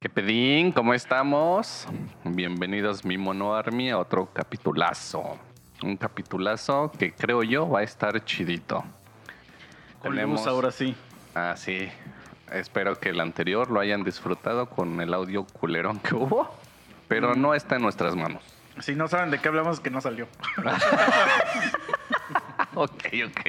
¿Qué pedín? ¿Cómo estamos? Bienvenidos mi Mono Army a otro capitulazo. Un capitulazo que creo yo va a estar chidito. Con luz ahora sí. Ah, sí. Espero que el anterior lo hayan disfrutado con el audio culerón que hubo, pero no está en nuestras manos. Si no saben de qué hablamos, que no salió. Ok.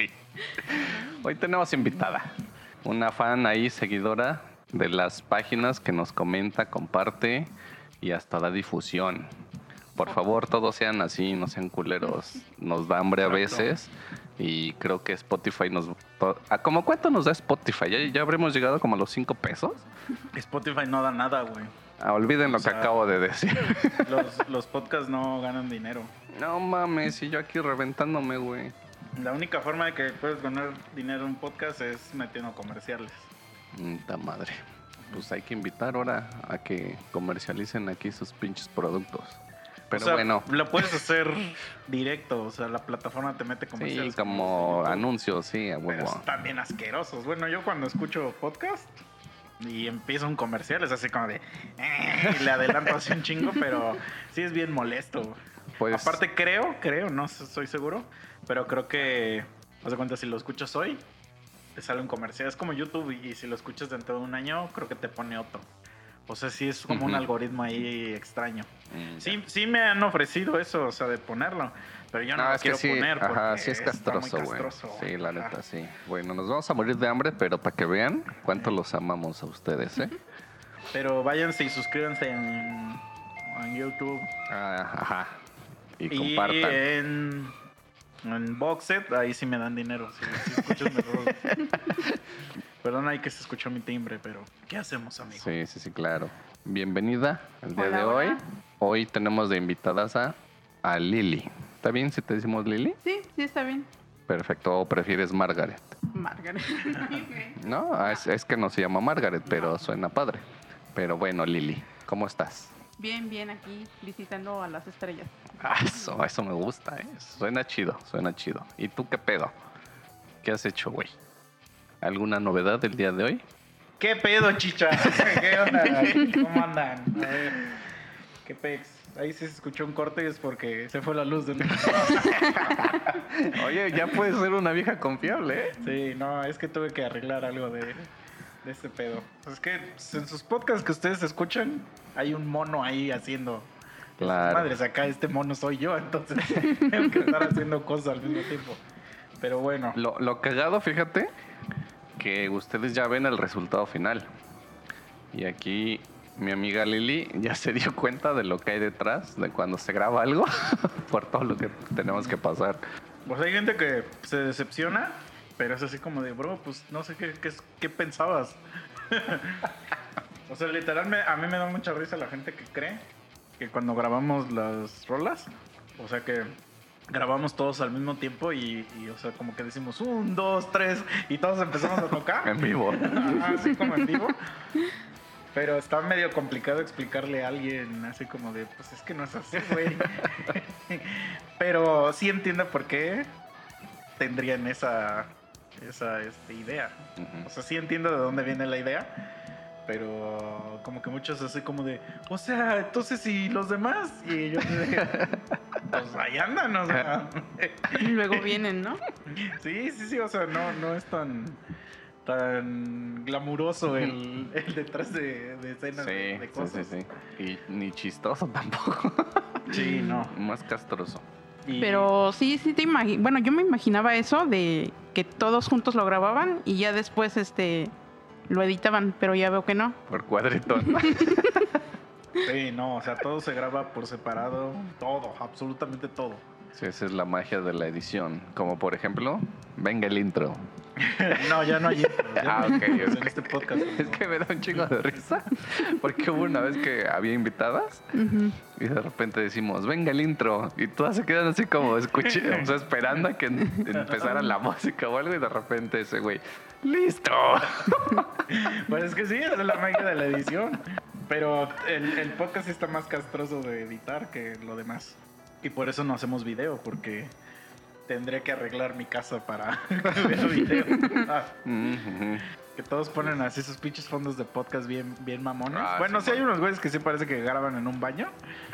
Hoy tenemos invitada, una fan ahí, seguidora de las páginas que nos comenta, comparte y hasta da difusión. Por favor, todos sean así, no sean culeros. Nos da hambre a veces y creo que Spotify nos... ¿Cómo cuánto nos da Spotify? ¿Ya habremos llegado como a los 5 pesos? Spotify no da nada, güey. Olviden lo que acabo de decir. Los podcasts no ganan dinero. No mames, y yo aquí reventándome, güey. La única forma de que puedes ganar dinero en un podcast es metiendo comerciales. Ta madre. Pues hay que invitar ahora a que comercialicen aquí sus pinches productos. Pero bueno. Lo puedes hacer directo, o sea, la plataforma te mete comerciales. Sí, como anuncios, sí, a huevo. Pero están bien asquerosos. Bueno, yo cuando escucho podcast y empieza un comercial, es así como de... y le adelanto así un chingo, pero sí es bien molesto. Pues, aparte creo, no estoy seguro, pero creo que, haz de cuenta, si lo escuchas hoy, te sale un comercial. Es como YouTube y si lo escuchas dentro de un año, creo que te pone otro. O sea, sí es como un algoritmo ahí extraño. Sí me han ofrecido eso, o sea, de ponerlo. Pero yo no lo quiero poner porque sí es castroso, güey. Sí, la neta, sí. Bueno, nos vamos a morir de hambre, pero para que vean cuánto los amamos a ustedes, ¿eh? Pero váyanse y suscríbanse en YouTube. Ajá. Y compartan. En Boxet, ahí sí me dan dinero. Si escuchas mejor. Perdón, ahí que se escuchó mi timbre, pero ¿qué hacemos, amigo? Sí, claro. Bienvenida al día de hoy. Hoy tenemos de invitadas a Lili. ¿Está bien si te decimos Lili? Sí, está bien. Perfecto. ¿O prefieres Margaret? Margaret. No, es que no se llama Margaret, pero suena padre. Pero bueno, Lili, ¿cómo estás? Bien, aquí visitando a las estrellas. Eso me gusta, ¿eh? Suena chido. ¿Y tú qué pedo? ¿Qué has hecho, güey? ¿Alguna novedad del día de hoy? ¿Qué pedo, chicha? ¿Qué onda? ¿Cómo andan? A ver, ¿qué pex? Ahí sí se escuchó un corte y es porque se fue la luz de nuevo. Oye, ya puedes ser una vieja confiable, ¿eh? Sí, no, es que tuve que arreglar algo de este pedo. Es que en sus podcasts que ustedes escuchan, hay un mono ahí haciendo... Claro. Madres, acá este mono soy yo, entonces tengo que estar haciendo cosas al mismo tiempo. Pero bueno. Lo cagado, fíjate, que ustedes ya ven el resultado final. Y aquí mi amiga Lili ya se dio cuenta de lo que hay detrás, de cuando se graba algo, por todo lo que tenemos que pasar. Pues hay gente que se decepciona, pero es así como de, bro, pues no sé qué pensabas. O sea, literalmente a mí me da mucha risa la gente que cree que cuando grabamos las rolas, o sea que grabamos todos al mismo tiempo y o sea, como que decimos 1, 2, 3 y todos empezamos a tocar. En vivo. Así como en vivo. Pero está medio complicado explicarle a alguien así como de, pues es que no es así, güey. Pero sí entiendo por qué tendrían esa idea. O sea, sí entiendo de dónde viene la idea. Pero como que muchos así como de, o sea, entonces ¿y los demás? Y yo pues ahí andan, o sea. Y luego vienen, ¿no? Sí, o sea, no es tan glamuroso el detrás de escenas de cosas. Sí. Y ni chistoso tampoco. Sí, no. Más castroso. Pero sí te imagino. Bueno, yo me imaginaba eso de que todos juntos lo grababan y ya después lo editaban, pero ya veo que no. Por cuadrito. Sí, no, o sea, todo se graba por separado, todo, absolutamente todo. Sí, esa es la magia de la edición. Como por ejemplo, venga el intro. No, ya no hay intro. Ok. En este podcast. Es que me da un chingo de risa. Porque hubo una vez que había invitadas y de repente decimos, venga el intro. Y todas se quedan así como o sea, esperando a que empezara la música o algo y de repente ese güey, ¡listo! Pues es que sí, esa es la magia de la edición. Pero el podcast está más castroso de editar que lo demás. Y por eso no hacemos video, porque tendría que arreglar mi casa para ver video. Que todos ponen así sus pinches fondos de podcast bien mamones. Bueno, sí hay unos güeyes que sí parece que graban en un baño.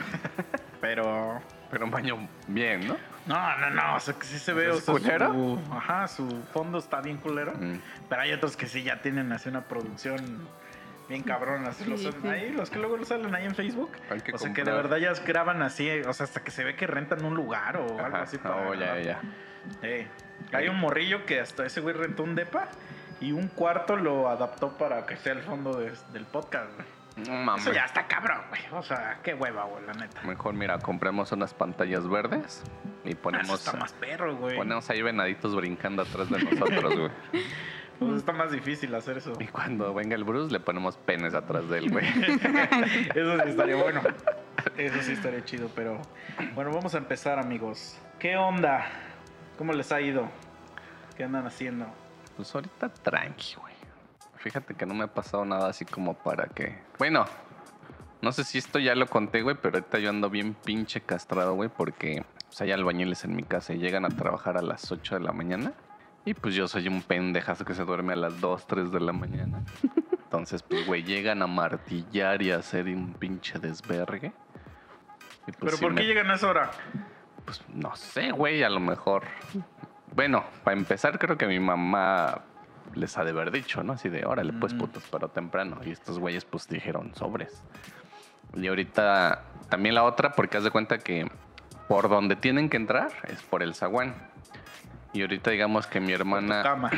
Pero un baño bien, ¿no? No, o sea, que sí se ve, o sea, ¿culero? su fondo está bien culero. Pero hay otros que sí ya tienen así una producción bien cabrona. Así sí. Ahí, los que luego lo salen ahí en Facebook. O sea, que de verdad ya graban así, o sea, hasta que se ve que rentan un lugar o algo así. Ya. Hay un morrillo que hasta ese güey rentó un depa y un cuarto lo adaptó para que sea el fondo del podcast, güey. No mames. Eso ya está cabrón, güey. O sea, qué hueva, güey, la neta. Mejor, mira, compremos unas pantallas verdes y ponemos... Eso está más perro, güey. Ponemos ahí venaditos brincando atrás de nosotros, güey. Pues está más difícil hacer eso. Y cuando venga el Bruce, le ponemos penes atrás de él, güey. Eso sí estaría bueno. Eso sí estaría chido, pero... Bueno, vamos a empezar, amigos. ¿Qué onda? ¿Cómo les ha ido? ¿Qué andan haciendo? Pues ahorita tranqui, güey. Fíjate que no me ha pasado nada así como para que... Bueno, no sé si esto ya lo conté, güey, pero ahorita yo ando bien pinche castrado, güey, porque pues, hay albañiles en mi casa y llegan a trabajar a las 8 de la mañana. Y pues yo soy un pendejazo que se duerme a las 2, 3 de la mañana. Entonces, pues, güey, llegan a martillar y a hacer un pinche desvergue. Y, pues, ¿pero por qué llegan a esa hora? Pues no sé, güey, a lo mejor... Bueno, para empezar, creo que mi mamá les ha de haber dicho, ¿no? Así de, órale, pues, putos, pero temprano. Y estos güeyes, pues, dijeron sobres. Y ahorita también la otra, porque haz de cuenta que por donde tienen que entrar es por el zaguán. Y ahorita digamos que mi hermana... Por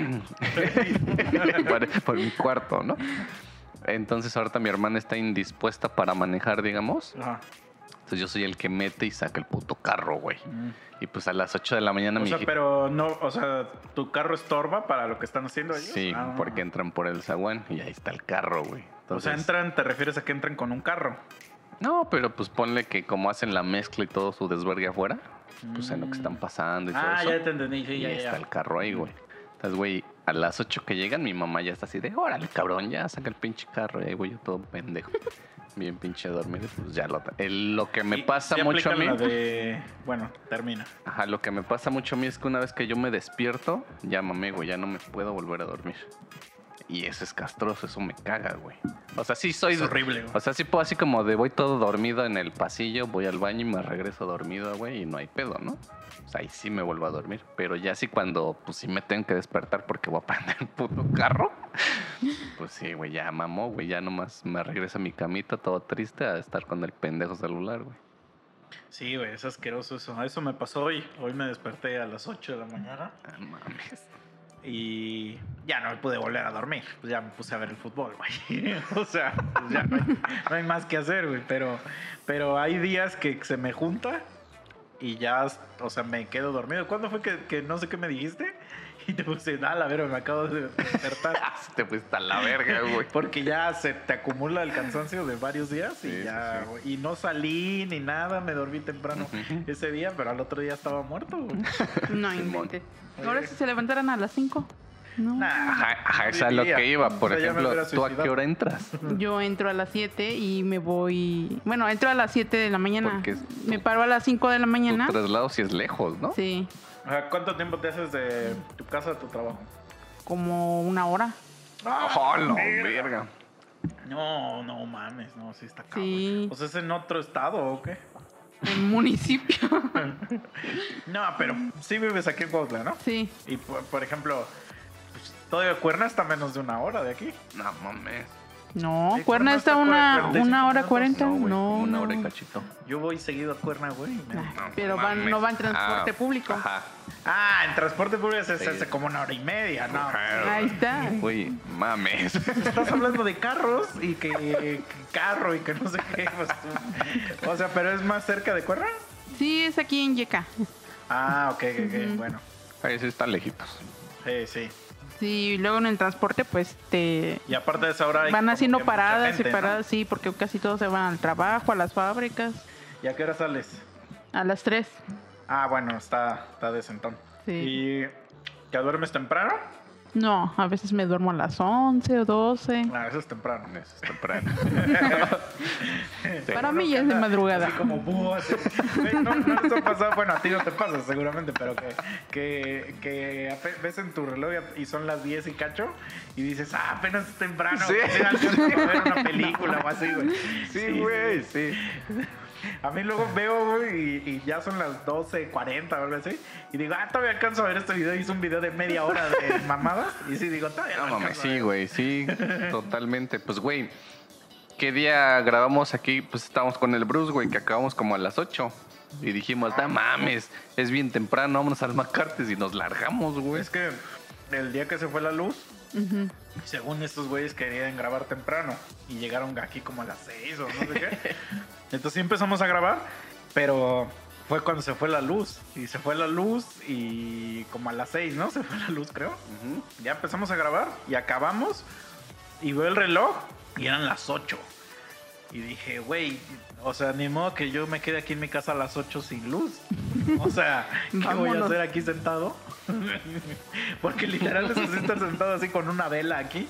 tu cama. por mi cuarto, ¿no? Entonces ahorita mi hermana está indispuesta para manejar, digamos. Ajá. Entonces yo soy el que mete y saca el puto carro, güey. Y pues a las 8 de la mañana... O sea, pero no... O sea, ¿tu carro estorba para lo que están haciendo ellos? Sí, porque entran por el zaguán y ahí está el carro, güey. Entonces, o sea, entran... ¿Te refieres a que entran con un carro? No, pero pues ponle que como hacen la mezcla y todo su desvergue afuera, pues en lo que están pasando y todo eso. Ya te entendí. Sí, y ahí está el carro ahí, güey. Entonces, güey, a las 8 que llegan, mi mamá ya está así de, órale, cabrón, ya saca el pinche carro. Y ahí, güey, yo todo pendejo. Bien pinche dormido, pues ya lo que me pasa mucho a mí... Bueno, termina. Ajá, lo que me pasa mucho a mí es que una vez que yo me despierto, ya mamé, güey, ya no me puedo volver a dormir. Y eso es castroso, eso me caga, güey. O sea, sí soy... Es horrible, güey. O sea, sí puedo así como de voy todo dormido en el pasillo, voy al baño y me regreso dormido, güey, y no hay pedo, ¿no? O sea, ahí sí me vuelvo a dormir. Pero ya sí cuando, pues sí me tengo que despertar porque voy a prender el puto carro. Pues sí, güey, ya mamó, güey, ya nomás me regreso a mi camita todo triste a estar con el pendejo celular, güey. Sí, güey, es asqueroso eso. Eso me pasó hoy. Hoy me desperté a las 8 de la mañana. Ah, mames. Y ya no me pude volver a dormir. Pues ya me puse a ver el fútbol, güey. O sea, pues ya no hay más que hacer, güey. Pero hay días que se me junta y ya, o sea, me quedo dormido. ¿Cuándo fue que no sé qué me dijiste? Y te puse, la verga, me acabo de despertar. Te fuiste a la verga, güey. Porque ya se te acumula el cansancio de varios días y ya, sí. Y no salí ni nada, me dormí temprano ese día, pero al otro día estaba muerto, güey. No inventes. Ahora si se levantaran a las 5. No. Ajá, eso es lo que iba. Por ejemplo, ¿tú a qué hora entras? Yo entro a las 7 y me voy... Bueno, entro a las 7 de la mañana. Me paro a las 5 de la mañana. Tu traslado sí es lejos, ¿no? Sí. ¿Cuánto tiempo te haces de tu casa a tu trabajo? Como 1 hora. ¡Oh, no, verga! No mames, no, sí está cabrón. Sí. O sea, ¿es en otro estado o qué? En municipio. No, pero sí vives aquí en Cuautla, ¿no? Sí. Y por ejemplo, pues, todavía Cuerna está a menos de 1 hora de aquí. No mames. No, Cuerna está una hora 40. No, 1 hora y cachito. Yo voy seguido a Cuerna, güey. Pero no va en transporte público. Ajá. En transporte público se hace como 1 hora y media, ¿no? Ahí está. Uy, mames. Estás hablando de carros y que carro y que no sé qué. Pues, o sea, ¿pero es más cerca de Cuerna? Sí, es aquí en Yeca. Ok, bueno. Ahí sí están lejitos. Sí. Sí, y luego en el transporte, pues Y aparte de esa hora van haciendo paradas gente, y paradas, ¿no? Sí, porque casi todos se van al trabajo, a las fábricas. ¿Y a qué hora sales? A las 3. Bueno, está decentón. Sí. ¿Y ya duermes temprano? No, a veces me duermo a las 11 o 12. Ah, eso es temprano. Eso es temprano. Sí. Para mí ya es de madrugada. Así como búho. No eso ha pasado. Bueno, a ti no te pasa seguramente, pero que ves en tu reloj y son las 10 y cacho y dices, apenas es temprano. Sí. Alcanzo a ver una película o así, güey. Sí, güey, sí. A mí luego veo, güey, y ya son las 12:40 o algo así. Y digo, todavía alcanzo a ver este video. Hice un video de media hora de mamadas. Y sí, digo, todavía no mames, alcanzo sí, güey, sí, totalmente. Pues, güey, ¿qué día grabamos aquí? Pues estábamos con el Bruce, güey, que acabamos como a las 8. Y dijimos, no mames, es bien temprano, vámonos al McCarthy's y nos largamos, güey. Es que el día que se fue la luz, según estos güeyes querían grabar temprano. Y llegaron aquí como a las 6 o no sé qué. Entonces sí empezamos a grabar, pero fue cuando se fue la luz. Y se fue la luz y como a las 6, ¿no? Se fue la luz, creo. Ya empezamos a grabar y acabamos. Y veo el reloj y eran las 8. Y dije, güey, o sea, ni modo que yo me quede aquí en mi casa a las 8 sin luz. O sea, ¿qué voy a hacer aquí sentado? Porque literal necesito estar sentado así con una vela aquí.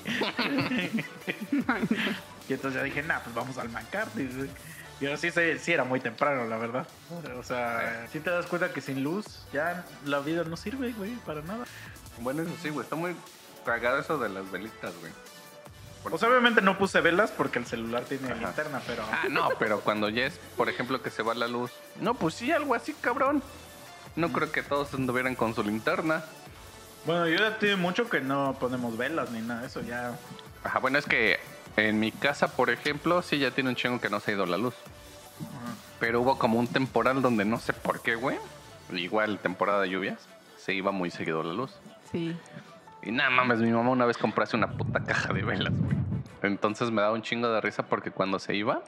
Y entonces ya dije, pues vamos al McCarthy's. Y ahora sí era muy temprano, la verdad. O sea, sí te das cuenta que sin luz ya la vida no sirve, güey, para nada. Bueno, eso sí, güey, está muy cagado eso de las velitas, güey. O sea, obviamente no puse velas porque el celular tiene linterna, pero... no, pero cuando ya es, por ejemplo, que se va la luz. No, pues sí, algo así, cabrón. No creo que todos anduvieran con su linterna. Bueno, yo ya tiene mucho que no ponemos velas ni nada de eso, ya... Ajá, bueno, es que en mi casa, por ejemplo, sí ya tiene un chingo que no se ha ido la luz. Pero hubo como un temporal donde no sé por qué, güey. Igual temporada de lluvias, se iba muy seguido la luz. Sí. Y nada mames, mi mamá una vez compró una puta caja de velas, güey. Entonces me daba un chingo de risa porque cuando se iba,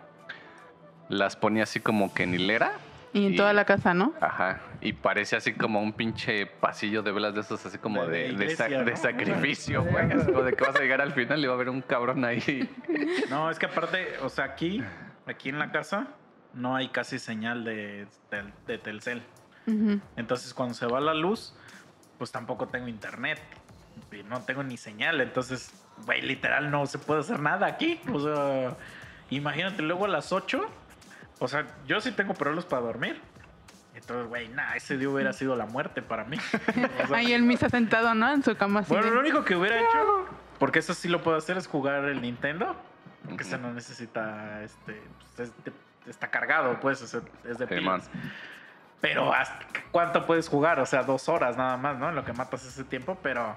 las ponía así como que en hilera. Y en toda la casa, ¿no? Ajá. Y parecía así como un pinche pasillo de velas de esos, así como de iglesia, de sacrificio, güey. Así como de que vas a llegar al final y va a haber un cabrón ahí. No, es que aparte, o sea, aquí en la casa, no hay casi señal de Telcel. Entonces, cuando se va la luz, pues tampoco tengo internet. Y no tengo ni señal. Entonces, güey, literal no se puede hacer nada aquí. O sea, imagínate luego a las 8. O sea, yo sí tengo problemas para dormir. Entonces, güey, ese día hubiera sido la muerte para mí. O sea, ahí el Misa sentado, ¿no? En su cama así. Bueno, lo único que hubiera hecho, porque eso sí lo puedo hacer, es jugar el Nintendo. Porque se no necesita, pues, está cargado, pues, es de pilas. Pero ¿cuánto puedes jugar? O sea, 2 horas nada más, ¿no? En lo que matas ese tiempo, pero...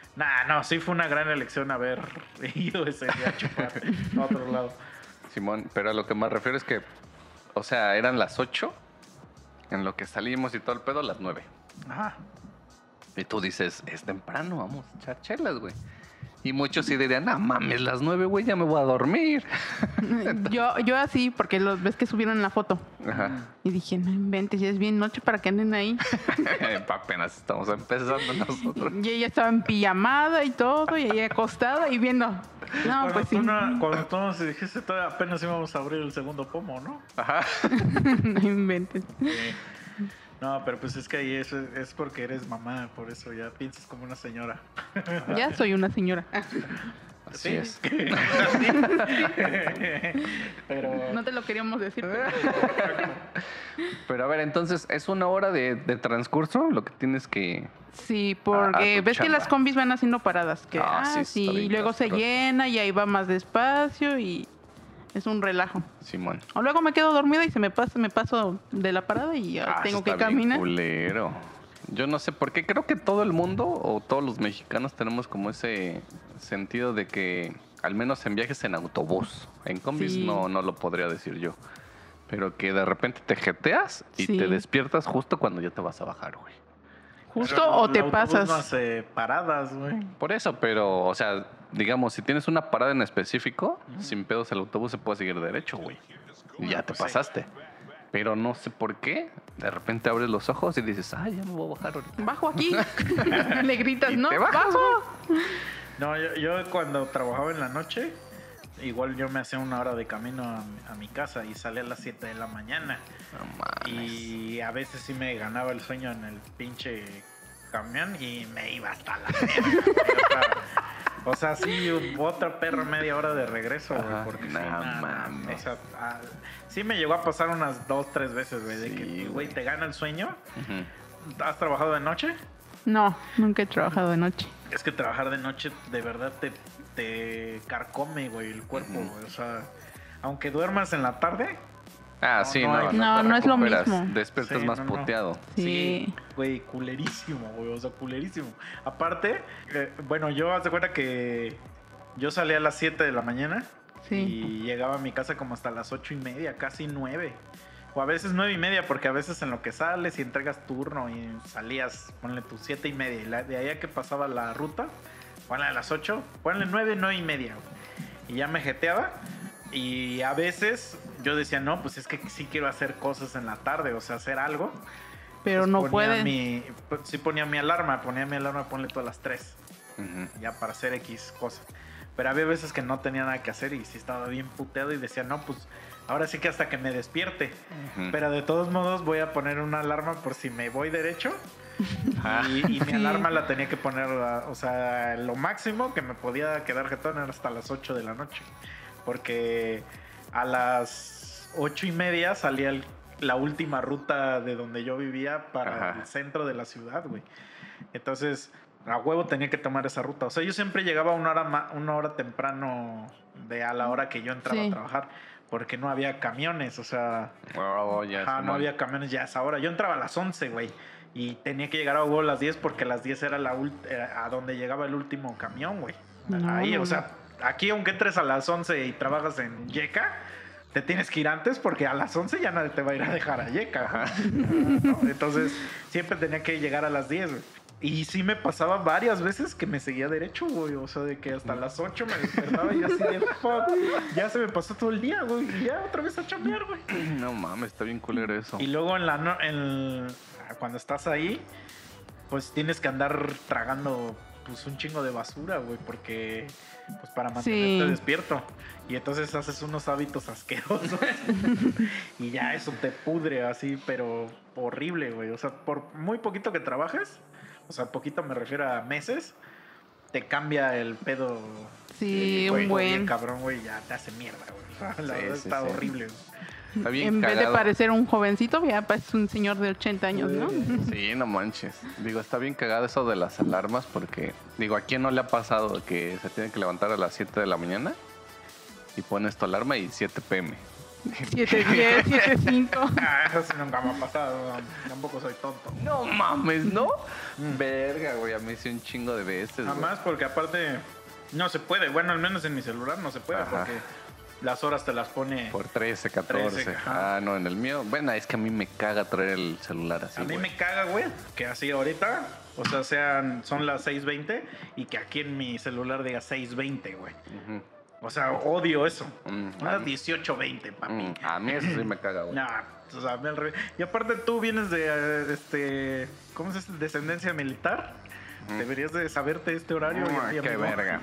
sí fue una gran elección haber ido ese día a chupar a otro lado. Simón, pero a lo que me refiero es que, o sea, eran las 8, en lo que salimos y todo el pedo, las 9. Ajá. Y tú dices, es temprano, vamos a echar chelas, güey. Y muchos sí dirían, no mames, las 9, güey, ya me voy a dormir. Yo así, porque los ves que subieron la foto. Ajá. Y dije, no inventes, ya es bien noche para que anden ahí. Apenas estamos empezando nosotros. Y ella estaba en pijamada y todo, y ella acostada y viendo. No, cuando pues sí. Cuando tú nos dijiste, apenas íbamos a abrir el segundo pomo, ¿no? Ajá. No inventes. No, pero pues es que ahí es porque eres mamá, por eso ya piensas como una señora. Ya soy una señora. Así es. Pero... No te lo queríamos decir. Pero a ver, entonces, ¿es 1 hora de transcurso lo que tienes que...? Sí, porque ves que las combis van haciendo paradas. Que, sí, y luego se llena y ahí va más despacio y es un relajo. Simón. O luego me quedo dormida y me paso de la parada y ya tengo que caminar. Culero. Yo no sé por qué. Creo que todo el mundo o todos los mexicanos tenemos como ese sentido de que, al menos en viajes en autobús, en combis sí. no lo podría decir yo. Pero que de repente te jeteas y te despiertas justo cuando ya te vas a bajar, güey. Justo pero o te pasas. No hace paradas, güey. Por eso, pero, o sea, digamos, si tienes una parada en específico, sin pedos el autobús se puede seguir derecho, güey. Y ya te pasaste. Sí. Pero no sé por qué, de repente abres los ojos y dices, ya me voy a bajar ahorita. Bajo aquí. Le gritas, ¿no? ¡Bajo! No, yo cuando trabajaba en la noche, igual yo me hacía 1 hora de camino a mi casa y salía a las 7 de la mañana. No mames. Y a veces sí me ganaba el sueño en el pinche camión y me iba hasta la mierda. O sea, sí, otra perra media hora de regreso, güey. Porque mames. O sea, sí me llegó a pasar unas 2-3 veces, güey. De que, güey, te gana el sueño. ¿Has trabajado de noche? No, nunca he trabajado de noche. Es que trabajar de noche de verdad te carcome, güey, el cuerpo, güey. O sea, aunque duermas en la tarde. No es lo mismo. Despiertas más puteado. Sí. Güey, culerísimo, güey. O sea, culerísimo. Aparte, bueno, yo haz de cuenta que yo salía a las 7 de la mañana. Sí. Y llegaba a mi casa como hasta las 8:30, casi 9. O a veces 9:30, porque a veces en lo que sales y entregas turno y salías, ponle tus 7:30. Y de ahí a que pasaba la ruta, ponle a las 8, ponle 9:30. Y ya me jeteaba. Y a veces yo decía, no, pues es que sí quiero hacer cosas en la tarde, o sea, hacer algo. Pero pues no puede. Sí ponía mi alarma, ponle tú a las 3. Ya para hacer X cosas. Pero había veces que no tenía nada que hacer y sí estaba bien puteado y decía, no, pues ahora sí que hasta que me despierte. Pero de todos modos voy a poner una alarma por si me voy derecho. Y mi alarma la tenía que poner, o sea, lo máximo que me podía quedar jetón era hasta las 8 de la noche. Porque a las 8:30 salía la última ruta de donde yo vivía para el centro de la ciudad, güey. Entonces, a huevo tenía que tomar esa ruta. O sea, yo siempre llegaba una hora temprano a la hora que yo entraba a trabajar. Porque no había camiones, o sea... no había camiones ya a esa hora. Yo entraba a las 11, güey. Y tenía que llegar a huevo a las 10 porque a las 10 era a donde llegaba el último camión, güey. Ahí, o sea... Aquí, aunque entres a las 11 y trabajas en Yeca, te tienes que ir antes porque a las 11 ya nadie te va a ir a dejar a Yeca. ¿No? Entonces, siempre tenía que llegar a las 10, güey. Y sí me pasaba varias veces que me seguía derecho, güey. O sea, de que hasta las 8 me despertaba y así de fuck. Ya se me pasó todo el día, güey. Y ya otra vez a chambear, güey. No mames, está bien culero eso. Y luego cuando estás ahí, pues tienes que andar tragando pues un chingo de basura, güey, porque pues para mantenerte despierto. Y entonces haces unos hábitos asquerosos y ya eso te pudre así, pero horrible, güey. O sea, por muy poquito que trabajes, o sea, poquito me refiero a meses, te cambia el pedo. Sí, un buen cabrón, güey, ya te hace mierda, güey. La verdad está horrible, güey. Está bien en cagado. Vez de parecer un jovencito, ya pareces un señor de 80 años, ¿no? Sí, no manches. Digo, está bien cagado eso de las alarmas porque, digo, ¿a quién no le ha pasado que se tiene que levantar a las 7 de la mañana y pones tu alarma y 7 p.m.? 7:10, 7:05. Eso sí nunca me ha pasado. Tampoco soy tonto. No mames, ¿no? Verga, güey, a mí sí un chingo de veces. Nada más porque aparte no se puede. Bueno, al menos en mi celular no se puede porque las horas te las pone por 13, 14. No, en el mío. Bueno, es que a mí me caga traer el celular así. A mí me caga, güey, que así ahorita, o sea, son las 6:20 y que aquí en mi celular diga 6:20, güey. O sea, odio eso. Las 18:20, papi. A mí eso sí me caga, güey. No, o sea, al revés. Y aparte tú vienes de ¿cómo se dice? Descendencia militar. Deberías de saberte este horario. Qué verga.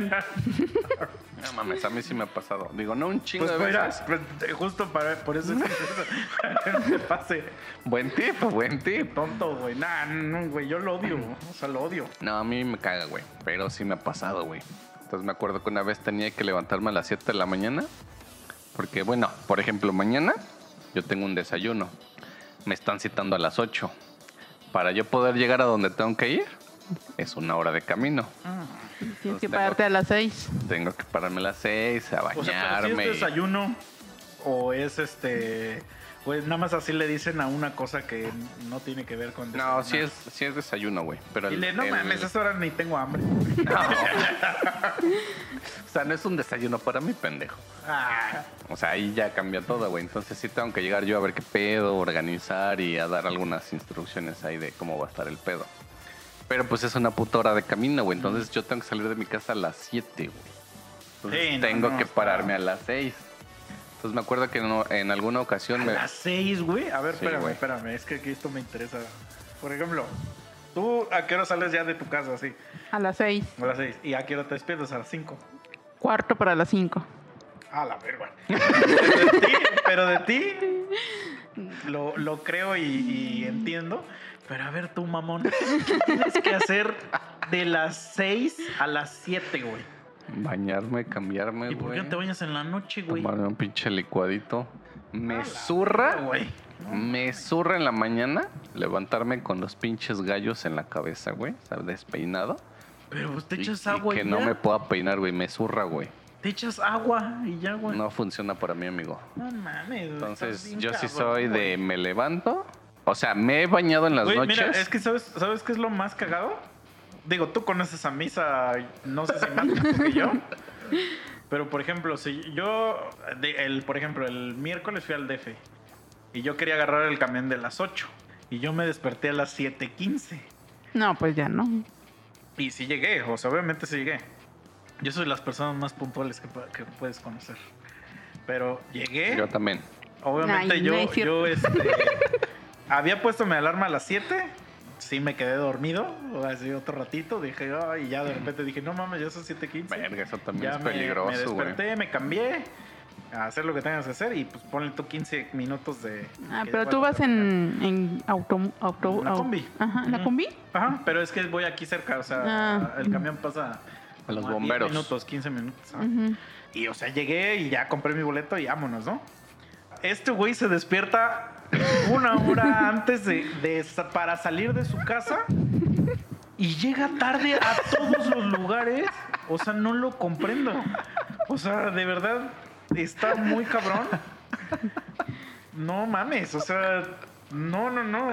No mames, a mí sí me ha pasado. Digo, no un chingo de veces. Pues, justo por eso me pase. Buen tip. Tonto, güey. No, güey, yo lo odio. O sea, lo odio. No, a mí me caga, güey. Pero sí me ha pasado, güey. Entonces me acuerdo que una vez tenía que levantarme a las 7 de la mañana. Porque, bueno, por ejemplo, mañana yo tengo un desayuno. Me están citando a las 8. Para yo poder llegar a donde tengo que ir, es 1 hora de camino. Tienes que pararte a las 6. Tengo que pararme a las 6, a bañarme. O sea, pero si es desayuno o es pues nada más así le dicen a una cosa que no tiene que ver con desayunar. No, sí es desayuno, güey. Pero dile, no mames, a esa hora ni tengo hambre. No. O sea, no es un desayuno para mí, pendejo. O sea, ahí ya cambia todo, güey. Entonces sí tengo que llegar yo a ver qué pedo, organizar y a dar algunas instrucciones ahí de cómo va a estar el pedo. Pero pues es una puta hora de camino, güey. Entonces yo tengo que salir de mi casa a las 7, güey. Entonces tengo que pararme a las 6. Entonces me acuerdo que en alguna ocasión... ¿A las 6, güey? A ver, sí, espérame. Es que aquí esto me interesa. Por ejemplo, ¿tú a qué hora sales ya de tu casa así? A las 6. A las 6. ¿Y a qué hora te despiertas? A las 5. 4:45. A la verga. Pero de ti lo creo y entiendo. Pero a ver tú, mamón, ¿qué tienes que hacer de las 6 a las 7, güey? Bañarme, cambiarme, güey. ¿Y por qué no te bañas en la noche, güey? Tomarme un pinche licuadito. Me zurra, güey. Me zurra en la mañana levantarme con los pinches gallos en la cabeza, güey. O sea, despeinado. Pero pues te echas agua y que ya. no me pueda peinar, güey. Me zurra, güey. Te echas agua y ya, güey. No funciona para mí, amigo. No mames. Entonces, yo sí soy de me levanto. O sea, me he bañado en las güey, noches. Mira, es que ¿sabes qué es lo más cagado? Digo, tú conoces a Misa, no sé si más tiempo que yo. Pero, por ejemplo, si yo, por ejemplo, el miércoles fui al DF y yo quería agarrar el camión de las 8 y yo me desperté a las 7:15. No, pues ya no. Y sí llegué, o sea, obviamente sí llegué. Yo soy de las personas más puntuales que puedes conocer. Pero llegué. Yo también. Obviamente Ay, yo no había puesto mi alarma a las 7. Sí, me quedé dormido, así otro ratito, dije, y ya de repente dije, no mames, ya son 7:15. Verga, eso también ya es peligroso, me desperté, güey. me cambié a hacer lo que tengas que hacer y pues ponle tú 15 minutos de... Pero tú vas en auto... La combi. Ajá, ¿la combi? Ajá, pero es que voy aquí cerca, o sea, el camión pasa... A los como bomberos. 10 minutos, 15 minutos. Y, o sea, llegué y ya compré mi boleto y vámonos, ¿no? Este güey se despierta 1 hora antes para salir de su casa y llega tarde a todos los lugares. O sea, no lo comprendo. O sea, de verdad, está muy cabrón. No mames, o sea, no.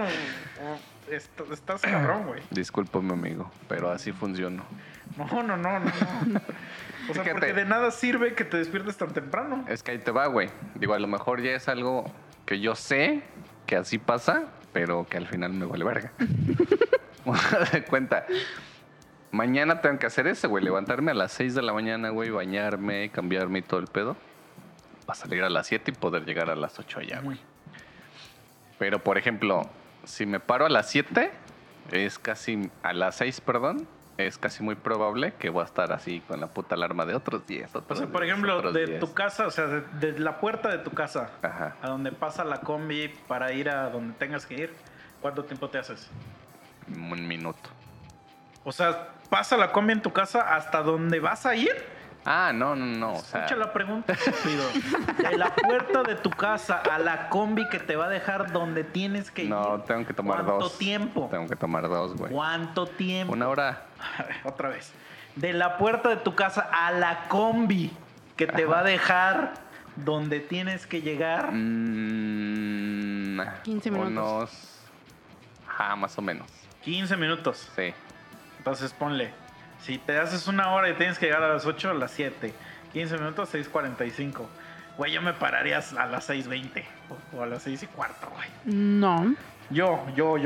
Estás cabrón, güey. Discúlpame, amigo, pero así funcionó. No. O sea, porque de nada sirve que te despiertes tan temprano. Es que ahí te va, güey. Digo, a lo mejor ya es algo que yo sé que así pasa, pero que al final me vale verga. De cuenta. Mañana tengo que hacer eso, güey. Levantarme a las 6 de la mañana, güey. Bañarme, cambiarme y todo el pedo. Para salir a las 7 y poder llegar a las 8 allá, güey. Pero, por ejemplo, si me paro a las 7, a las 6, perdón, es casi muy probable que voy a estar así con la puta alarma de otros 10. O sea, por ejemplo, de tu casa, o sea, de la puerta de tu casa a donde pasa la combi para ir a donde tengas que ir, ¿cuánto tiempo te haces? 1 minuto. O sea, ¿pasa la combi en tu casa hasta donde vas a ir? Ah, no. Escucha la pregunta, estúpido. De la puerta de tu casa a la combi que te va a dejar donde tienes que ir. No, tengo que tomar 2. ¿Cuánto tiempo? Tengo que tomar 2, güey. ¿Cuánto tiempo? 1 hora. A ver, otra vez. De la puerta de tu casa a la combi que te va a dejar donde tienes que llegar. 15 minutos. Más o menos. 15 minutos. Sí. Entonces ponle. Si te haces 1 hora y tienes que llegar a las 8, a las 7. 15 minutos, 6:45. Güey, yo me pararía a las 6:20. O a las 6:15, güey. No. Yo.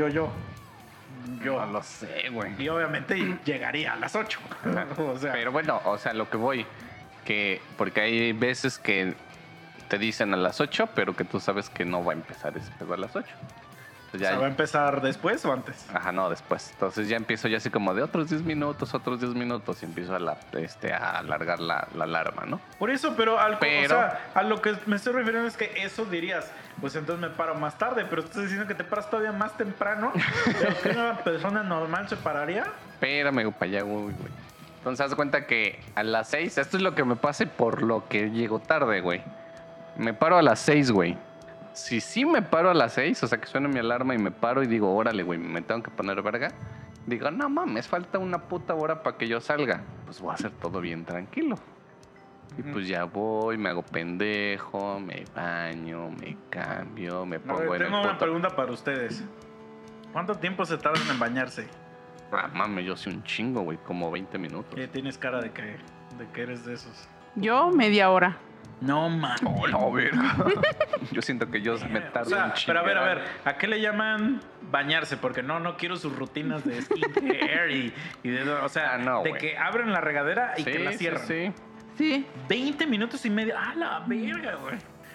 No lo sé, güey. Y obviamente llegaría a las 8. O sea, pero bueno, o sea, lo que voy, porque hay veces que te dicen a las 8, pero que tú sabes que no va a empezar ese pedo a las 8. Entonces ¿va a empezar después o antes? Ajá, no, después. Entonces ya empiezo ya así como de otros 10 minutos y empiezo a alargar la alarma, ¿no? Por eso, pero o sea, a lo que me estoy refiriendo es que eso dirías, pues entonces me paro más tarde, pero estás diciendo que te paras todavía más temprano de lo que una persona normal se pararía. Espérame, para allá, güey. Entonces haz de cuenta que a las 6, esto es lo que me pasa y por lo que llego tarde, güey. Me paro a las 6, güey. Si sí me paro a las 6, o sea que suena mi alarma y me paro y digo, órale, güey, me tengo que poner verga. Digo, no mames, falta una puta hora para que yo salga. Pues voy a hacer todo bien tranquilo. Y pues ya voy, me hago pendejo, me baño, me cambio, me pongo en el Tengo una pregunta para ustedes. ¿Cuánto tiempo se tardan en bañarse? Ah, mames, yo soy un chingo, güey, como 20 minutos. ¿Qué tienes cara de que eres de esos? Yo, media hora. No, man. Oh, no, verga. Yo siento que yo me tardo un chingo. Pero a ver, ¿a qué le llaman bañarse? Porque no quiero sus rutinas de skincare y de, o sea, de que abren la regadera y que la cierran. Sí. 20 minutos y medio. ¡Ah, la verga, güey!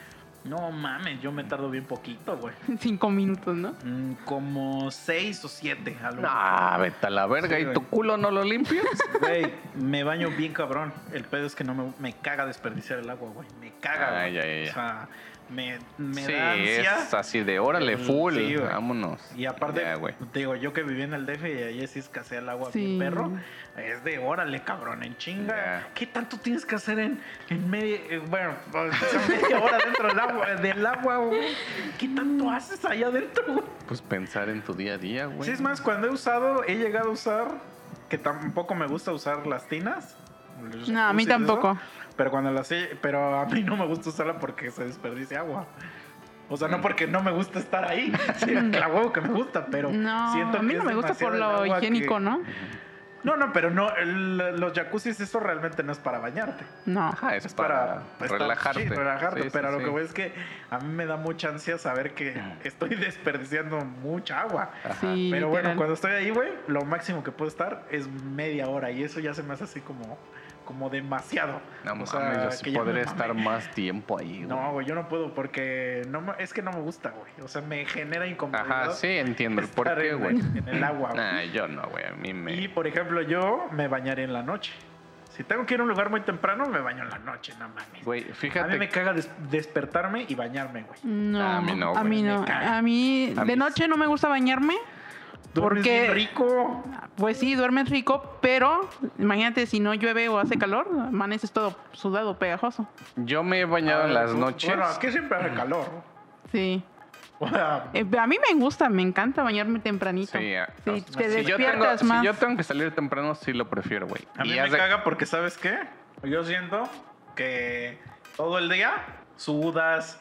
No mames, yo me tardo bien poquito, güey. 5 minutos, ¿no? Como 6 o 7. Ah, vete a la verga. Sí, ¿Y tu culo no lo limpias? Güey, me baño bien cabrón. El pedo es que no me caga desperdiciar el agua, güey. Me caga, Ay, güey. ay, ay. O sea, me Sí, da ansia. es así de órale, full. Sí, güey. Vámonos. Y aparte, Ya, güey. te digo, yo que viví en el DF y ahí sí escasea el agua Sí. bien perro, es de órale, cabrón, en chinga. Ya. ¿Qué tanto tienes que hacer en media, bueno, media hora dentro del agua, güey? ¿Qué tanto haces allá adentro, güey? Pues pensar en tu día a día, güey. Sí, es más, cuando he llegado a usar, que tampoco me gusta usar las tinas. No, a mí jacuzzis, tampoco. eso, pero pero a mí no me gusta usarla porque se desperdicia agua. O sea, no porque no me gusta estar ahí, sí, la huevo que me gusta, pero No, siento a mí que no es me gusta por demasiado el lo agua higiénico, que- ¿no? No, pero no, los jacuzzis, eso realmente no es para bañarte. No. Ajá, es Es para estar- relajarte. Sí, relajarte, Sí, pero sí, lo que sí. voy es que a mí me da mucha ansia saber que estoy desperdiciando mucha agua. Ajá. Sí, Pero bueno, literal. cuando estoy ahí, güey, lo máximo que puedo estar es media hora y eso ya se me hace así como demasiado. No O mames, sea, yo sí que ya me podría mamé. estar más tiempo ahí, güey. No, güey, yo no puedo porque es que no me gusta, güey. O sea, me genera incomodidad. Ajá, sí, entiendo el estar porqué, en- güey. En el agua, güey. Nah, yo no, güey. A mí me. Y por ejemplo, yo me bañaré en la noche. Si tengo que ir a un lugar muy temprano, me baño en la noche, no mames. Güey, A mí fíjate. me caga despertarme y bañarme, güey. No, A mí no, a güey, mí me no. caga. A mí A de mí noche no me gusta bañarme. Duermes Porque- bien rico. Pues sí, duermes rico, pero imagínate si no llueve o hace calor, amaneces todo sudado, pegajoso. Yo me he bañado en las noches. Bueno, aquí siempre hace calor. Sí. O sea, A mí me gusta, me encanta bañarme tempranito. Sí, Sí, te si yo tengo, despiertas si más. yo tengo que salir temprano, sí lo prefiero, güey. a mí Y me haz de- caga porque, ¿sabes qué? Yo siento que todo el día sudas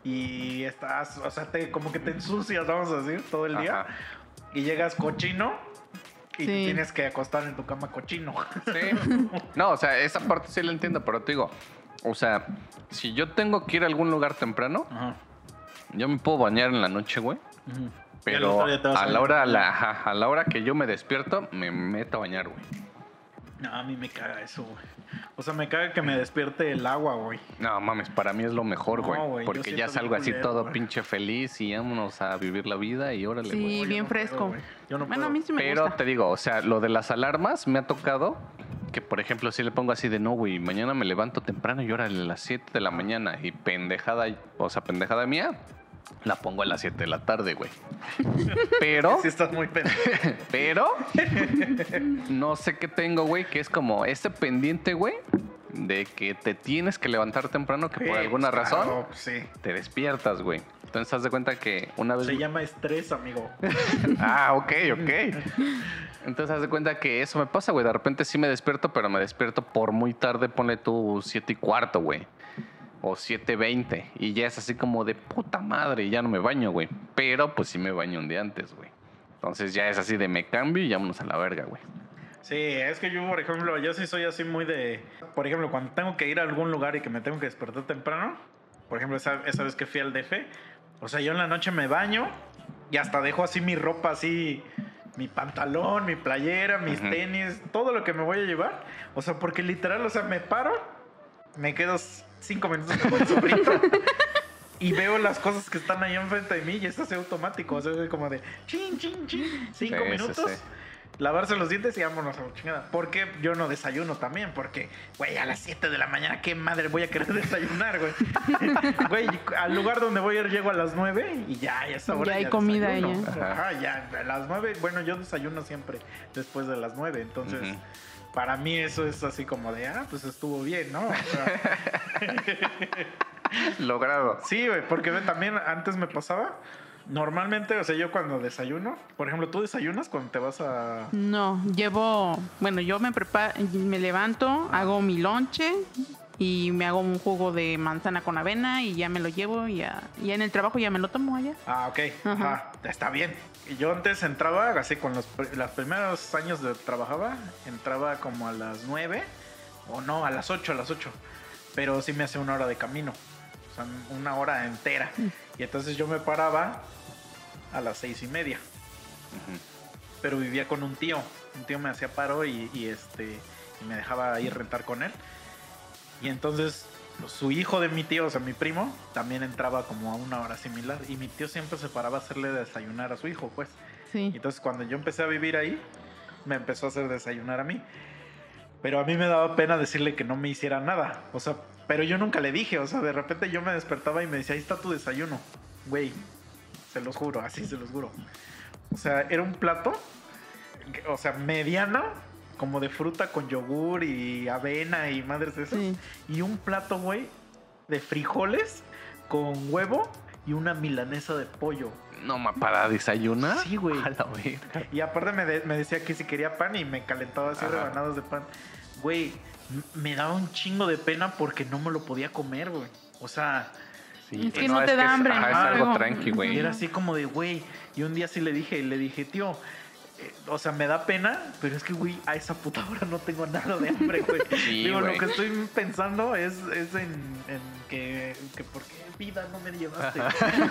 y estás, o sea, como que te ensucias, vamos a decir, todo el día. Ajá. Y llegas cochino y te Sí. tienes que acostar en tu cama cochino. Sí. No, o sea, esa parte sí la entiendo, pero te digo, o sea, si yo tengo que ir a algún lugar temprano, Ajá. yo me puedo bañar en la noche, güey. Ujú. Y al Pero otro día te vas a la hora, bañar. ajá, a la hora que yo me despierto, me meto a bañar, güey. No, a mí me caga eso, güey. O sea, me caga que me despierte el agua, güey. No mames, para mí es lo mejor, No, güey. güey, yo Porque siento ya bien salgo así culero, todo güey. pinche feliz y vámonos a vivir la vida y órale, Sí, güey. yo bien no puedo, fresco. güey. Yo no Bueno, puedo. a mí sí me Pero gusta. te digo, o sea, lo de las alarmas me ha tocado que, por ejemplo, si le pongo así de no, güey, mañana me levanto temprano y órale a las 7 de la mañana y pendejada, o sea, pendejada mía, la pongo a las 7 de la tarde, güey. Pero, Sí estás muy pendejo. pero, no sé qué tengo, güey, que es como ese pendiente, güey, de que te tienes que levantar temprano, que por Sí, alguna pues, razón claro, sí. te despiertas, güey. Entonces, haz de cuenta que una vez... Se llama estrés, amigo. Ah, ok. Entonces, haz de cuenta que eso me pasa, güey. De repente sí me despierto, pero me despierto por muy tarde, ponle tú 7:15, güey. O 7:20. Y ya es así como de puta madre, y ya no me baño, güey. Pero pues sí me baño un día antes, güey. Entonces ya es así de me cambio y vámonos a la verga, güey. Sí, es que yo, por ejemplo, yo sí soy así muy de... Por ejemplo, cuando tengo que ir a algún lugar y que me tengo que despertar temprano, por ejemplo, esa vez que fui al DF, o sea, yo en la noche me baño y hasta dejo así mi ropa, así, mi pantalón, mi playera, mis Ujú. tenis, todo lo que me voy a llevar. O sea, porque literal, o sea, me paro, me quedo 5 minutos con el sobrito y veo las cosas que están ahí enfrente de mí y es así automático. O sea, es como de chin, chin, chin, 5 Sí, sí, minutos. sí. Lavarse los dientes y vámonos a la chingada. Porque yo no desayuno también, porque, güey, a las 7 de la mañana, ¿qué madre voy a querer desayunar, güey? Güey, al lugar donde voy a ir llego a las 9 y ya, esa hora Ya hay comida desayuno. ya. Ajá, ya, a las 9, bueno, yo desayuno siempre después de las 9, entonces... Ujú. Para mí eso es así como de, pues estuvo bien, ¿no? O sea, Logrado. sí, güey, porque ve, también antes me pasaba, normalmente, o sea, yo cuando desayuno, por ejemplo, ¿tú desayunas cuando te vas a...? No, bueno, yo me levanto, hago mi lonche y me hago un jugo de manzana con avena y ya me lo llevo y ya en el trabajo ya me lo tomo allá. Ah, ok, ajá, está bien. Y yo antes entraba, así con los primeros años de trabajaba, entraba como a las 9, o no, a las 8, pero sí me hacía 1 hora de camino, o sea, 1 hora entera. Y entonces yo me paraba a las 6:30. Pero vivía con un tío me hacía paro y me dejaba ir rentar con él. Y entonces su hijo de mi tío, o sea, mi primo, también entraba como a una hora similar. Y mi tío siempre se paraba a hacerle desayunar a su hijo, pues. Sí. Entonces, cuando yo empecé a vivir ahí, me empezó a hacer desayunar a mí. Pero a mí me daba pena decirle que no me hiciera nada. O sea, pero yo nunca le dije. O sea, de repente yo me despertaba y me decía, ahí está tu desayuno. Güey, se los juro, así se los juro. O sea, era un plato, o sea, mediano, como de fruta con yogur y avena y madres de esas. Sí. Y un plato, güey, de frijoles con huevo y una milanesa de pollo. No, para desayunar. Sí, güey. Y aparte me decía que si quería pan y me calentaba así rebanadas de pan. Güey, me daba un chingo de pena porque no me lo podía comer, güey. O sea... Sí, es que no te da hambre. Es algo tranqui, güey. Y era así como de, güey. Y un día sí le dije, tío... o sea, me da pena, pero es que, güey, a esa puta hora no tengo nada de hambre, güey. Sí, digo, lo que estoy pensando es en que ¿por qué vida no me llevaste?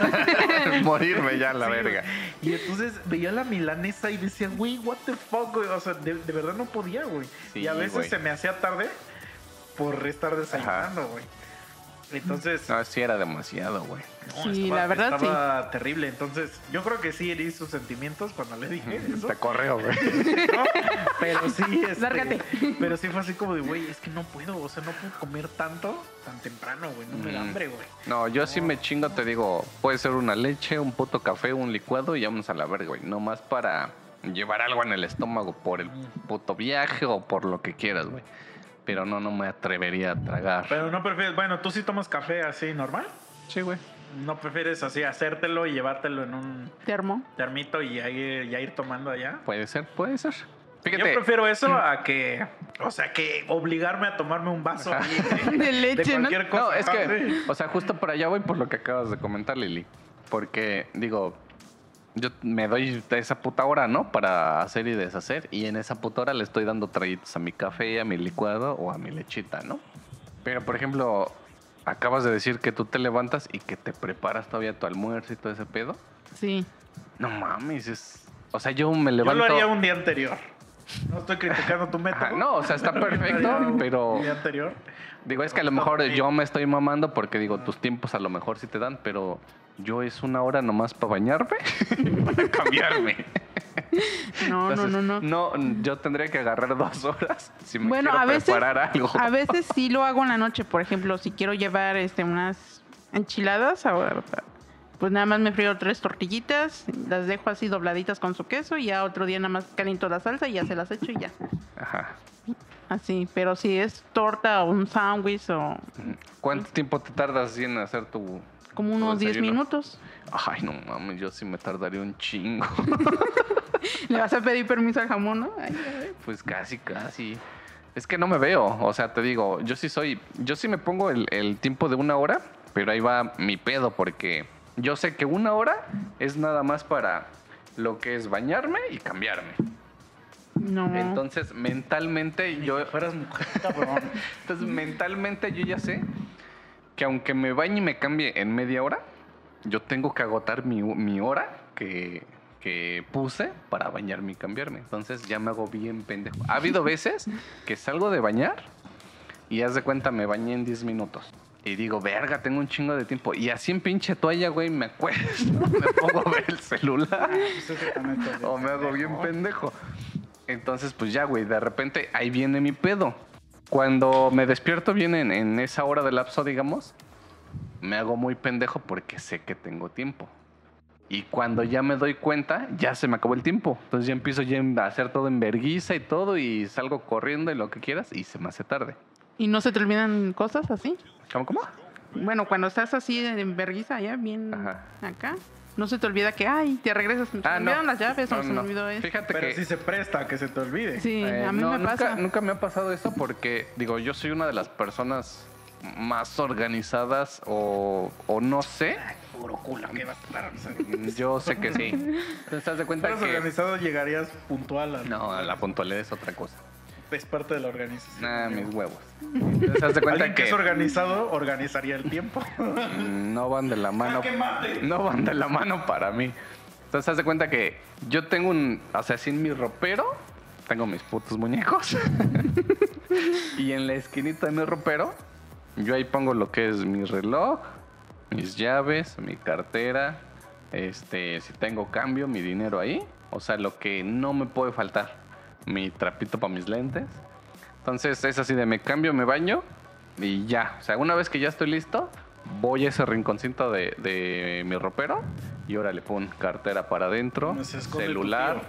Morirme ya la verga. Y entonces veía la milanesa y decía, güey, what the fuck, güey. O sea, de verdad no podía, güey. Sí, y a veces se me hacía tarde por estar desayunando, güey. Entonces... No, sí era demasiado, güey. No, sí, la verdad estaba terrible. Entonces, yo creo que sí herí sus sentimientos cuando le dije eso. Te correo, güey. ¿No? Pero sí, lárgate. Pero sí fue así como de, güey, es que no puedo. O sea, no puedo comer tanto tan temprano, güey. No me da hambre, güey. No, yo sí me chingo, te digo, puede ser una leche, un puto café, un licuado y vámonos a la verga, güey. No más para llevar algo en el estómago por el puto viaje o por lo que quieras, güey. Pero no me atrevería a tragar. Pero no prefieres... Bueno, ¿tú sí tomas café así normal? Sí, güey. ¿No prefieres así hacértelo y llevártelo en un... termito y ya ir tomando allá? Puede ser. Fíjate. Yo prefiero eso a que... O sea, que obligarme a tomarme un vaso de leche, de cualquier cosa. No, es que... O sea, justo por allá voy por lo que acabas de comentar, Lili. Porque, digo... Yo me doy esa puta hora, ¿no? Para hacer y deshacer. Y en esa puta hora le estoy dando traguitos a mi café, a mi licuado o a mi lechita, ¿no? Pero, por ejemplo, acabas de decir que tú te levantas y que te preparas todavía tu almuerzo y todo ese pedo. Sí. No mames, o sea, yo me levanto... Yo lo haría un día anterior. No estoy criticando tu método. Ajá, no, o sea, está perfecto, pero... Un día anterior. Digo, es que a lo mejor yo me estoy mamando porque, digo, tus tiempos a lo mejor sí te dan, pero yo es una hora nomás para bañarme y para cambiarme. No, entonces, no, yo tendría que agarrar 2 horas si me quiero preparar algo. A veces sí lo hago en la noche, por ejemplo, si quiero llevar unas enchiladas, pues nada más me frío 3 tortillitas, las dejo así dobladitas con su queso y ya otro día nada más caliento la salsa y ya se las echo y ya. Ajá. Así, pero si es torta o un sándwich o... ¿Cuánto tiempo te tardas en hacer tu... Como unos 10 minutos. Ay, no mames, yo sí me tardaría un chingo. ¿Le vas a pedir permiso al jamón, no? Ay, pues casi. Es que no me veo, o sea, te digo, yo sí me pongo el tiempo de 1 hora, pero ahí va mi pedo, porque yo sé que 1 hora es nada más para lo que es bañarme y cambiarme. No. Entonces, mentalmente yo... Fueras mujer, cabrón. Entonces, mentalmente yo ya sé que aunque me bañe y me cambie en media hora, yo tengo que agotar mi hora que puse para bañarme y cambiarme. Entonces ya me hago bien pendejo. Ha habido veces que salgo de bañar y haz de cuenta me bañé en 10 minutos. Y digo, verga, tengo un chingo de tiempo. Y así en pinche toalla, güey, me acuesto, me pongo a ver el celular o me hago bien pendejo. Entonces, pues ya, güey, de repente ahí viene mi pedo. Cuando me despierto bien en esa hora de lapso, digamos, me hago muy pendejo porque sé que tengo tiempo. Y cuando ya me doy cuenta, ya se me acabó el tiempo. Entonces ya empiezo ya a hacer todo en verguiza y todo y salgo corriendo y lo que quieras y se me hace tarde. ¿Y no se te olvidan cosas así? ¿Cómo? Bueno, cuando estás así en verguiza ya bien acá, ¿no se te olvida que, te regresas? ¿Se me olvidaron las llaves o se me olvidó eso? Fíjate pero sí se presta a que se te olvide. Sí, a mí me pasa. Nunca me ha pasado eso porque, digo, yo soy una de las personas más organizadas o no sé. Ay, puro culo, ¿qué vas a estar? Yo sé que sí. Entonces, ¿te das cuenta que... organizado llegarías puntual. No, la puntualidad es otra cosa. Es parte de la organización. Mis huevos. Entonces, ¿te das cuenta alguien que es organizado organizaría el tiempo? No van de la mano. No van de la mano para mí. Entonces, haz de cuenta que yo tengo así en mi ropero, tengo mis putos muñecos. Y en la esquinita de mi ropero, yo ahí pongo lo que es mi reloj, mis llaves, mi cartera, si tengo cambio, mi dinero ahí. O sea, lo que no me puede faltar. Mi trapito para mis lentes. Entonces es así de me cambio, me baño y ya. O sea, una vez que ya estoy listo, voy a ese rinconcito de mi ropero y órale, pum, cartera para adentro, celular.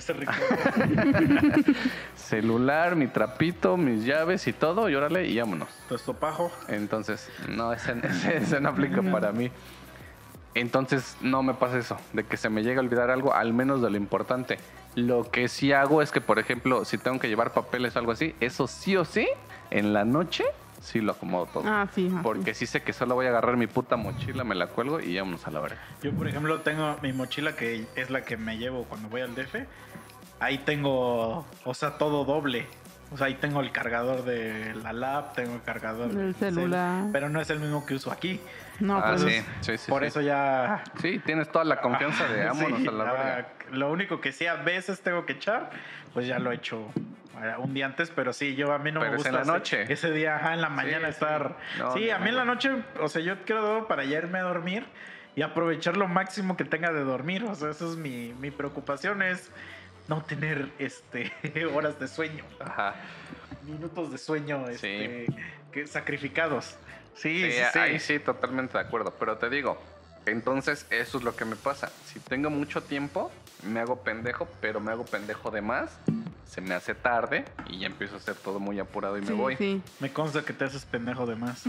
Celular, mi trapito, mis llaves y todo, y órale, y vámonos. Tu estopajo. Entonces, no, ese no aplica para mí. Entonces, no me pasa eso, de que se me llegue a olvidar algo, al menos de lo importante. Lo que sí hago es que, por ejemplo, si tengo que llevar papeles o algo así, eso sí o sí, en la noche, sí lo acomodo todo. Sí. Porque sí sé que solo voy a agarrar mi puta mochila, me la cuelgo y vámonos a la verga. Yo, por ejemplo, tengo mi mochila que es la que me llevo cuando voy al DF. Ahí tengo, o sea, todo doble. O sea, ahí tengo el cargador de la lap, tengo el cargador del celular. Pero no es el mismo que uso aquí. No, pues sí. Por eso ya... Sí, tienes toda la confianza de vámonos a la verga. Lo único que sí a veces tengo que echar, pues ya lo he hecho un día antes, pero sí, a mí no me gusta en la noche. Ese día, en la mañana estar... Sí, a mí en la noche, o sea, yo quiero para ya irme a dormir y aprovechar lo máximo que tenga de dormir. O sea, esa es mi preocupación, es no tener horas de sueño. Ajá. Minutos de sueño sacrificados. Sí. Ahí sí, totalmente de acuerdo. Pero te digo, entonces eso es lo que me pasa. Si tengo mucho tiempo, me hago pendejo, pero me hago pendejo de más. Se me hace tarde y ya empiezo a hacer todo muy apurado y me voy. Sí. Me consta que te haces pendejo de más.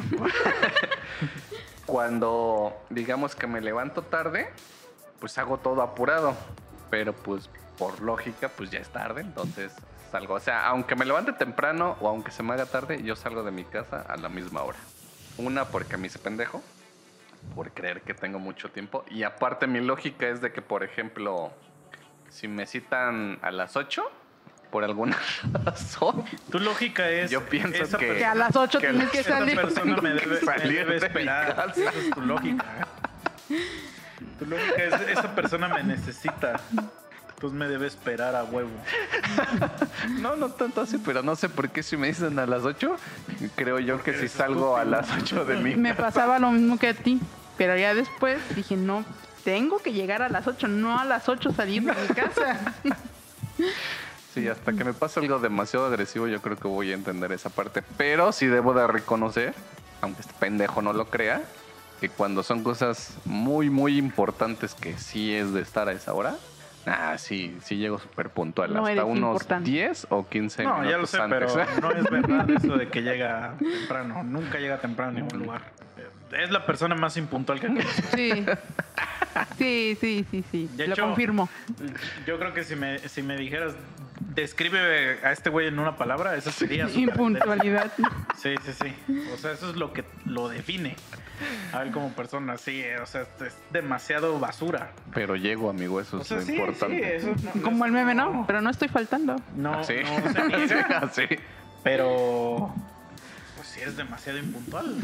Cuando digamos que me levanto tarde, pues hago todo apurado. Pero pues por lógica, pues ya es tarde, entonces salgo. O sea, aunque me levante temprano o aunque se me haga tarde, yo salgo de mi casa a la misma hora. Una, porque me hice pendejo, por creer que tengo mucho tiempo. Y aparte mi lógica es de que, por ejemplo, si me citan a las 8, por alguna razón... Tu lógica es... Yo pienso que a las 8 tienes que salir. Esa persona me debe esperar. Esa es tu lógica. Tu lógica es, esa persona me necesita. Entonces me debe esperar a huevo. No tanto así, pero no sé por qué si me dicen a las 8, creo yo que si salgo a las 8 de mi Me pasaba lo mismo que a ti, pero ya después dije, no, tengo que llegar a las 8, no a las 8 salir de mi casa. Sí, hasta que me pase algo demasiado agresivo, yo creo que voy a entender esa parte. Pero sí debo de reconocer, aunque este pendejo no lo crea, que cuando son cosas muy, muy importantes que sí es de estar a esa hora... sí llego súper puntual. No hasta unos importante. 10 o 15 minutos ya lo sé, antes. Pero no es verdad eso de que llega temprano. Nunca llega temprano en ningún lugar. Es la persona más impuntual que conozco. Sí. De lo hecho, confirmo. Yo creo que si me dijeras, describe a este güey en una palabra, eso sería... Impuntualidad. Sí. O sea, eso es lo que lo define a él como persona. Sí, o sea, es demasiado basura. Pero llego, amigo, eso es lo importante. Sí, eso Como el meme, ¿no? Pero no estoy faltando. No, ¿Sí? no se niega. Sí. Pero... pues sí, es demasiado impuntual.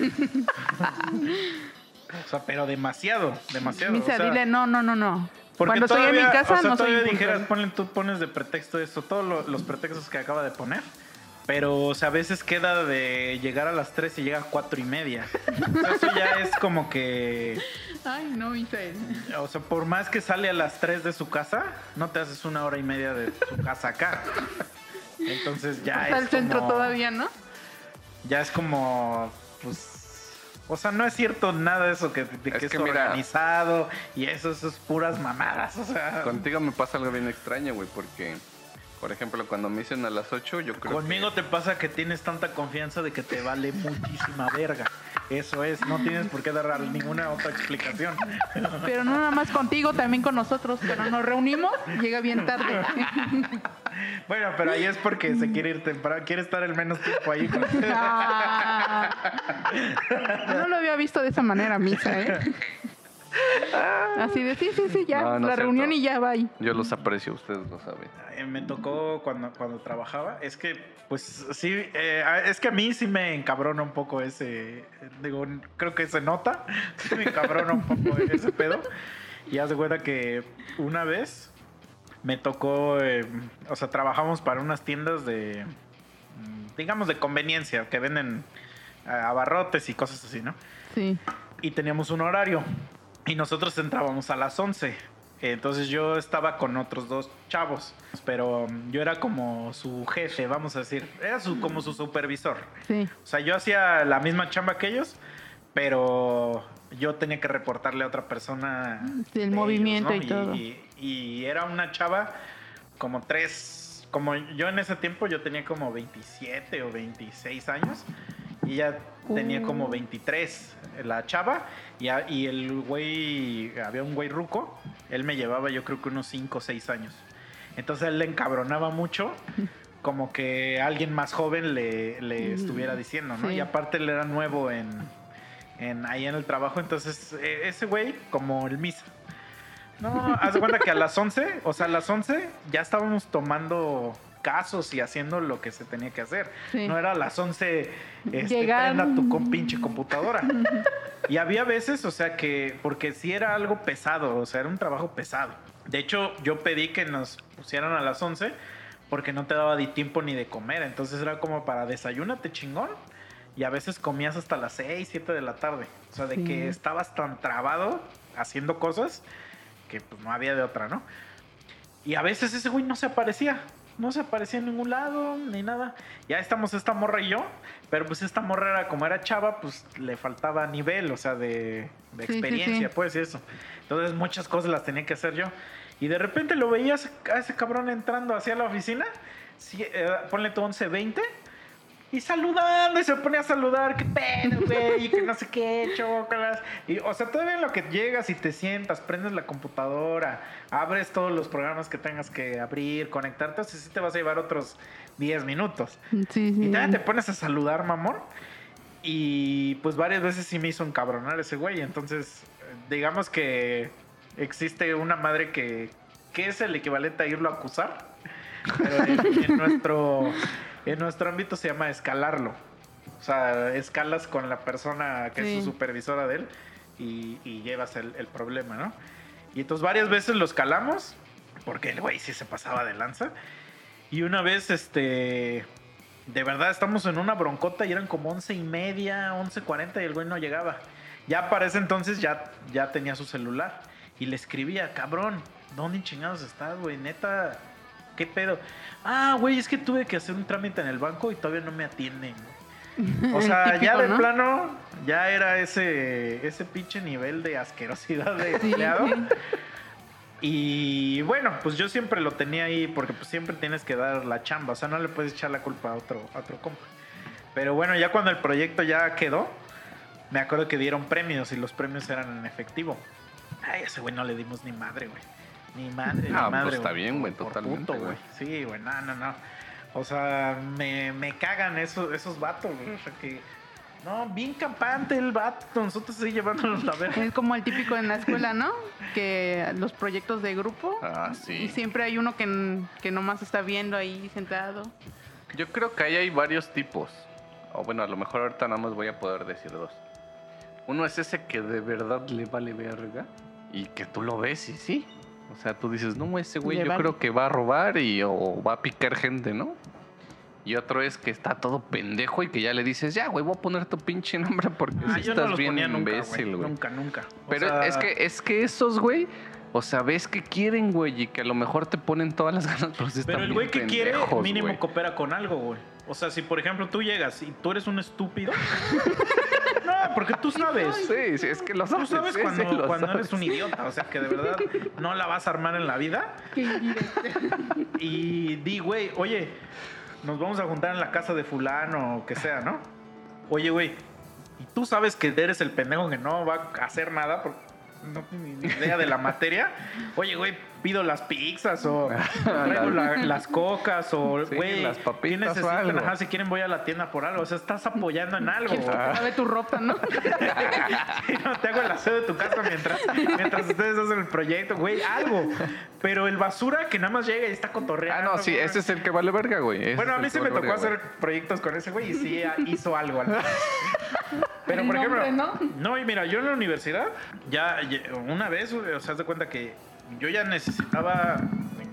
O sea, pero demasiado. Misa, dile no. Porque cuando estoy en mi casa no soy dijeras, tú pones de pretexto eso, todos los pretextos que acaba de poner. Pero, o sea, a veces queda de llegar a las 3 y llega a 4:30. O sea, eso ya es como que... Ay, no, Misael. O sea, por más que sale a las 3 de su casa, no te haces 1 hora y media de su casa acá. Entonces ya Hasta es el centro como... todavía, ¿no? Ya es como... pues... O sea, no es cierto nada de eso que es organizado y eso es puras mamadas, o sea... Contigo me pasa algo bien extraño, güey, porque... Por ejemplo, cuando me dicen a las 8, yo creo Conmigo te pasa que tienes tanta confianza de que te vale muchísima verga. Eso es, no tienes por qué dar ninguna otra explicación. Pero no nada más contigo, también con nosotros. Cuando nos reunimos, llega bien tarde. Bueno, pero ahí es porque se quiere ir temprano, quiere estar el menos tiempo ahí. No lo había visto de esa manera, Misa, ¿eh? Así de sí, ya, no la reunión y ya va ahí. Yo los aprecio, ustedes lo saben. Me tocó cuando trabajaba, es que, pues sí, es que a mí sí me encabrona un poco ese, digo, creo que se nota, sí me encabrona un poco ese pedo. Y haz de cuenta que una vez me tocó, o sea, trabajamos para unas tiendas de, digamos, de conveniencia, que venden abarrotes y cosas así, ¿no? Sí. Y teníamos un horario y nosotros entrábamos a las 11. Entonces yo estaba con otros 2 chavos, pero yo era como su jefe, vamos a decir. Era como su supervisor. Sí. O sea, yo hacía la misma chamba que ellos, pero yo tenía que reportarle a otra persona. Sí, el movimiento ellos, ¿no? y todo. Y era una chava como 3... Como yo en ese tiempo yo tenía como 27 o 26 años. Y ella tenía como 23, la chava. Y el güey, había un güey ruco. Él me llevaba yo creo que unos 5 o 6 años. Entonces él le encabronaba mucho. Como que alguien más joven le estuviera diciendo, ¿no? Sí. Y aparte él era nuevo ahí en el trabajo. Entonces ese güey, como el misa. No, haz de cuenta que a las 11 ya estábamos tomando casos y haciendo lo que se tenía que hacer. Sí. No era a las 11 Llegar. prenda tu pinche computadora. Y había veces, o sea, que porque sí era algo pesado, o sea, era un trabajo pesado. De hecho, yo pedí que nos pusieran a las 11 porque no te daba tiempo ni de comer. Entonces era como para desayúnate chingón. Y a veces comías hasta las 6, 7 de la tarde. O sea, de Sí. que estabas tan trabado haciendo cosas que pues no había de otra, ¿no? Y a veces ese güey no se aparecía en ningún lado, ni nada. Ya estamos esta morra y yo, pero pues esta morra era, como era chava, pues le faltaba nivel, o sea, de experiencia, sí. pues, y eso. Entonces muchas cosas las tenía que hacer yo. Y de repente lo veías a ese cabrón entrando hacia la oficina, ponle tu 11:20, y saludando, y se pone a saludar, qué pedo, güey, y que no sé qué, chócalas. Y, o sea, todavía en lo que llegas y te sientas, prendes la computadora, abres todos los programas que tengas que abrir, conectarte, o sea, sí te vas a llevar otros 10 minutos. Sí. Y también te pones a saludar, mamón. Y pues varias veces sí me hizo encabronar ese güey. Entonces, digamos que existe una madre que es el equivalente a irlo a acusar. Pero en nuestro ámbito se llama escalarlo. O sea, escalas con la persona que es su supervisora de él y llevas el problema, ¿no? Y entonces varias veces lo escalamos porque el güey sí se pasaba de lanza. Y una vez, de verdad, estamos en una broncota y eran como 11:30, 11:40 y el güey no llegaba. Ya para ese entonces ya tenía su celular y le escribía, cabrón, ¿dónde chingados estás, güey? Neta, ¿qué pedo? Ah, güey, es que tuve que hacer un trámite en el banco y todavía no me atienden, güey. O sea, Típico, ya de ¿no? plano, ya era ese pinche nivel de asquerosidad de empleado. Sí. Y bueno, pues yo siempre lo tenía ahí porque pues siempre tienes que dar la chamba. O sea, no le puedes echar la culpa a otro compa. Pero bueno, ya cuando el proyecto ya quedó, me acuerdo que dieron premios y los premios eran en efectivo. Ay, a ese güey no le dimos ni madre, güey. Ni madre, ni madre. Pues está güey. bien, güey, Por totalmente, puto, güey. Sí, güey, no. O sea, me cagan esos vatos, güey. O sea, que... No, bien campante el vato. Nosotros sí llevándonos a ver. Es como el típico en la escuela, ¿no? Que los proyectos de grupo. Ah, sí. Y siempre hay uno que nomás está viendo ahí sentado. Yo creo que ahí hay varios tipos. O bueno, a lo mejor ahorita nada más voy a poder decir 2. Uno es ese que de verdad le vale verga y que tú lo ves y sí. O sea, tú dices, no, ese güey Le yo vale. creo que va a robar o va a picar gente, ¿no? Y otro es que está todo pendejo y que ya le dices, ya, güey, voy a poner tu pinche nombre porque sí yo no estás los bien ponía imbécil, nunca, güey. Nunca. O Pero sea, es que esos, güey, o sea, ves que quieren, güey, y que a lo mejor te ponen todas las ganas, pero sí están Pero el bien güey que quiere, pendejos, mínimo güey. coopera con algo, güey. O sea, si por ejemplo tú llegas y tú eres un estúpido. No, porque tú sabes. Sí, sí, es que lo Tú sabes. sabes sí, cuando, sí, lo cuando sabes. eres un idiota. O sea, que de verdad no la vas a armar en la vida. Y di, güey, oye, nos vamos a juntar en la casa de fulano o que sea, ¿no? Oye, güey, y tú sabes que eres el pendejo que no va a hacer nada porque no tienes ni idea de la materia. Oye, güey, pido las pizzas o traigo las cocas o, Sí, güey, las papitas ¿qué necesitan? o algo. Ajá, si quieren voy a la tienda por algo. O sea, estás apoyando en algo. ¿Quién sabe tu ropa, no? Sí, no, te hago el aseo de tu casa mientras ustedes hacen el proyecto, güey, algo. Pero el basura que nada más llega y está cotorreando. Ah, no, sí, güey. ese es el que vale verga, güey. Ese Bueno, a es mí el sí que me vale tocó verga, hacer proyectos con ese güey y sí hizo algo. Pero, El por ejemplo, nombre, no, y mira, yo en la universidad, ya una vez, o sea, haz de cuenta que yo ya necesitaba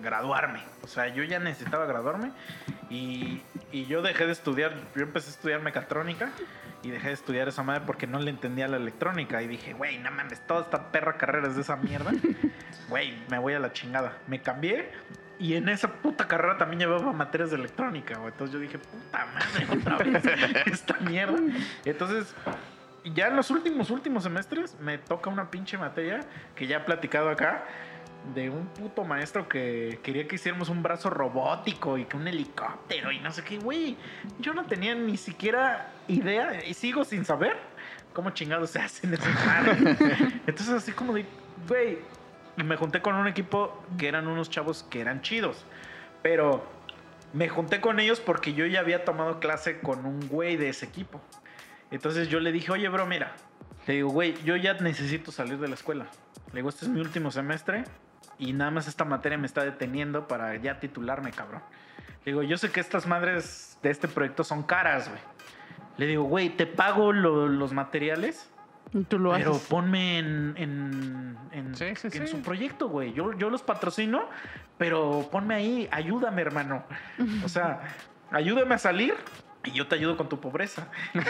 graduarme. O sea, yo ya necesitaba graduarme y yo dejé de estudiar. Yo empecé a estudiar mecatrónica y dejé de estudiar esa madre porque no le entendía la electrónica. Y dije, güey, no mames, toda esta perra carrera es de esa mierda. Güey, me voy a la chingada. Me cambié y en esa puta carrera también llevaba materias de electrónica, güey. Entonces yo dije, puta madre, otra vez esta mierda. Entonces, ya en los últimos semestres me toca una pinche materia que ya he platicado acá, de un puto maestro que quería que hiciéramos un brazo robótico y que un helicóptero y no sé qué, güey. Yo no tenía ni siquiera idea y sigo sin saber cómo chingados se hacen esas madres. Entonces así como de, güey, y me junté con un equipo que eran unos chavos que eran chidos, pero me junté con ellos porque yo ya había tomado clase con un güey de ese equipo. Entonces yo le dije, oye, bro, mira, le digo, güey, yo ya necesito salir de la escuela. Le digo, este es mi último semestre y nada más esta materia me está deteniendo para ya titularme, cabrón. Le digo, yo sé que estas madres de este proyecto son caras, güey. Le digo, güey, te pago los materiales, tú lo pero haces. ponme en su proyecto, güey. Yo los patrocino, pero ponme ahí, ayúdame, hermano. O sea, ayúdame a salir y yo te ayudo con tu pobreza. No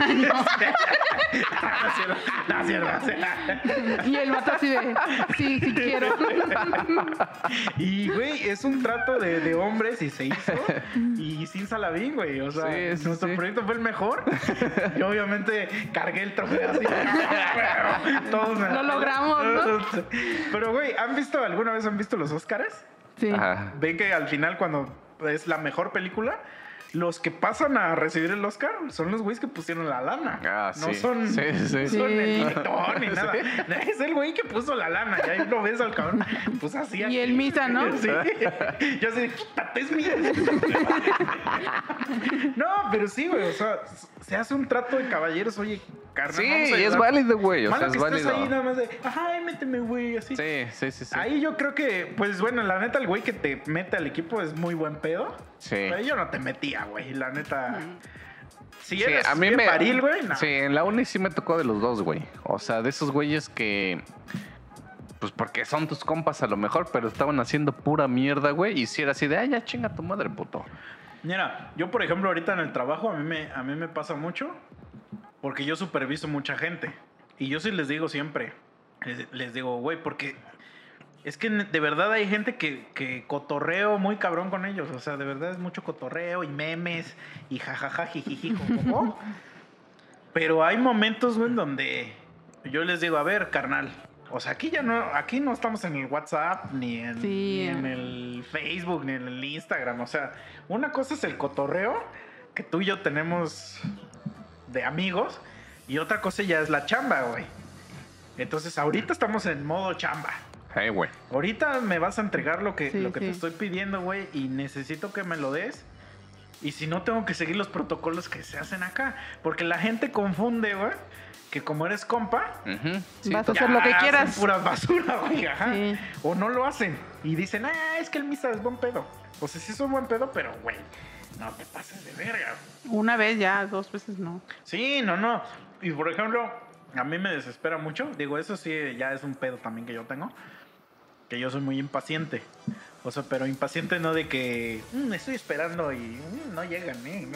es cierto. Y el vato así de, sí quiero. Y, güey, es un trato de hombres y se hizo. Y sin Salavín, güey. O sea, nuestro proyecto fue el mejor. Y obviamente cargué el trofeo así. Todos lo logramos, ¿no? Pero, güey, ¿alguna vez han visto los Óscares? Sí. Ajá. Ven que al final, cuando es la mejor película, los que pasan a recibir el Oscar son los güeyes que pusieron la lana. No son, no son el director ni nada. Es el güey que puso la lana. Y ahí lo ves al cabrón. Pues así. Y el misa, ¿no? Sí. Yo así, quítate, es mío. No, pero sí, güey. O sea, se hace un trato de caballeros. Oye, carnal. Sí, y es válido, güey. O sea, es válido. Ahí nada más de, ajá, méteme, güey, así. Sí. Ahí yo creo que, pues bueno, la neta, el güey que te mete al equipo es muy buen pedo. Sí. Pero yo no te metía, güey, la neta. Si Sí, eres a mí bien paril, güey, no. Sí, en la uni sí me tocó de los dos, güey. O sea, de esos güeyes que... Pues porque son tus compas a lo mejor, pero estaban haciendo pura mierda, güey. Y si era así de, ya chinga tu madre, puto. Mira, yo por ejemplo ahorita en el trabajo a mí me pasa mucho porque yo superviso mucha gente. Y yo sí les digo siempre, les digo, güey, porque es que de verdad hay gente que cotorreo muy cabrón con ellos. O sea, de verdad es mucho cotorreo y memes y jajaja, jijiji, jojojo. Pero hay momentos, güey, donde yo les digo, a ver, carnal. O sea, aquí no estamos en el WhatsApp, ni en el Facebook, ni en el Instagram. O sea, una cosa es el cotorreo que tú y yo tenemos de amigos y otra cosa ya es la chamba, güey. Entonces, ahorita estamos en modo chamba. Hey, güey. Ahorita me vas a entregar lo que te estoy pidiendo, güey, y necesito que me lo des. Y si no, tengo que seguir los protocolos que se hacen acá. Porque la gente confunde, güey, que como eres compa, vas a hacer lo que quieras. Hacen pura basura, güey, ajá. Sí. O no lo hacen. Y dicen, es que el misa es buen pedo. O sea, sí es un buen pedo, pero, güey, no te pases de verga. Una vez ya, 2 veces no. Sí, no. Y por ejemplo, a mí me desespera mucho. Digo, eso sí ya es un pedo también que yo tengo. Que yo soy muy impaciente. O sea, pero impaciente no de que estoy esperando y no llegan,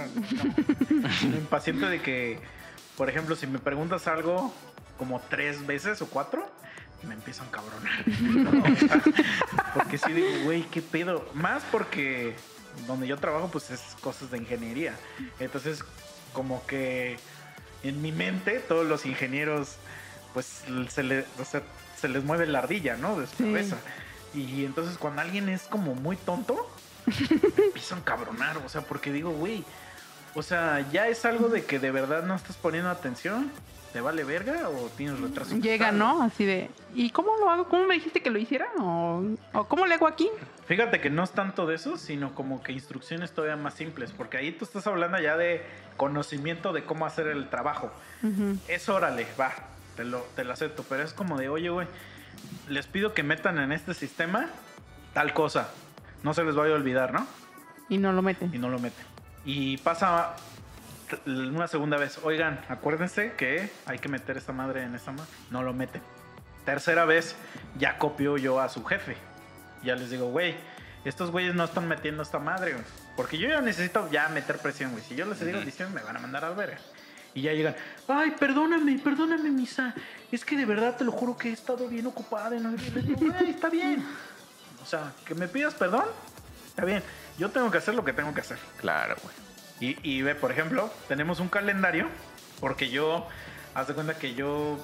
no. Impaciente de que, por ejemplo, si me preguntas algo como 3 veces o 4, me empiezo a encabronar. ¿No? O sea, porque sí digo, güey, qué pedo. Más porque donde yo trabajo, pues es cosas de ingeniería. Entonces, como que en mi mente, todos los ingenieros, pues se les mueve la ardilla, ¿no? De su cabeza. Y entonces cuando alguien es como muy tonto, me empiezo a encabronar. O sea, porque digo, güey, o sea, ya es algo de que de verdad no estás poniendo atención. ¿Te vale verga o tienes retraso? Llega, ¿no? Así de, ¿y cómo lo hago? ¿Cómo me dijiste que lo hiciera? ¿O cómo le hago aquí? Fíjate que no es tanto de eso, sino como que instrucciones todavía más simples. Porque ahí tú estás hablando ya de conocimiento de cómo hacer el trabajo. Es órale, va, te lo acepto. Pero es como de, oye, güey, les pido que metan en este sistema tal cosa. No se les vaya a olvidar, ¿no? Y no lo meten. Y pasa una segunda vez. Oigan, acuérdense que hay que meter esta madre en esta madre. No lo meten. Tercera vez, ya copio yo a su jefe. Ya les digo, güey, estos güeyes no están metiendo esta madre, güey. Porque yo ya necesito ya meter presión, güey. Si yo les digo diciendo, me van a mandar al verga. Y ya llegan, ay, perdóname, Misa. Es que de verdad te lo juro que he estado bien ocupada. Y no, les digo, güey, está bien. O sea, que me pidas perdón, está bien. Yo tengo que hacer lo que tengo que hacer. Claro, güey. Y ve, por ejemplo, tenemos un calendario. Porque yo, haz de cuenta que yo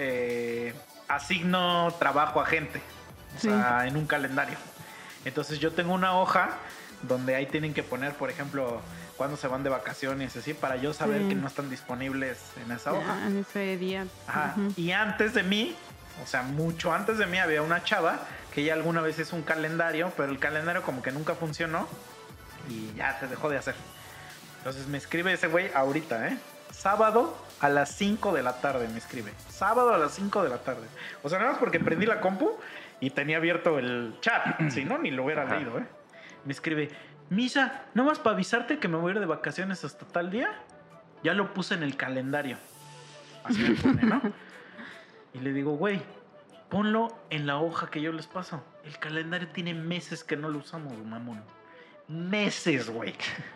asigno trabajo a gente. O sea, en un calendario. Entonces yo tengo una hoja donde ahí tienen que poner, por ejemplo, cuándo se van de vacaciones, así, para yo saber que no están disponibles en esa hoja. En ese día. Ajá. Y antes de mí, o sea, mucho antes de mí, había una chava que ya alguna vez hizo un calendario, pero el calendario como que nunca funcionó y ya se dejó de hacer. Entonces me escribe ese güey ahorita, sábado a las 5 de la tarde me escribe. Sábado a las 5 de la tarde. O sea, nada más porque prendí la compu y tenía abierto el chat. Si no, ni lo hubiera leído, Me escribe, Misa, ¿no más para avisarte que me voy a ir de vacaciones hasta tal día? Ya lo puse en el calendario. Así me pone, ¿no? Y le digo, güey, ponlo en la hoja que yo les paso. El calendario tiene meses que no lo usamos, mamón. Meses, güey.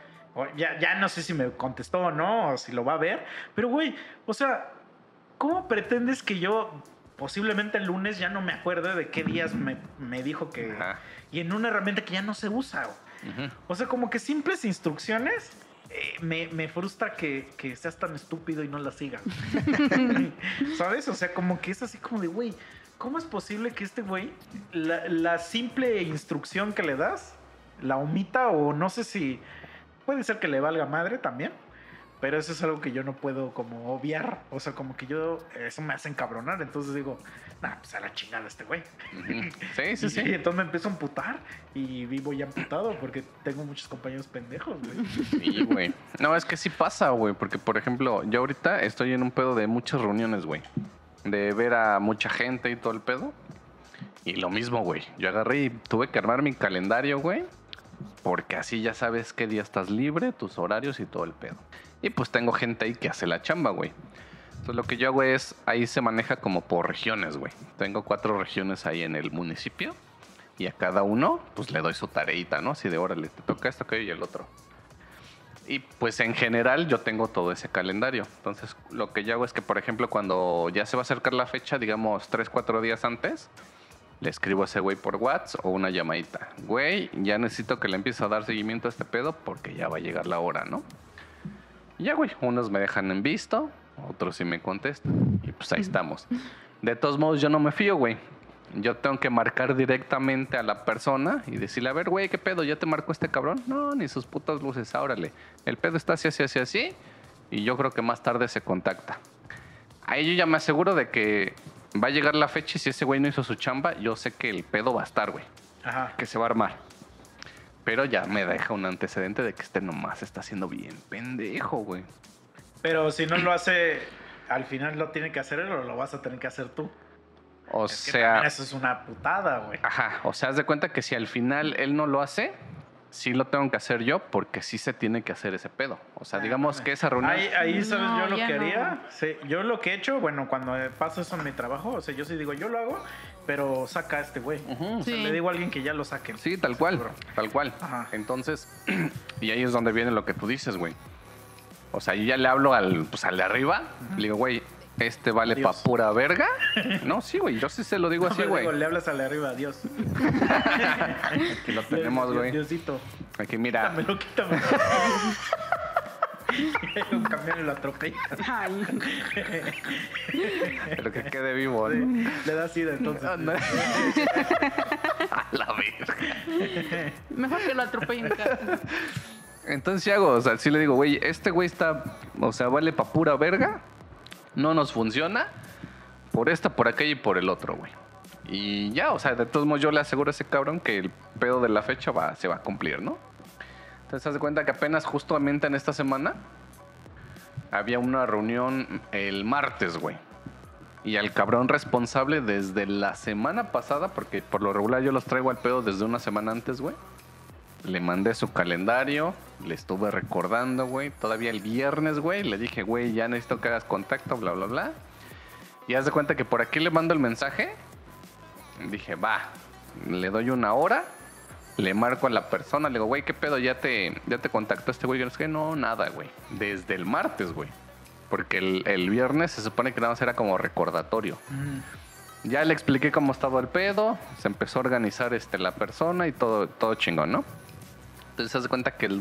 Ya no sé si me contestó o no, o si lo va a ver. Pero, güey, o sea, ¿cómo pretendes que yo posiblemente el lunes ya no me acuerde de qué días me dijo que... Ajá. Y en una herramienta que ya no se usa, güey. O sea, como que simples instrucciones me frustra que seas tan estúpido y no las sigas. ¿Sabes? O sea, como que es así como de, güey, ¿cómo es posible que este güey la simple instrucción que le das la omita? O no sé si... Puede ser que le valga madre también. Pero eso es algo que yo no puedo como obviar. O sea, como que eso me hace encabronar. Entonces digo, nah, pues a la chingada este güey. Sí. Y entonces me empiezo a amputar. Y vivo ya amputado porque tengo muchos compañeros pendejos, güey. Sí, güey. No, es que sí pasa, güey. Porque, por ejemplo, yo ahorita estoy en un pedo de muchas reuniones, güey. De ver a mucha gente y todo el pedo. Y lo mismo, güey. Yo agarré y tuve que armar mi calendario, güey. Porque así ya sabes qué día estás libre, tus horarios y todo el pedo. Y pues tengo gente ahí que hace la chamba, güey. Entonces lo que yo hago es, ahí se maneja como por regiones, güey. Tengo 4 regiones ahí en el municipio. Y a cada uno, pues le doy su tareita, ¿no? Así de, órale, te toca esto, aquello y el otro. Y pues en general yo tengo todo ese calendario. Entonces lo que yo hago es que, por ejemplo, cuando ya se va a acercar la fecha, digamos 3-4 días antes, le escribo a ese güey por WhatsApp o una llamadita. Güey, ya necesito que le empieces a dar seguimiento a este pedo porque ya va a llegar la hora, ¿no? Y ya, güey, unos me dejan en visto, otros sí me contestan. Y pues ahí estamos. De todos modos, yo no me fío, güey. Yo tengo que marcar directamente a la persona y decirle, a ver, güey, ¿qué pedo? ¿Ya te marcó este cabrón? No, ni sus putas luces, órale. El pedo está así. Y yo creo que más tarde se contacta. Ahí yo ya me aseguro de que va a llegar la fecha y si ese güey no hizo su chamba, yo sé que el pedo va a estar, güey. Ajá. Que se va a armar. Pero ya me deja un antecedente de que este nomás está haciendo bien pendejo, güey. Pero si no lo hace, al final lo tiene que hacer él o lo vas a tener que hacer tú. O sea... eso es una putada, güey. Ajá. O sea, haz de cuenta que si al final él no lo hace, sí lo tengo que hacer yo porque sí se tiene que hacer ese pedo. O sea, digamos que esa reunión... Ahí ¿sabes No, yo lo ya que haría? no. Sí, yo lo que he hecho, bueno, cuando paso eso en mi trabajo, o sea, yo sí digo, yo lo hago, pero saca a este güey. O sea, Sí. le digo a alguien que ya lo saque. Sí, tal cual, Seguro. tal cual. Ajá. Entonces, y ahí es donde viene lo que tú dices, güey. O sea, yo ya le hablo al de arriba, le digo, güey, este vale Adiós. pa' pura verga. No, sí, güey, yo sí se lo digo así, güey. Le hablas al de arriba, adiós. Aquí lo tenemos, güey. Diosito. Aquí, mira. Quítamelo. Un camión y lo atropella. Ay, Pero que quede vivo, ¿no? Le da sida entonces. A la verga. mejor que lo atropellen. Entonces, ¿sí hago? O sea, sí le digo, güey, este güey está, o sea, vale pa' pura verga. No nos funciona. Por esta, por aquella y por el otro, güey. Y ya, o sea, de todos modos yo le aseguro a ese cabrón que el pedo de la fecha se va a cumplir, ¿no? Entonces, haz de cuenta que apenas justamente en esta semana había una reunión el martes, güey. Y al cabrón responsable desde la semana pasada, porque por lo regular yo los traigo al pedo desde una semana antes, güey. Le mandé su calendario, le estuve recordando, güey. Todavía el viernes, güey, le dije, güey, ya necesito que hagas contacto, bla, bla, bla. Y haz de cuenta que por aquí le mando el mensaje. Dije, va, le doy una hora Le marco a la persona, le digo, güey, ¿qué pedo? ¿Ya te contactó este güey? Es que no, nada, güey. Desde el martes, güey. Porque el viernes se supone que nada más era como recordatorio. Ya le expliqué cómo estaba el pedo, se empezó a organizar la persona y todo chingón, ¿no? Entonces se hace cuenta que el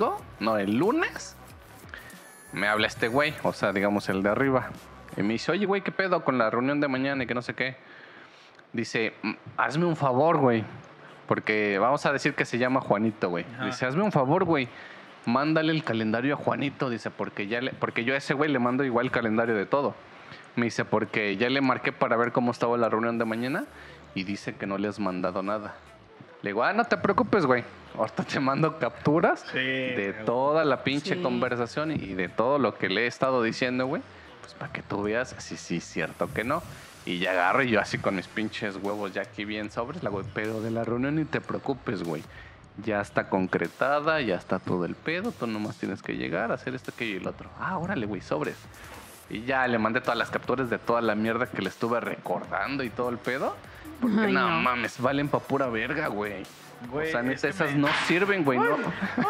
lunes, me habla este güey, o sea, digamos el de arriba. Y me dice, oye, güey, ¿qué pedo con la reunión de mañana y que no sé qué? Dice, hazme un favor, güey. Porque vamos a decir que se llama Juanito, güey. Dice, hazme un favor, güey. Mándale el calendario a Juanito, dice, porque yo a ese güey le mando igual el calendario de todo. Me dice, porque ya le marqué para ver cómo estaba la reunión de mañana y dice que no le has mandado nada. Le digo, no te preocupes, güey. Ahorita te mando capturas de toda la pinche conversación y de todo lo que le he estado diciendo, güey. Pues para que tú veas si sí es cierto que no. Y ya agarro y yo así con mis pinches huevos ya aquí bien sobres, la güey, pero de la reunión ni te preocupes, güey. Ya está concretada, ya está todo el pedo, tú nomás tienes que llegar, hacer esto, aquello y el otro. Órale, güey, sobres. Y ya le mandé todas las capturas de toda la mierda que le estuve recordando y todo el pedo. Porque no mames, valen pa' pura verga, güey. O sea, neta, esas no sirven, güey. No.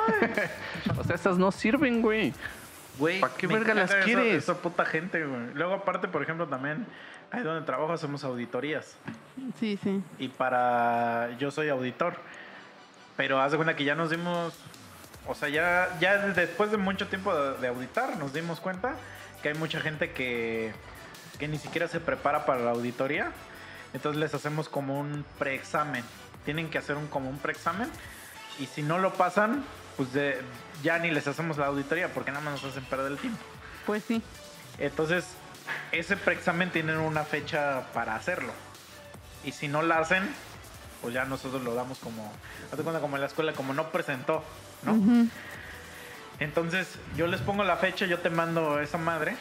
O sea, esas no sirven, güey. ¿Para qué verga las quieres? Esa puta gente, güey. Luego, aparte, por ejemplo, también ahí donde trabajo hacemos auditorías. Sí. Y yo soy auditor. Pero haz de cuenta que ya nos dimos... O sea, ya después de mucho tiempo de auditar, nos dimos cuenta que hay mucha gente que ni siquiera se prepara para la auditoría. Entonces les hacemos como un preexamen. Tienen que hacer como un preexamen. Y si no lo pasan, pues ya ni les hacemos la auditoría porque nada más nos hacen perder el tiempo. Pues sí. Entonces, ese preexamen tienen una fecha para hacerlo. Y si no la hacen, pues ya nosotros lo damos como... Haz de cuenta, como en la escuela, como no presentó, ¿no? Uh-huh. Entonces, yo les pongo la fecha, yo te mando esa madre.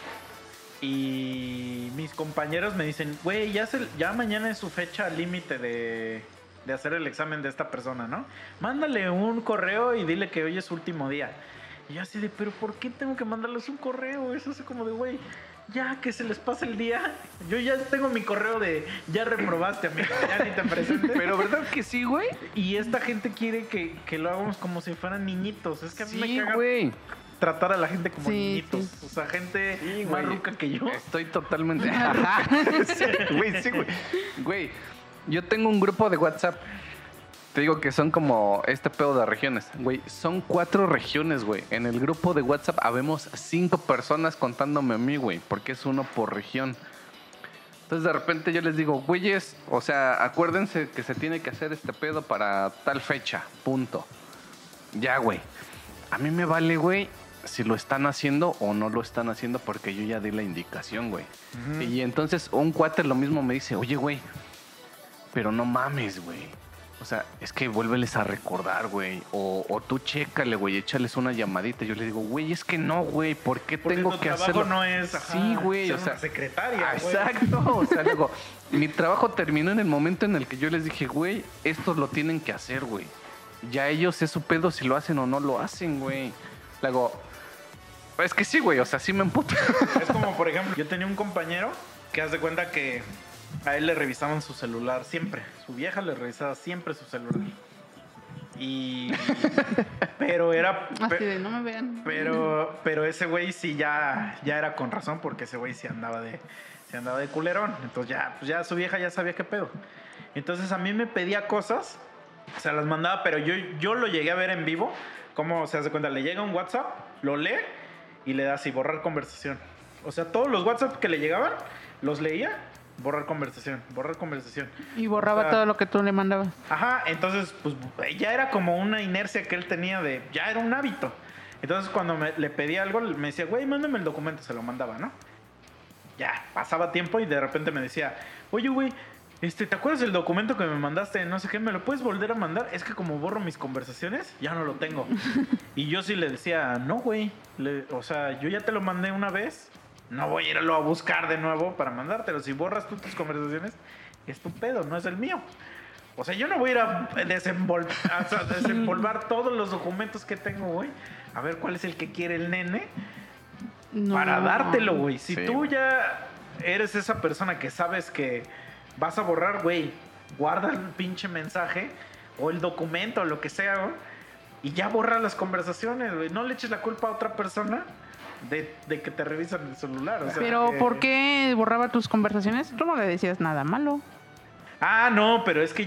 Y mis compañeros me dicen, güey, ya mañana es su fecha límite de hacer el examen de esta persona, ¿no? Mándale un correo y dile que hoy es su último día. Y yo así de, ¿pero por qué tengo que mandarles un correo? Eso es como de, güey, ya que se les pase el día. Yo ya tengo mi correo de, ya reprobaste, amigo, ya ni te presentes. Pero ¿verdad que sí, güey? Y esta gente quiere que lo hagamos como si fueran niñitos. Es que a mí me caga güey. Tratar a la gente como niñitos. Sí. O sea, gente más ruca que yo. Estoy totalmente... Güey, sí, güey. Güey, yo tengo un grupo de WhatsApp. Te digo que son como este pedo de regiones. Güey, son 4 regiones, güey. En el grupo de WhatsApp habemos 5 personas contándome a mí, güey. Porque es uno por región. Entonces de repente yo les digo, güeyes, o sea, acuérdense que se tiene que hacer este pedo para tal fecha. Punto. Ya, güey. A mí me vale, güey, si lo están haciendo o no lo están haciendo porque yo ya di la indicación, güey. Uh-huh. Y entonces un cuate lo mismo me dice, oye, güey, pero no mames, güey. O sea, es que vuélveles a recordar, güey. O tú chécale, güey, échales una llamadita. Yo le digo, güey, es que no, güey, ¿por qué tengo que hacerlo? Porque tu trabajo no es, sí, güey, o sea, secretaria, güey. Exacto, o sea, luego, mi trabajo terminó en el momento en el que yo les dije, güey, esto lo tienen que hacer, güey. Ya ellos es su pedo si lo hacen o no lo hacen, güey. Luego, es que sí, güey, o sea, sí me emputa. Es como, por ejemplo, yo tenía un compañero que haz de cuenta que a él le revisaban su celular siempre. Su vieja le revisaba siempre su celular. Pero era... Así de, no me vean. Pero ese güey sí ya era con razón porque ese güey sí andaba de culerón. Entonces ya su vieja ya sabía qué pedo. Entonces a mí me pedía cosas, se las mandaba, pero yo lo llegué a ver en vivo. Cómo se hace cuenta, le llega un WhatsApp, lo lee y le da así, borrar conversación. O sea, todos los WhatsApp que le llegaban, los leía, borrar conversación. Y borraba todo lo que tú le mandabas. Ajá, entonces, pues ya era como una inercia que él tenía ya era un hábito. Entonces, cuando le pedía algo, me decía, güey, mándame el documento, se lo mandaba, ¿no? Ya, pasaba tiempo y de repente me decía, oye, güey, ¿te acuerdas del documento que me mandaste? No sé qué, ¿me lo puedes volver a mandar? Es que como borro mis conversaciones, ya no lo tengo. Y yo sí le decía, no, güey. O sea, yo ya te lo mandé una vez. No voy a irlo a buscar de nuevo para mandártelo. Si borras tú tus conversaciones, es tu pedo, no es el mío. O sea, yo no voy a ir a desempolvar todos los documentos que tengo, güey. A ver cuál es el que quiere el nene. No. Para dártelo, güey. Si tú ya eres esa persona que sabes que vas a borrar, güey, guarda el pinche mensaje o el documento o lo que sea, güey, y ya borra las conversaciones, güey. No le eches la culpa a otra persona de que te revisan el celular. O sea, pero ¿por qué borraba tus conversaciones? Tú no le decías nada malo. Ah, no, pero es que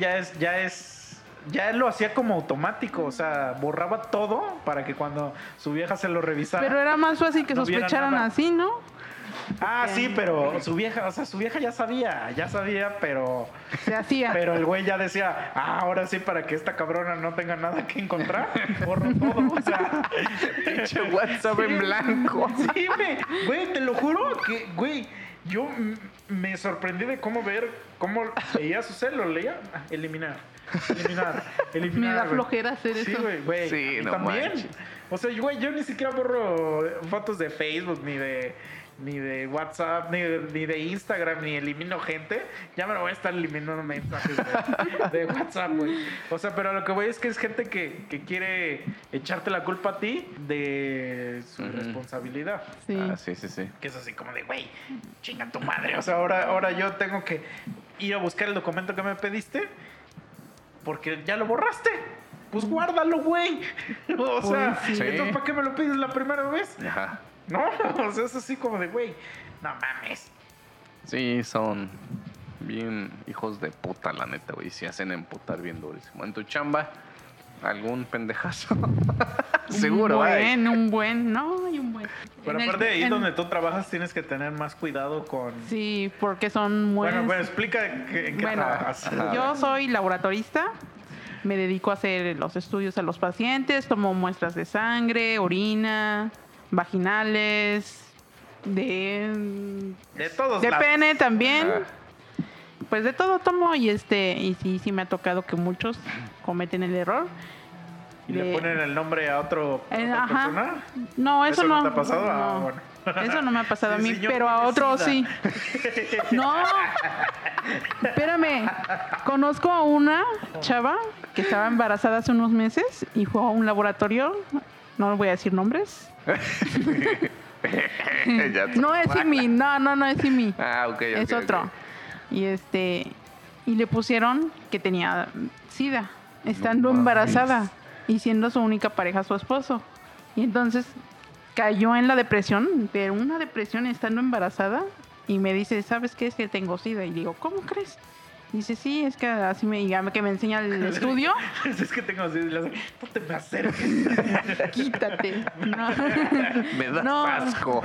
ya lo hacía como automático, o sea, borraba todo para que cuando su vieja se lo revisara. Pero era más fácil que no viera sospecharan nada. así, ¿no? Ah, sí, pero su vieja ya sabía, pero Se hacía. Pero el güey ya decía, ahora sí, para que esta cabrona no tenga nada que encontrar, borro todo, o sea, pinche WhatsApp en blanco. Sí, güey, te lo juro que, güey, yo me sorprendí de cómo leía su cel, lo leía, eliminar. Me da flojera hacer eso. Sí, güey. Sí, no también. manches. O sea, güey, yo ni siquiera borro fotos de Facebook, ni de WhatsApp, ni de Instagram, ni elimino gente. Ya me lo voy a estar eliminando mensajes de WhatsApp, güey. O sea, pero lo que voy es que es gente que quiere echarte la culpa a ti de su responsabilidad. Sí. Ah, sí. Que es así como de, güey, chinga tu madre. O sea, ahora yo tengo que ir a buscar el documento que me pediste porque ya lo borraste. Pues guárdalo, güey. O sea, Pues sí. entonces ¿para qué me lo pides la primera vez? Ajá. No, o sea, es así como de, güey, no mames. Sí, son bien hijos de puta, la neta, güey. Se hacen emputar bien durísimo. En tu chamba, algún pendejazo. Seguro, un buen. Pero aparte de ahí donde tú trabajas tienes que tener más cuidado con... Sí, porque son muy... Bueno, explica en qué trabajas. Yo soy laboratorista. Me dedico a hacer los estudios a los pacientes. Tomo muestras de sangre, orina, vaginales, de todos de lados. pene también. Pues de todo tomo y sí me ha tocado que muchos cometen el error. ¿Y le ponen el nombre a otra persona? No, eso no. ¿Eso no te ha pasado? No. Bueno. Eso no me ha pasado a mí, señor, pero a otros sí. No, espérame. Conozco a una chava que estaba embarazada hace unos meses y fue a un laboratorio. No voy a decir nombres. No es Simi, no es Simi. Ah, ok. Es otro. Y y le pusieron que tenía SIDA, estando embarazada y siendo su única pareja su esposo. Y entonces cayó en la depresión, pero una depresión estando embarazada, y me dice, ¿sabes qué? Es que tengo SIDA. Y digo, ¿cómo crees? Dice, sí, es que así me enseña el estudio. Es que tengo SIDA. No te me acerques. Quítate. No. Me das asco.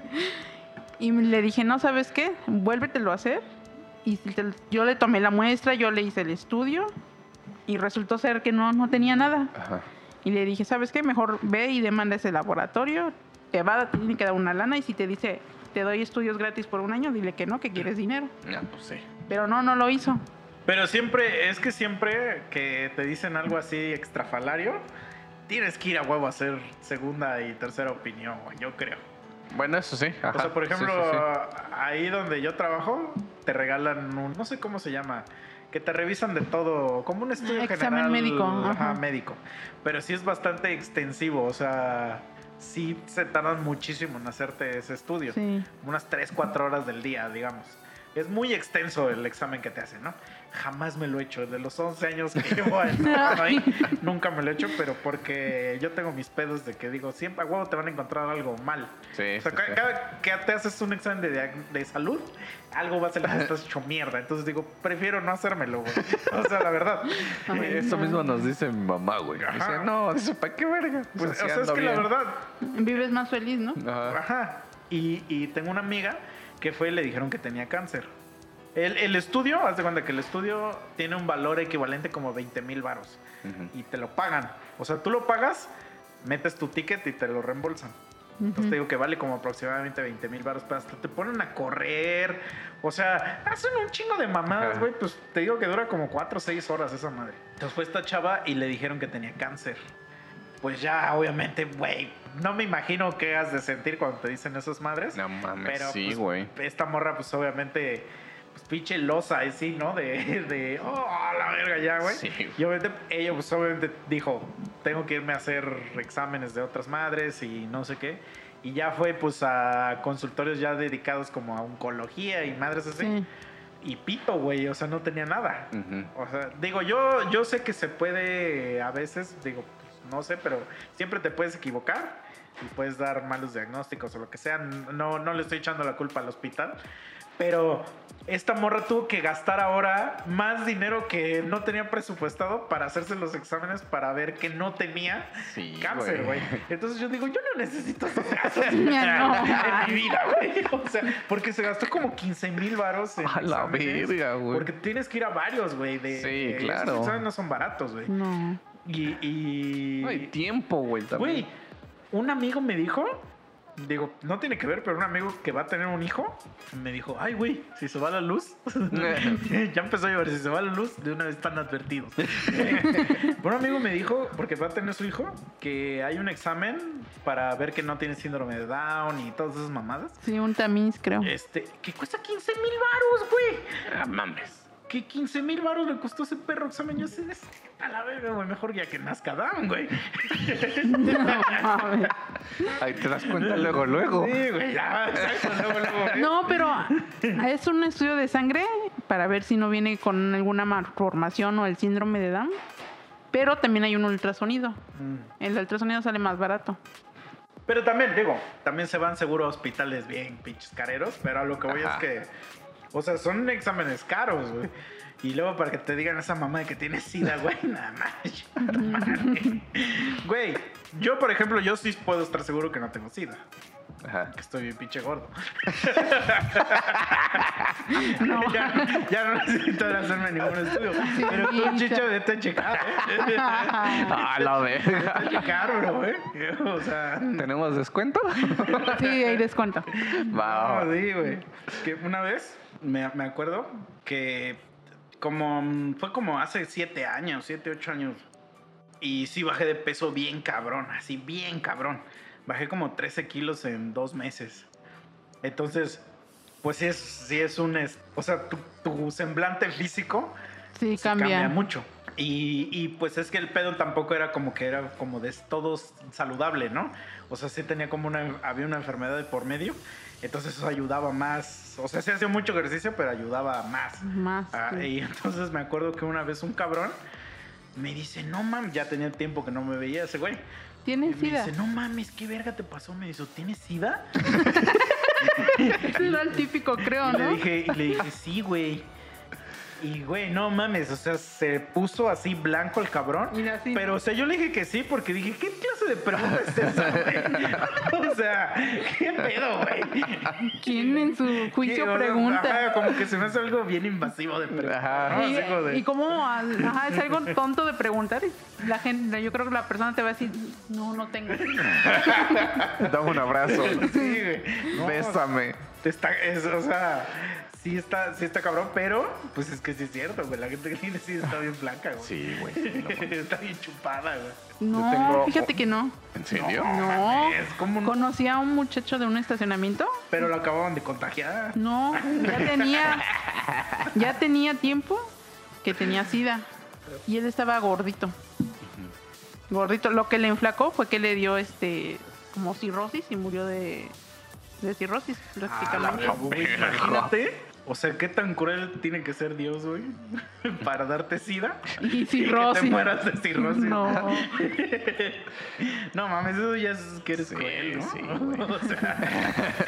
Y le dije, no, ¿sabes qué? Vuélvetelo a hacer. Y yo le tomé la muestra, yo le hice el estudio y resultó ser que no tenía nada. Ajá. Y le dije, ¿sabes qué? Mejor ve y demanda ese laboratorio. Tiene que dar una lana y si te dice, te doy estudios gratis por un año, dile que no, que quieres dinero. Ya, pues sí. Pero no lo hizo. Pero siempre que te dicen algo así extrafalario, tienes que ir a huevo a hacer segunda y tercera opinión, yo creo. Bueno, eso sí. Ajá. O sea, por ejemplo, Sí. ahí donde yo trabajo, te regalan no sé cómo se llama, que te revisan de todo, como un estudio Examen general. médico. Ajá, médico. Pero sí es bastante extensivo, o sea, sí se tardan muchísimo en hacerte ese estudio. Sí. Unas 3-4 horas del día, digamos. Es muy extenso el examen que te hacen, ¿no? Jamás me lo he hecho. De los 11 años que llevo ahí, nunca me lo he hecho, pero porque yo tengo mis pedos de que digo, siempre a huevo te van a encontrar algo mal. Sí, O sea, cada que te haces un examen de salud, algo va a ser que estás hecho mierda. Entonces digo, prefiero no hacérmelo, güey. O sea, la verdad. Eso mismo nos dice mi mamá, güey. Dice, no, ¿para qué verga? Pues, o sea, es que la verdad. Vives más feliz, ¿no? Ajá. Y tengo una amiga que fue y le dijeron que tenía cáncer. El estudio, haz de cuenta que el estudio tiene un valor equivalente como 20,000 varos. Y te lo pagan. O sea, tú lo pagas, metes tu ticket y te lo reembolsan. Entonces te digo que vale como aproximadamente 20,000 varos. Pero hasta te ponen a correr. O sea, hacen un chingo de mamadas, güey. Pues te digo que dura como 4 o 6 horas esa madre. Entonces fue esta chava y le dijeron que tenía cáncer. Pues ya, obviamente, güey, no me imagino qué has de sentir cuando te dicen esas madres. No mames, pero, sí, güey. Pues, esta morra, pues obviamente, pues pinche losa, sí, ¿no? La verga ya, güey. Sí. Y obviamente, ella, pues obviamente dijo, tengo que irme a hacer exámenes de otras madres y no sé qué. Y ya fue, pues, a consultorios ya dedicados como a oncología y madres así. Sí. y pito, güey, o sea, no tenía nada. O sea, digo, yo sé que se puede a veces, digo, pues, no sé, pero siempre te puedes equivocar y puedes dar malos diagnósticos o lo que sea. No le estoy echando la culpa al hospital, pero esta morra tuvo que gastar ahora más dinero que no tenía presupuestado para hacerse los exámenes para ver que no tenía cáncer, güey. Entonces yo digo, yo no necesito esos gastos en mi vida, güey. O sea, porque se gastó como 15,000 varos en la verga, güey. Porque tienes que ir a varios, güey. Sí, claro. Esos exámenes no son baratos, güey. No. Y... No hay tiempo, güey, también. Güey, un amigo me dijo... Digo, no tiene que ver, pero un amigo que va a tener un hijo me dijo, ay, güey, si se va la luz, ya empezó a llover, si se va la luz, de una vez están advertidos. Un amigo me dijo, porque va a tener su hijo, que hay un examen para ver que no tiene síndrome de Down y todas esas mamadas. Sí, un tamiz, creo. Que cuesta 15,000 varos, güey. Ah, mames. Que 15,000 varos le costó ese perro examen. Yo sé, a la verga, güey. Mejor ya que nazca Down, güey. Ahí te das cuenta luego. Sí, güey. Ya, luego. No, pero es un estudio de sangre para ver si no viene con alguna malformación o el síndrome de Down. Pero también hay un ultrasonido. El ultrasonido sale más barato. Pero también, digo, también se van seguro a hospitales bien pinches careros. Pero a lo que voy es que... O sea, son exámenes caros, güey. Y luego para que te digan esa mamá de que tienes SIDA, güey, nada más. Güey, yo, por ejemplo, yo sí puedo estar seguro que no tengo SIDA. Que estoy bien pinche gordo. No. Ya no necesito hacerme ningún estudio. Sí, pero tú, Chicho, vete a checar, Ah, la verga. Vete a checar, bro, güey. O sea... ¿Tenemos descuento? Sí, hay descuento. Va. No, sí, güey. Que una vez me acuerdo que fue como hace 7 años, 7, 8 años. Y sí bajé de peso bien cabrón, así bien cabrón. Bajé como 13 kilos en 2 meses. Entonces, pues sí es un... O sea, tu semblante físico sí cambia mucho. Y pues es que el pedo tampoco era como que era como de todo saludable, ¿no? O sea, sí tenía como había una enfermedad de por medio. Entonces eso ayudaba más. O sea, sí hacía mucho ejercicio, pero ayudaba más. Sí. Y entonces me acuerdo que una vez un cabrón me dice, no mames, ya tenía tiempo que no me veía ese güey. ¿Tienes SIDA? Me dice, no mames, ¿qué verga te pasó? Me dice, ¿tienes SIDA? Ese era el típico, creo, y ¿no? Le dije, sí, güey. Y, güey, no mames, o sea, se puso así blanco el cabrón. Así. Pero, o sea, yo le dije que sí porque dije, ¿qué clase de pregunta es esa, güey? O sea, ¿qué pedo, güey? ¿Quién en su juicio pregunta? Ajá, como que se me hace algo bien invasivo de preguntar. ¿No? Y como, es algo tonto de preguntar. La gente, yo creo que la persona te va a decir, no tengo. Dame un abrazo. Sí, güey. No, bésame. O sea... Sí está cabrón, pero pues es que sí es cierto, güey. La gente que tiene sí está bien blanca, güey. Sí, güey. Está bien chupada, güey. No, fíjate que no. ¿En serio? No. ¿Cómo no? Conocí a un muchacho de un estacionamiento. Pero lo acababan de contagiar. No, ya tenía tiempo que tenía SIDA. Y él estaba gordito. Gordito. Lo que le enflacó fue que le dio como cirrosis y murió de cirrosis, prácticamente. Imagínate. O sea, ¿qué tan cruel tiene que ser Dios, güey? Para darte SIDA. Y cirrosis. Y que te mueras de cirrosis. No. No mames, eso ya es que eres cruel, ¿no? Sí, güey. O sea...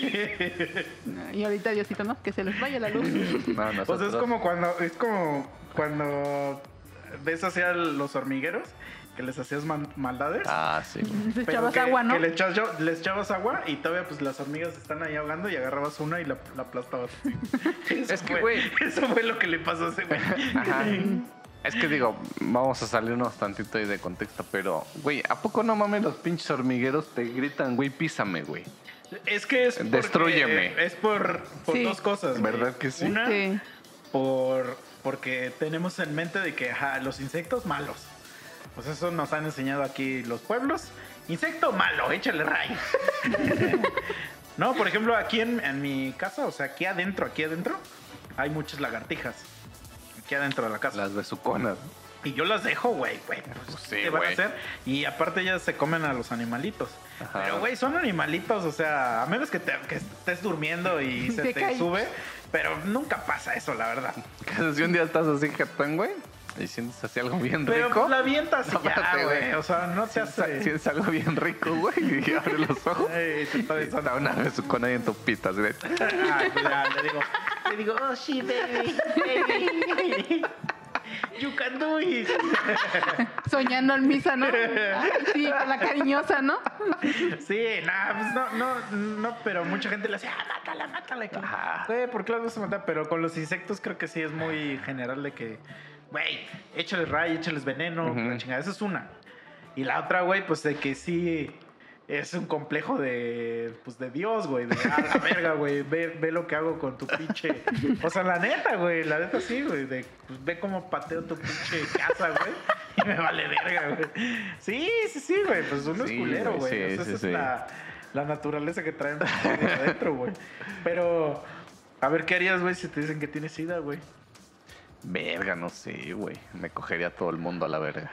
Y ahorita Diosito, ¿no? Que se les vaya la luz. No, O sea, es como cuando ves hacia los hormigueros, que les hacías maldades. Ah, sí. Les echabas agua, ¿no? Que les echabas agua y todavía pues las hormigas están ahí ahogando y agarrabas una y la aplastabas. Es que, güey. Eso fue lo que le pasó a ese güey. Ajá. Es que digo, vamos a salirnos tantito ahí de contexto, pero, güey, ¿a poco no mames los pinches hormigueros te gritan, güey, písame, güey? Es que es Destrúyeme. Es por Sí. 2 cosas. güey. ¿Verdad que sí? Una, Sí. porque tenemos en mente de que los insectos malos. Pues eso nos han enseñado aquí los pueblos. Insecto malo, échale rayos. No, por ejemplo, aquí en mi casa, o sea, aquí adentro, hay muchas lagartijas. Aquí adentro de la casa. Las besuconas. Y yo las dejo, güey. Pues, sí, ¿qué van a güey. hacer? Y aparte ellas se comen a los animalitos. Ajá. Pero, güey, son animalitos, o sea, a menos que estés durmiendo y se te cae. sube, Pero nunca pasa eso, la verdad. Si un día estás así, jetón, güey, y sientes así algo bien pero rico. Pero la avientas y ya, Aparte, güey. O sea, no te hace... Sientes algo bien rico, güey, y abre los ojos. Ey, te está besando. Está una vez con alguien en tu pita, así de... Ah, pues ya, le digo, oh, shit, baby. You can do it. Soñando en misa, ¿no? Sí, con la cariñosa, ¿no? Sí, nada, pues no, pero mucha gente le hace, mátala. Güey, ¿por qué las vas a matar? Pero con los insectos creo que sí es muy general de que, güey, échales rayo, échales veneno, la chingada. Esa es una. Y la otra, güey, pues de que sí es un complejo de, pues de Dios, güey. De, la verga, güey, ve lo que hago con tu pinche... O sea, la neta sí, güey. De, pues ve cómo pateo tu pinche casa, güey. Y me vale verga, güey. Sí, güey. Pues uno es culero, güey. Sí, o sea, sí, esa es la naturaleza que traen adentro, güey. Pero, a ver, ¿qué harías, güey, si te dicen que tienes SIDA, güey? Verga, no sé, güey. Me cogería a todo el mundo a la verga.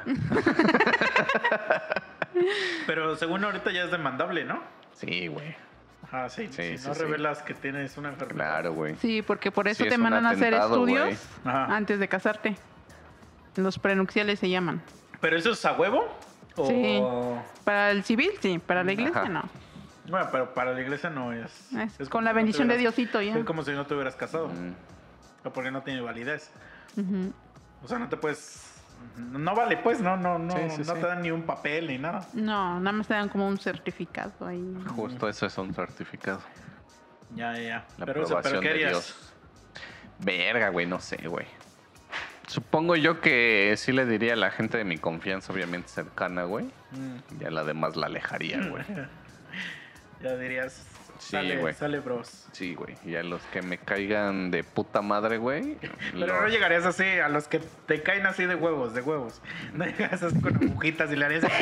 Pero según ahorita ya es demandable, ¿no? Sí, güey. Ah, sí. Si no revelas que tienes una enfermedad. Claro, güey. Sí, porque por eso Sí, te es un mandan a hacer atentado, estudios Ajá. antes de casarte. Los prenupciales se llaman. ¿Pero eso es a huevo? ¿O... Sí. Para el civil, sí. Para la iglesia, Ajá. no. Bueno, pero para la iglesia no es... Es como con la si no te bendición de hubieras- Diosito ya. Es como si no te hubieras casado. Mm. O porque no tiene validez. Ujú. O sea, no te puedes... No vale, pues. No Sí. te dan ni un papel ni nada. No, nada más te dan como un certificado ahí. Justo eso es un certificado. Ya. La Pero aprobación ¿qué de harías? Dios. Verga, güey, no sé, güey. Supongo yo que sí le diría a la gente de mi confianza, obviamente cercana, güey. Mm. Y a la demás la alejaría, güey. Ya dirías... Sí, güey. Sale, bros. Sí, güey. Y a los que me caigan de puta madre, güey. Pero no llegarías así a los que te caen así de huevos. No llegas así con agujitas y le harías...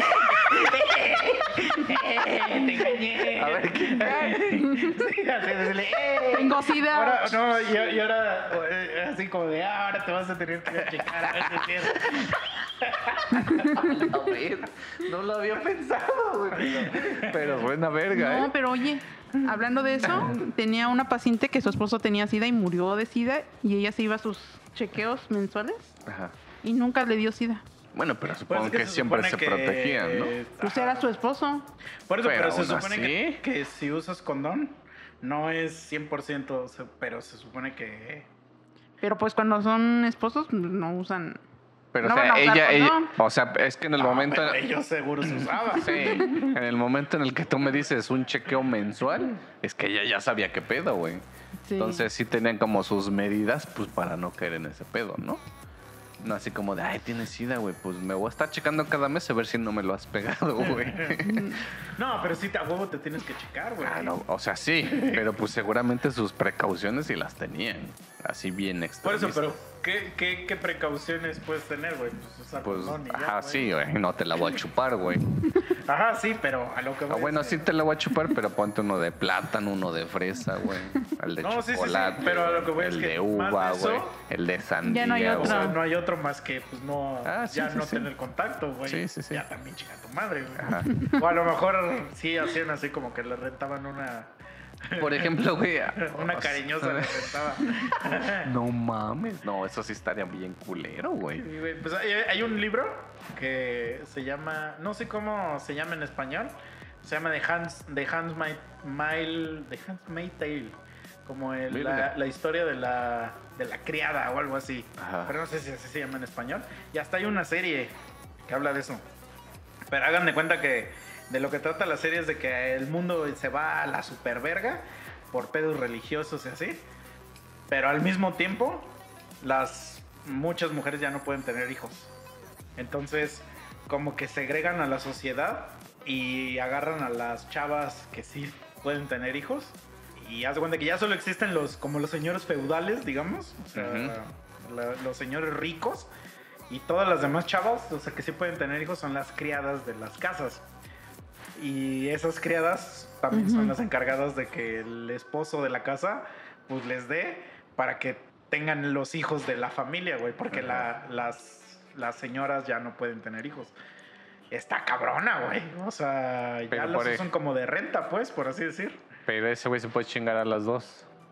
¡Te engañé! A ver, ¿qué? Sí, así decirle, Tengo sida. Ahora, no, y ahora, así como de, ahora te vas a tener que ir a checar a ver si es cierto. A ver, no lo había pensado, güey. Pero buena verga, No, pero oye, hablando de eso, tenía una paciente que su esposo tenía sida y murió de sida y ella se iba a sus chequeos mensuales Ajá. y nunca le dio sida. Bueno, pero supongo Pues es que se siempre supone se que- protegían, ¿no? Pues Ajá. era su esposo. Por eso, pero se aún supone así. que si usas condón, no es 100%, pero se supone que... Pero pues cuando son esposos no usan. Pero, No o sea, van a usar ella, condón. o sea, es que en el No, momento... pero ellos seguro se usaban. Sí, en el momento en el que tú me dices un chequeo mensual, es que ella ya sabía qué pedo, güey. Sí. Entonces sí tenían como sus medidas, pues para no caer en ese pedo, ¿no? No así como de, ay, tienes sida, güey, pues me voy a estar checando cada mes a ver si no me lo has pegado, güey. No, pero sí, a huevo te tienes que checar, güey. Ah, no, o sea, sí, pero pues seguramente sus precauciones sí las tenían, así bien Por eso, extremistas. pero ¿qué precauciones puedes tener, güey? Pues usar Pues, condón y ya, ajá, güey. sí, güey, no te la voy a chupar, güey. Ajá, sí, pero a lo que Ah, voy bueno, es sí que- te la voy a chupar, pero ponte uno de plátano, uno de fresa, güey. El de No, sí, sí, sí, chocolate, pero a lo que voy el es que de más uva, de eso, güey. El de sandía, ya no hay O otro. sea, güey. no hay otro más que, pues, no... Ah, sí, ya sí, no sí. tener contacto, güey. Sí, sí, sí. Ya también chinga tu madre, güey. Ajá. O a lo mejor sí hacían así como que le rentaban una... Por ejemplo, güey. Una cariñosa le rentaba. No mames, no, eso sí estaría bien culero, güey. Sí, güey, pues hay un libro que se llama, no sé cómo se llama en español, se llama The Handmaid's Tale, como Verga. la historia de la criada o algo así. Ajá. Pero no sé si así se llama en español. Y hasta hay una serie que habla de eso. Pero hagan de cuenta que de lo que trata la serie es de que el mundo se va a la superverga por pedos religiosos y así. Pero al mismo tiempo, muchas mujeres ya no pueden tener hijos. Entonces, como que segregan a la sociedad y agarran a las chavas que sí pueden tener hijos. Y haz de cuenta que ya solo existen como los señores feudales, digamos. O sea, los señores ricos. Y todas las demás chavas, o sea, que sí pueden tener hijos, son las criadas de las casas. Y esas criadas también son las encargadas de que el esposo de la casa, pues les dé para que tengan los hijos de la familia, güey. Porque las señoras ya no pueden tener hijos. Está cabrona, güey. O sea, ya Pero los por usan como de renta, pues, por así decir. Pero ese güey se puede chingar a las dos.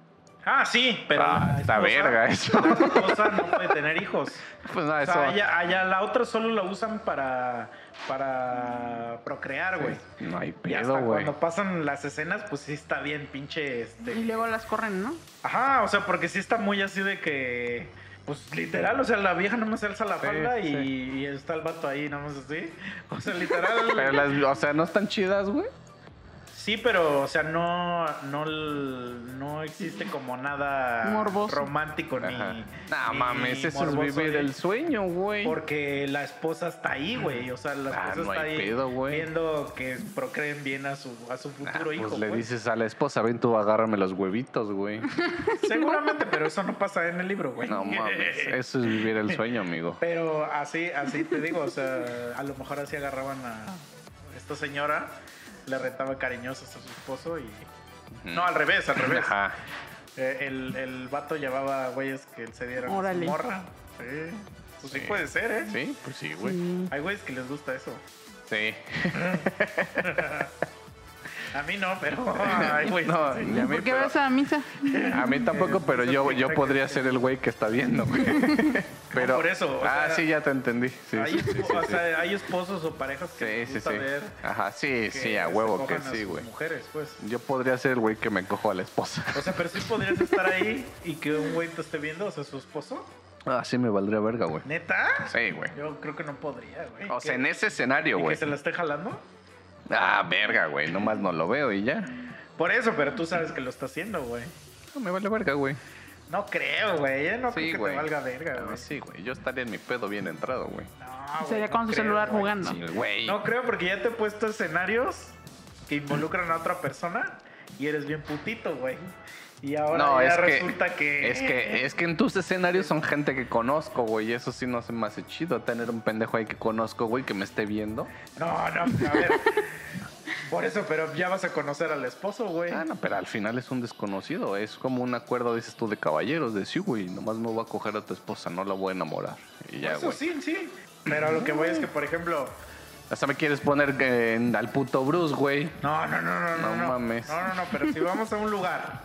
Ah, sí, pero está verga eso. La esposa no puede tener hijos. Pues no, eso. O sea, allá la otra solo la usan para procrear, güey. Sí, no hay Y hasta pedo, güey. cuando pasan las escenas, pues sí está bien pinche Y luego las corren, ¿no? Ajá, o sea, porque sí está muy así de que... Pues literal, o sea, la vieja nomás alza la falda y está el vato ahí nomás así. O sea, literal... Pero o sea, ¿no están chidas, güey? Sí, pero, o sea, no existe como nada morboso, romántico ni... No ni mames, eso es vivir el sueño, güey. Porque la esposa está ahí, güey. O sea, la esposa no está hay ahí pedo, viendo que procreen bien a su futuro hijo. Pues le güey. dices a la esposa, ven tú, agárrame los huevitos, güey. Seguramente, pero eso no pasa en el libro, güey. No mames, eso es vivir el sueño, amigo. Pero así te digo, o sea, a lo mejor así agarraban a esta señora, le rentaba cariñosos a su esposo y... No, al revés. Ajá. El vato llevaba güeyes que se dieran a su Órale. morra. Sí. Pues sí puede ser, ¿eh? Sí, pues sí, güey. Sí. Hay güeyes que les gusta eso. Sí. A mí no, pero hay güeyes No, que sí. ni a mí, ¿Por qué pero- vas a misa? A mí tampoco, pero yo podría ser el güey que está viendo, güey. Pero, por eso, o sea, sí, ya te entendí. Sí, Hay, sí, sí, o sí, sea, hay esposos o parejas que les sí, gusta sí. ver Ajá, sí, que sí, a se huevo que cojan a sí, sus güey. mujeres, pues. Yo podría ser el güey que me cojo a la esposa. O sea, pero sí podrías estar ahí y que un güey te esté viendo, o sea, su esposo. Ah, sí me valdría verga, güey. ¿Neta? Sí, güey. Yo creo que no podría, güey. O sea, ¿Que- en ese escenario, y güey. que se la esté jalando? Ah, verga, güey. Nomás no lo veo y ya. Por eso, pero tú sabes que lo está haciendo, güey. No me vale verga, güey. No creo, güey. No Sí, creo que güey. te valga verga, güey. No, sí, güey. Yo estaría en mi pedo bien entrado, güey. No, güey, Sería no con su creo, celular güey. jugando. Sí, güey. No creo porque ya te he puesto escenarios que involucran a otra persona y eres bien putito, güey. Y ahora No, ya es que- resulta que... Es que en tus escenarios son gente que conozco, güey. Y eso sí no se me hace chido tener un pendejo ahí que conozco, güey, que me esté viendo. No, a ver. Por eso, pero ya vas a conocer al esposo, güey. Ah, no, pero al final es un desconocido. Es como un acuerdo, dices tú, de caballeros. De sí, güey, nomás me voy a coger a tu esposa, no la voy a enamorar. Y ya, Eso güey. sí. Pero lo que voy es que, por ejemplo... Hasta me quieres poner al puto Bruce, güey. No. No mames. No, pero si vamos a un lugar.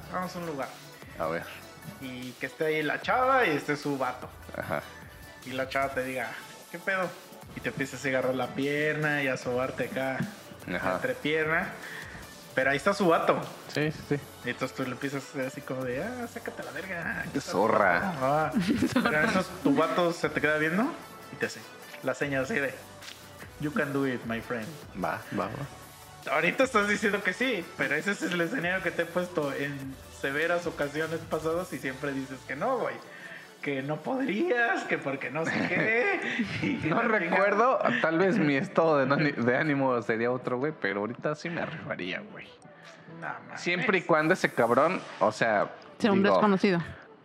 A ver. Y que esté ahí la chava y esté su vato. Ajá. Y la chava te diga, ¿qué pedo? Y te empiezas a agarrar la pierna y a sobarte acá, Ajá. entre pierna. Pero ahí está su vato. Sí, sí, sí. Y entonces tú le empiezas a hacer así como de, sácate la verga. aquí Qué está tu zorra. vato". Ah. Pero entonces tu vato se te queda viendo y te hace la señal así de, you can do it, my friend. Va. Ahorita estás diciendo que sí, pero ese es el escenario que te he puesto en severas ocasiones pasadas y siempre dices que no, güey. Que no podrías, que porque no sé qué. y que No la recuerdo, tal vez mi estado de ánimo sería otro, güey, pero ahorita sí me arribaría, güey. chingada. No, mames. Siempre y cuando ese cabrón, o sea... Sea un digo, desconocido.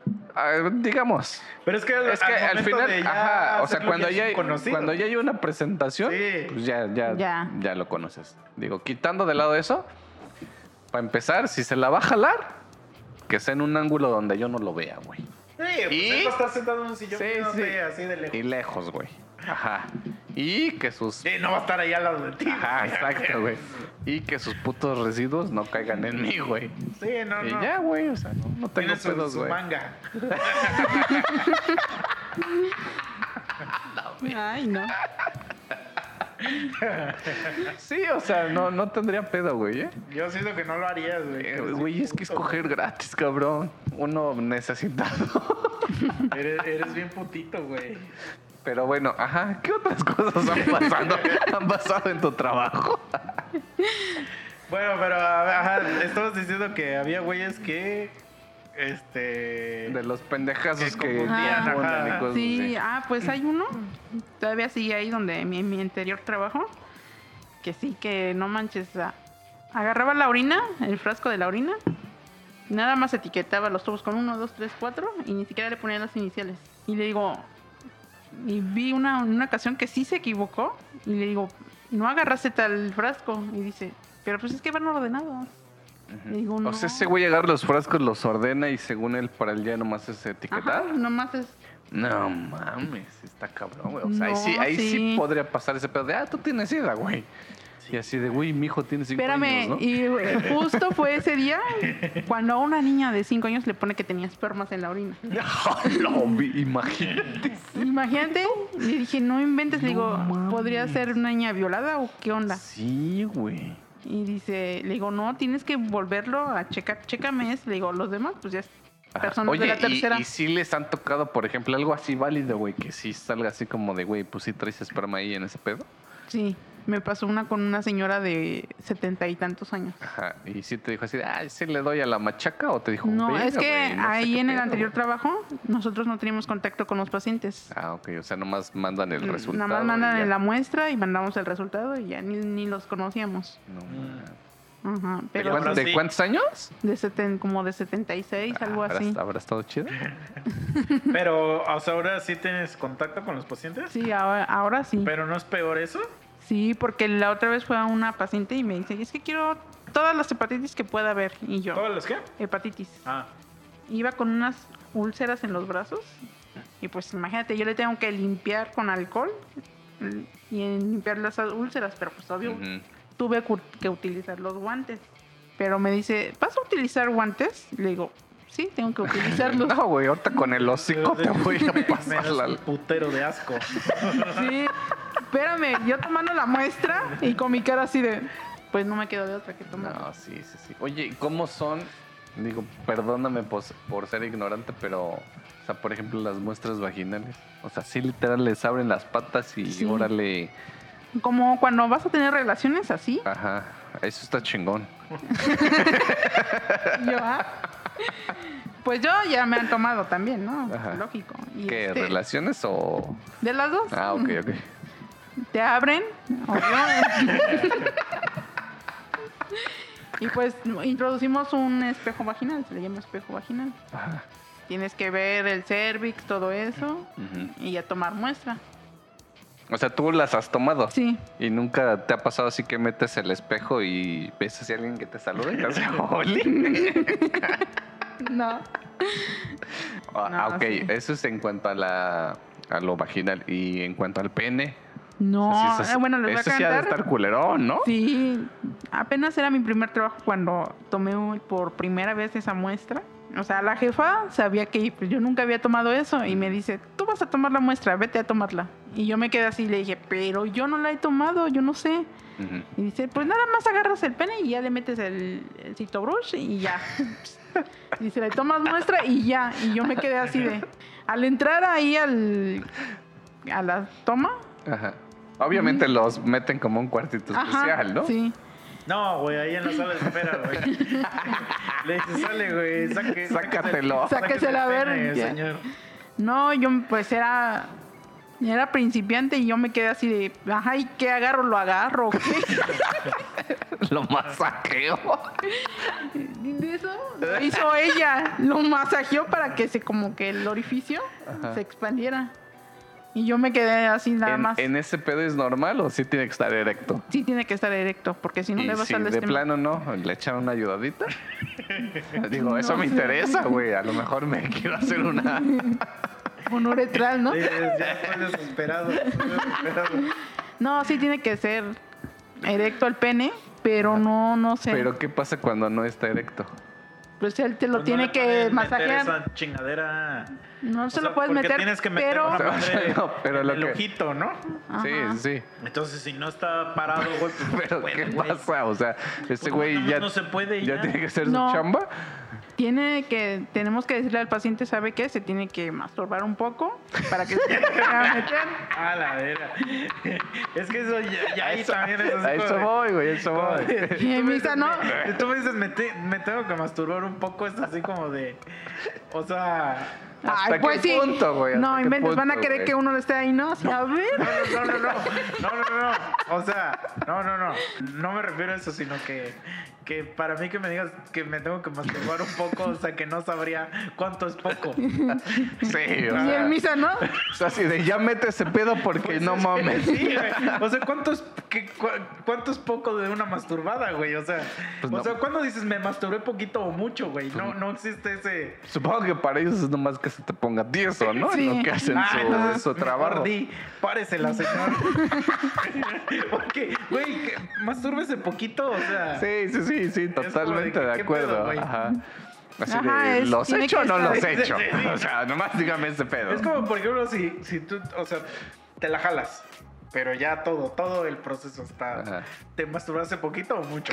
digamos. Pero es que Es que al momento final, de ya ajá, o sea, hacerlo cuando es ya, un conocido. cuando ya hay una presentación, Sí. pues Ya. ya lo conoces. Digo, quitando de lado eso, para empezar, si se la va a jalar, que sea en un ángulo donde yo no lo vea, güey. Sí, pues Y- él va a estar sentado en un sillón Sí, viéndote sí. así de lejos. Y lejos, güey. Ajá. Y que sus... Sí, no va a estar ahí al lado de ti. Ajá, güey. exacto, güey. Y que sus putos residuos no caigan en mí, güey. Sí, no. Y ya, güey, o sea, no tengo Tiene pedos, su güey. manga. Ay, no. Sí, o sea, no tendría pedo, güey, ¿eh? Yo siento que no lo harías, güey. Güey, es que es puto, coger gratis, cabrón. Uno necesitado. Eres bien putito, güey. Pero bueno, ajá, ¿qué otras cosas han pasado en tu trabajo? Bueno, pero ajá, estabas diciendo que había güeyes que De los pendejazos Que que confundían, confunden ajá. y cosas Sí, así. pues hay uno. Todavía sigue ahí donde mi anterior trabajo. Que sí, que no manches. Agarraba la orina, el frasco de la orina. Nada más etiquetaba los tubos con 1, 2, 3, 4. Y ni siquiera le ponía las iniciales. Y le digo. Y vi una ocasión que sí se equivocó. Y le digo, no agarraste tal frasco. Y dice, pero pues es que van ordenados. Le digo, no. O sea, ese güey agarra los frascos, los ordena y según él para el día nomás es etiquetar. Ajá, nomás es. No mames, está cabrón, güey. O sea, No, ahí sí sí. podría pasar ese pedo de, tú tienes sida, güey. Y así de, güey, mi hijo tiene 5 Espérame, años, ¿no? y justo fue ese día cuando a una niña de 5 años le pone que tenía espermas en la orina. No, imagínate. Imagínate, le dije, no inventes, le digo, mames. ¿podría ser una niña violada o qué onda? Sí, güey. Y dice, le digo, no, tienes que volverlo a checar, chécame eso. Le digo, los demás, pues ya es personas Oye, de la tercera. y sí les han tocado, por ejemplo, algo así válido, güey, que sí salga así como de, güey, pues sí traes esperma ahí en ese pedo. Sí, me pasó una con una señora de 70 y tantos años. Ajá, y sí te dijo así, ¿sí le doy a la machaca? O te dijo, No, "Verga, es que güey, no sé ahí qué en el pedo, anterior güey". trabajo nosotros no teníamos contacto con los pacientes. Ah, ok, o sea, nomás mandan el resultado. Nada más mandan y ya. la muestra y mandamos el resultado y ya ni los conocíamos. No, Ajá, ¿De, pero ahora sí. cuántos años? como de 76, algo así. ¿Habrá estado chido? Pero, o sea, ahora sí tienes contacto con los pacientes. Sí, ahora sí. Pero no es peor eso. Sí, porque la otra vez fue a una paciente y me dice, es que quiero todas las hepatitis que pueda haber. Y yo, ¿Todas las qué? hepatitis. Ah, Iba con unas úlceras en los brazos y pues imagínate, yo le tengo que limpiar con alcohol y limpiar las úlceras, pero pues obvio Ujú. tuve que utilizar los guantes. Pero me dice, ¿vas a utilizar guantes? Le digo, sí, tengo que utilizarlos. No, güey, ahorita con el hocico te voy a me pasar das un la... putero de asco. Sí, espérame, yo tomando la muestra y con mi cara así de, pues no me quedo de otra que tomar. No, sí. Oye, ¿cómo son? Digo, perdóname por ser ignorante, pero, o sea, por ejemplo, las muestras vaginales. O sea, sí, literal, les abren las patas y Sí. órale. Como cuando vas a tener relaciones así. Ajá, eso está chingón. Y yo, pues yo ya me han tomado también, ¿no? Ajá. Lógico. Y ¿Qué, relaciones o...? ¿De las dos? Ah, ok. Te abren, obvio. Y pues introducimos un espejo vaginal, se le llama espejo vaginal. Ajá. Tienes que ver el cervix, todo eso, Ujú. y ya tomar muestra. O sea, tú las has tomado. Sí. ¿Y nunca te ha pasado así que metes el espejo y ves así a alguien que te saluda y te hace "Oli"? No. No, Ok, sí. eso es en cuanto a lo vaginal. Y en cuanto al pene. No, o sea, sí, bueno, les voy a eso sí ha de cantar. estar culerón, ¿no? Sí, apenas era mi primer trabajo cuando tomé por primera vez esa muestra. O sea, la jefa sabía que pues, yo nunca había tomado eso y me dice, tú vas a tomar la muestra, vete a tomarla. Y yo me quedé así y le dije, pero yo no la he tomado, yo no sé. Ujú. Y dice, pues nada más agarras el pene y ya le metes el citobrush y ya. Dice, le tomas muestra y ya. Y yo me quedé así de... Al entrar ahí a la toma... Ajá. Obviamente los meten como un cuartito especial, ¿no? Sí. No, güey, ahí en la sala de espera, güey. Le dice, sale, güey, Sácatelo. Sáquesela a ver. pene, Ya. señor. No, yo pues era principiante y yo me quedé así de, ajá, ¿y qué agarro? ¿Lo agarro? ¿O qué? Lo masajeo. De eso lo hizo ella. Lo masajeó para que como que el orificio se expandiera. Y yo me quedé así nada más. ¿En ese pedo es normal o sí tiene que estar erecto? Sí tiene que estar erecto, porque si no Y le vas si a de plano no, le echan una ayudadita. Digo, eso me interesa, güey. A lo mejor me quiero hacer una... un uretral, ¿no? Ya estoy desesperado. No, sí tiene que ser erecto el pene, pero no sé. Pero ¿qué pasa cuando no está erecto? Pues él te lo Pues tiene no le que puedes meter masajear. esa chingadera. No se O sea, lo puedes porque meter, tienes que meter pero... la madre No, pero en lo el que- ojito, ¿no? Ajá. Sí. Entonces, si no está parado, güey, pues no Pero puede, ¿qué güey. pasa? O sea, ese Pues güey nada más ya... no se puede ya ya. tiene que hacer No. su chamba. Tenemos que decirle al paciente, ¿sabe qué? Se tiene que masturbar un poco para que se pueda meter. A la vera. Es que eso ya ahí también es así A eso como de- voy, güey, a eso como voy. de- Y en tú me misa, dices, ¿no? Tú me dices, me tengo que masturbar un poco, es así como de... O sea... ¿Hasta Ay, pues qué sí. punto, güey? ¿Hasta No, qué inventes, van a punto, querer güey? que uno le esté ahí, ¿no? Así, a ver. No. O sea, no. No me refiero a eso, sino que para mí que me digas que me tengo que masturbar un poco, o sea, que no sabría cuánto es poco. Sí, o Y en sea, misa, ¿no? o sea, así de ya mete ese pedo porque Pues no es que mames. Sí, güey. O sea, ¿cuánto es ¿cuánto es poco de una masturbada, güey? O sea, ¿cuándo dices me masturbé poquito o mucho, güey? No existe ese... Supongo que para ellos es nomás que se te ponga tieso, ¿no? Sí. En lo que hacen su trabajo. Páresela, señor. Porque, güey, mastúrbese poquito, o sea... Sí, totalmente de acuerdo. Pedo, ajá. Así Ajá, ¿los he hecho o no los he Sí, hecho? sí. O sea, nomás dígame ese pedo. Es como, por ejemplo, si tú, o sea, te la jalas, pero ya todo el proceso está... Ajá. ¿Te masturbaste poquito o mucho?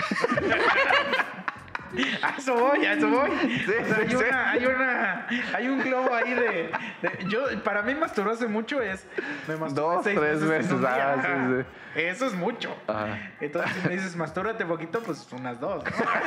A eso voy. Sí, O sea, hay un globo ahí para mí masturbarse mucho es me masturbé 2, 6 3 veces. en un día. Sí. Eso es mucho. Ajá. Entonces si me dices mastúrbate poquito, pues unas 2, ¿no?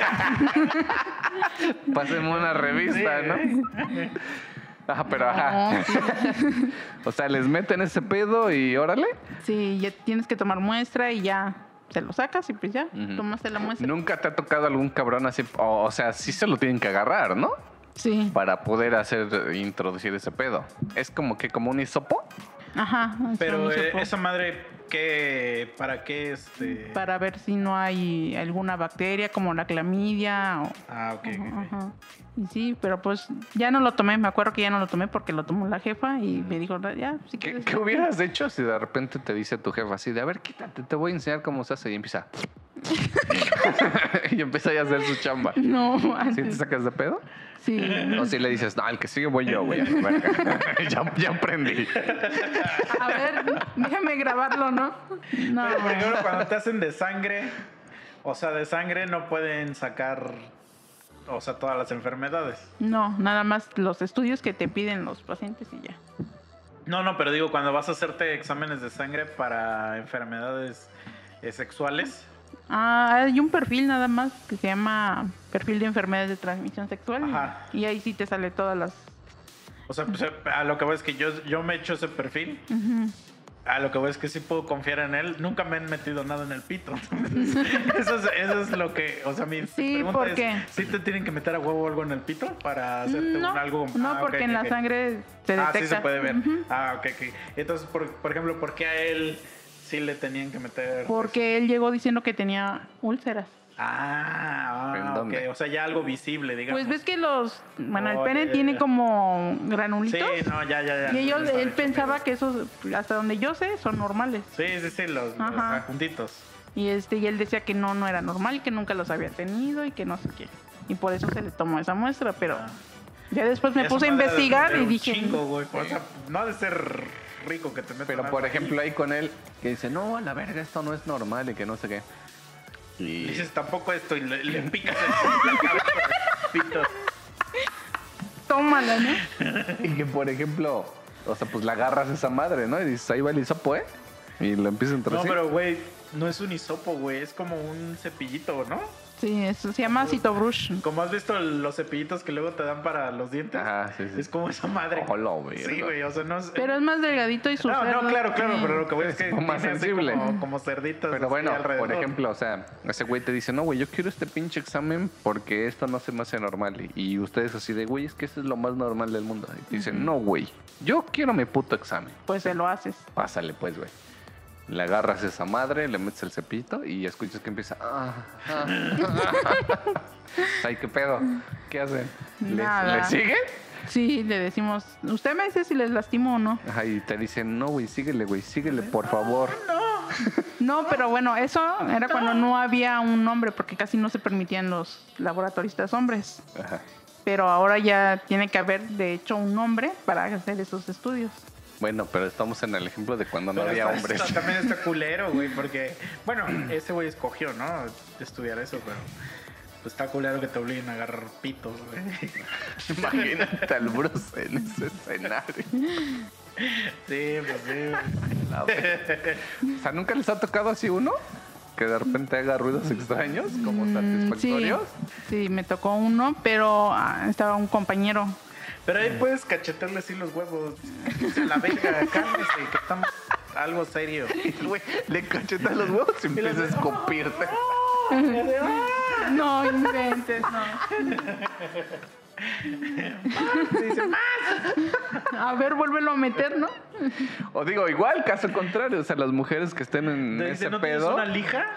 Pásenme una revista, Sí, ¿no? Ajá, pero ajá. No, sí. O sea, les meten ese pedo y órale. Sí, ya tienes que tomar muestra y ya te lo sacas y pues ya, tomaste la muestra. Nunca te ha tocado algún cabrón así, o sea, sí se lo tienen que agarrar, ¿no? Sí. Para poder introducir ese pedo. Es como un hisopo. Ajá. Pero eso no se esa madre, ¿para qué Para ver si no hay alguna bacteria como la clamidia o... ok. Ajá. Y sí, pero pues ya no lo tomé. Me acuerdo que ya no lo tomé porque lo tomó la jefa y me dijo, ya, si quieres. ¿Qué hubieras hecho si de repente te dice tu jefa así de, a ver, quítate, te voy a enseñar cómo se hace? Y empieza... y empieza ya a hacer su chamba. No, ¿Sí te antes. sacas de pedo? Sí. O si le dices, no, el que sigue voy yo, güey. ya aprendí. A ver, déjame grabarlo, ¿no? No. Pero por ejemplo, cuando te hacen de sangre, o sea, de sangre no pueden sacar, o sea, todas las enfermedades. No, nada más los estudios que te piden los pacientes y ya. No, pero digo, cuando vas a hacerte exámenes de sangre para enfermedades sexuales. Hay un perfil nada más que se llama perfil de enfermedades de transmisión sexual. Ajá. Y ahí sí te sale todas las... O sea, pues, a lo que voy es que yo me he hecho ese perfil. Ujú. A lo que voy es que sí puedo confiar en él. Nunca me han metido nada en el pito. Eso es lo que... O sea, mi pregunta ¿por es... qué? ¿Sí te tienen que meter a huevo algo en el pito para hacerte algo? No, porque ok, en la ok. sangre se detecta. Sí se puede ver. Ujú. Ok. Entonces, por ejemplo, ¿por qué a él sí le tenían que meter? Porque él llegó diciendo que tenía úlceras. ¿En dónde? ok. O sea, ya algo visible, digamos. Pues ves que el Oh, pene ya. tiene como Sí, granulitos. no, ya. Y Ya está él hecho, pensaba pero- que esos, hasta donde yo sé, son normales. Sí, los Ajá. juntitos. Y y él decía que no era normal, que nunca los había tenido y que no sé qué. Y por eso se le tomó esa muestra, pero ya después me Esa puse a madre ha de investigar ser y un dije, chingo, güey. O sea, no ha de ser rico que te metan Pero algo por ahí. ejemplo ahí con él, que dice, no, a la verga, esto no es normal y que no sé qué. Y Dices tampoco esto y le picas la cabeza al pito. tómala, ¿no? y que por ejemplo, o sea, pues la agarras esa madre, ¿no? Y dices, ahí va el hisopo, ¿eh? Y lo empieza a No, introducir. pero güey, no es un hisopo, güey. Es como un cepillito, ¿no? Sí, eso se llama Citobrush. Como has visto los cepillitos que luego te dan para los dientes. Ajá, sí. Es como esa madre. Hola, verga. Sí, güey, o sea, no es... Pero es más delgadito y su No, cerdo claro, tiene- pero lo que voy es Es que como más tiene así sensible. como cerditos Pero así bueno, alrededor. por ejemplo, o sea, ese güey te dice, no, güey, yo quiero este pinche examen porque esto no se me hace normal. Y ustedes así de, güey, es que eso es lo más normal del mundo. Y te dicen, no, güey, yo quiero mi puto examen. Pues se lo haces. Pásale, pues, güey. Le agarras esa madre, le metes el cepillito y escuchas que empieza. Ay, ¿qué pedo? ¿Qué hacen? Nada. ¿Le siguen? Sí, le decimos, usted me dice si les lastimo o no. Ajá, y te dicen, no, güey, síguele, por favor. No, pero bueno, eso era cuando no había un nombre, porque casi no se permitían los laboratoristas hombres. Ajá. Pero ahora ya tiene que haber, de hecho, un nombre para hacer esos estudios. Bueno, pero estamos en el ejemplo de cuando no Pero había hombres. también está culero, güey, porque... Bueno, ese güey escogió, ¿no? Estudiar eso, pero... Pues está culero que te obliguen a agarrar pitos, güey. Imagínate al Bruce en ese escenario. Sí, pues sí, güey. La verga. O sea, ¿nunca les ha tocado así uno? Que de repente haga ruidos extraños, como satisfactorios. Sí, me tocó uno, pero estaba un compañero. Pero ahí puedes cachetarle así los huevos. A la verga, cálmese, que estamos algo serio. Güey, le cachetas los huevos y empieza a escupirte. No inventes, no. Dice, ¡más! A ver, vuélvelo a meter, ¿no? O digo, igual, caso contrario. O sea, las mujeres que estén en ese ¿no pedo. tienes una lija?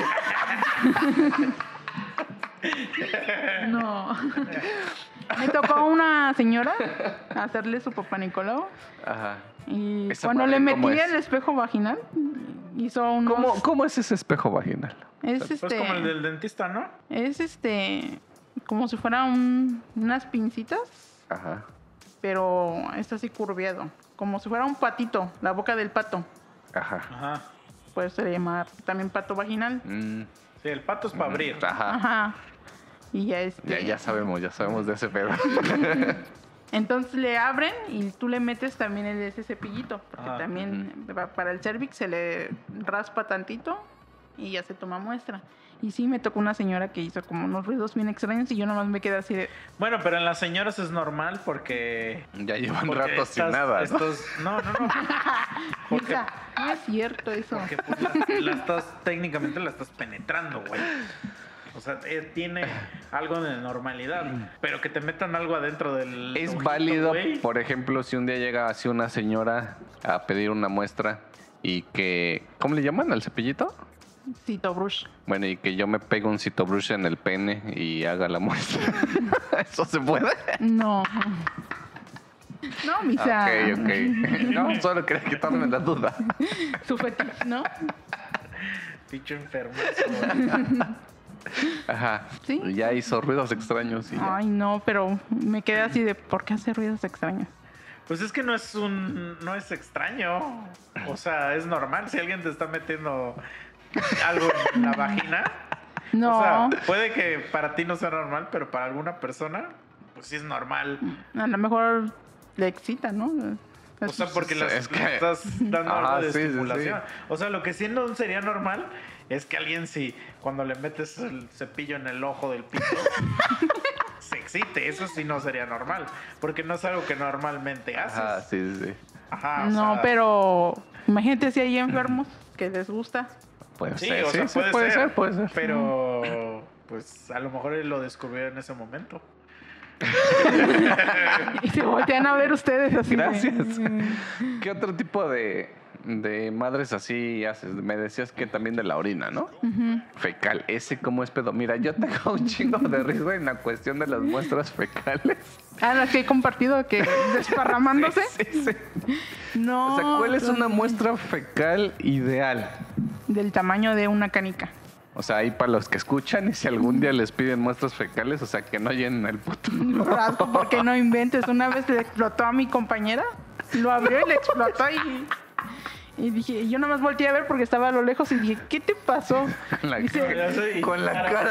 No. Me tocó una señora hacerle su papá Nicolau. Ajá. Y ¿Esa cuando madre le cómo metí es? el espejo vaginal, hizo unos... ¿Cómo es ese espejo vaginal? Es Pues como el del dentista, ¿no? Es como si fuera unas pincitas, Ajá. pero está así curviado. Como si fuera un patito, la boca del pato. Ajá. Ajá. Puede ser llamar también pato vaginal. Sí, el pato es para abrir. Ajá. Ajá. Y ya Ya sabemos de ese pedo. Entonces le abren y tú le metes también ese cepillito, porque Ah, también para el cervix se le raspa tantito y ya se toma muestra. Y sí, me tocó una señora que hizo como unos ruidos bien extraños y yo nomás me quedé así de... Bueno, pero en las señoras es normal porque... Ya llevan porque rato sin nada, ¿no? No. Porque, Mira, no es cierto eso. porque pues, técnicamente la estás penetrando, güey. O sea, tiene algo de normalidad. Pero que te metan algo adentro del... Es ojito, válido, güey. por ejemplo, si un día llega así una señora a pedir una muestra y que... ¿Cómo le llaman al cepillito? Cito Brush. Bueno, y que yo me pegue un citobrush en el pene y haga la muestra. ¿Eso se puede? No. No, misa. Ok. No, solo quería quitarme la duda. Su fetiche, ¿no? Picho enfermazo. Ajá. ¿Sí? Ya hizo ruidos extraños y ya. Ay, no, pero me quedé así de ¿por qué hace ruidos extraños? Pues es que no es extraño. O sea, es normal. Si alguien te está metiendo algo en la vagina. No. O sea, puede que para ti no sea normal, pero para alguna persona, pues sí es normal. A lo mejor le excita, ¿no? O sea, porque Es que- le estás dando Ajá, algo de sí, sí, estimulación. sí. O sea, lo que sí no sería normal es que alguien si cuando le metes el cepillo en el ojo del pito se excite. Eso sí no sería normal. Porque no es algo que normalmente haces. Ajá, sí. Ajá, o No, sea, pero imagínate si hay enfermos que les gusta. Puede Sí, ser, o sea, sí, puede ser. Pero, pues, a lo mejor él lo descubrió en ese momento. Y se voltean a ver ustedes así. Gracias. ¿Qué otro tipo de madres así haces? Me decías que también de la orina, ¿no? Fecal. ¿Ese cómo es pedo? Mira, yo tengo un chingo de riesgo en la cuestión de las muestras fecales. Ah, las que he compartido que desparramándose. Sí. No. O sea, ¿cuál es pues, una muestra fecal ideal? Del tamaño de una canica. O sea, ahí para los que escuchan y si algún día les piden muestras fecales, o sea, que no llenen el puto. Rasgo, porque no inventes. Una vez le explotó a mi compañera. Lo abrió y le explotó y dije, yo nada más volteé a ver porque estaba a lo lejos y dije, ¿qué te pasó? Con la Dice, cara. Con la cara.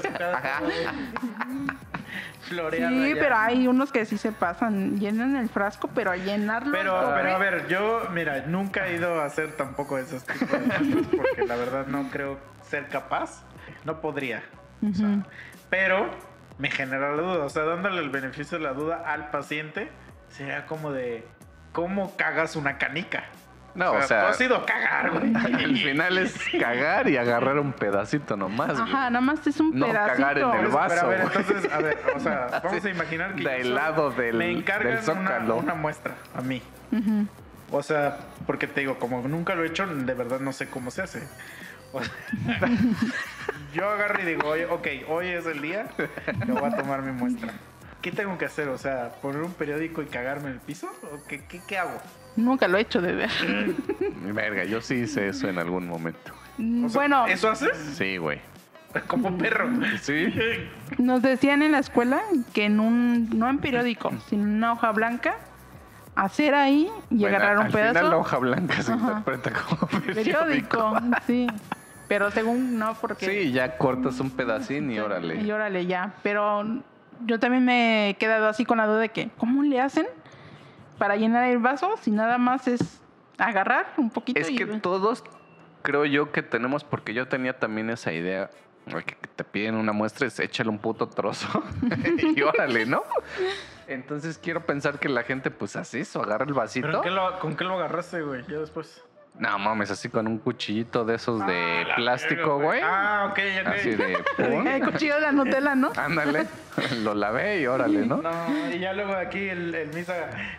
Floreando sí, allá. pero hay unos que sí se pasan. Llenan el frasco, pero a llenarlo. Pero todo, a ver, yo, mira, nunca he ido a hacer tampoco esos tipos de muestras porque la verdad no creo ser capaz. No podría. O sea, pero me genera la duda. O sea, dándole el beneficio de la duda al paciente, sería como de, ¿cómo cagas una canica? No, o sea, tú has ido a cagar, güey. al final es cagar y agarrar un pedacito nomás. güey. Ajá, nada más es un No pedacito. cagar en el vaso. Pero a ver, güey. entonces, a ver, o sea, vamos a imaginar que Del yo lado del- me encargan del zócalo. una muestra a mí. O sea, porque te digo, como nunca lo he hecho, de verdad no sé cómo se hace. O sea, yo agarro y digo, oye, ok, hoy es el día que voy a tomar mi muestra. ¿Qué tengo que hacer? O sea, ¿poner un periódico y cagarme en el piso? ¿O qué hago? Nunca lo he hecho de ver. Verga, yo sí hice eso en algún momento. O sea, Bueno, ¿eso haces? Sí, güey. Como perro. Sí. nos decían en la escuela que no en periódico, sino en una hoja blanca, hacer ahí y Bueno, agarrar un al final pedazo. la hoja blanca se Ajá. interpreta como Periódico, sí. Pero según no, porque... Sí, ya cortas un pedacín y órale. Y órale, ya. Pero yo también me he quedado así con la duda de que, ¿cómo le hacen para llenar el vaso si nada más es agarrar un poquito? Es que todos creo yo que tenemos, porque yo tenía también esa idea, de que te piden una muestra, es échale un puto trozo y órale, ¿no? Entonces quiero pensar que la gente pues hace eso, agarra el vasito. ¿Pero con qué lo agarraste, güey? Ya después. No mames, así con un cuchillito de esos de Ah, la plástico, verga, güey. Ah, ok, ok. Así de pum. El cuchillo de la Nutella, ¿no? Ándale. Lo lavé y órale, ¿no? No, y ya luego aquí el Misa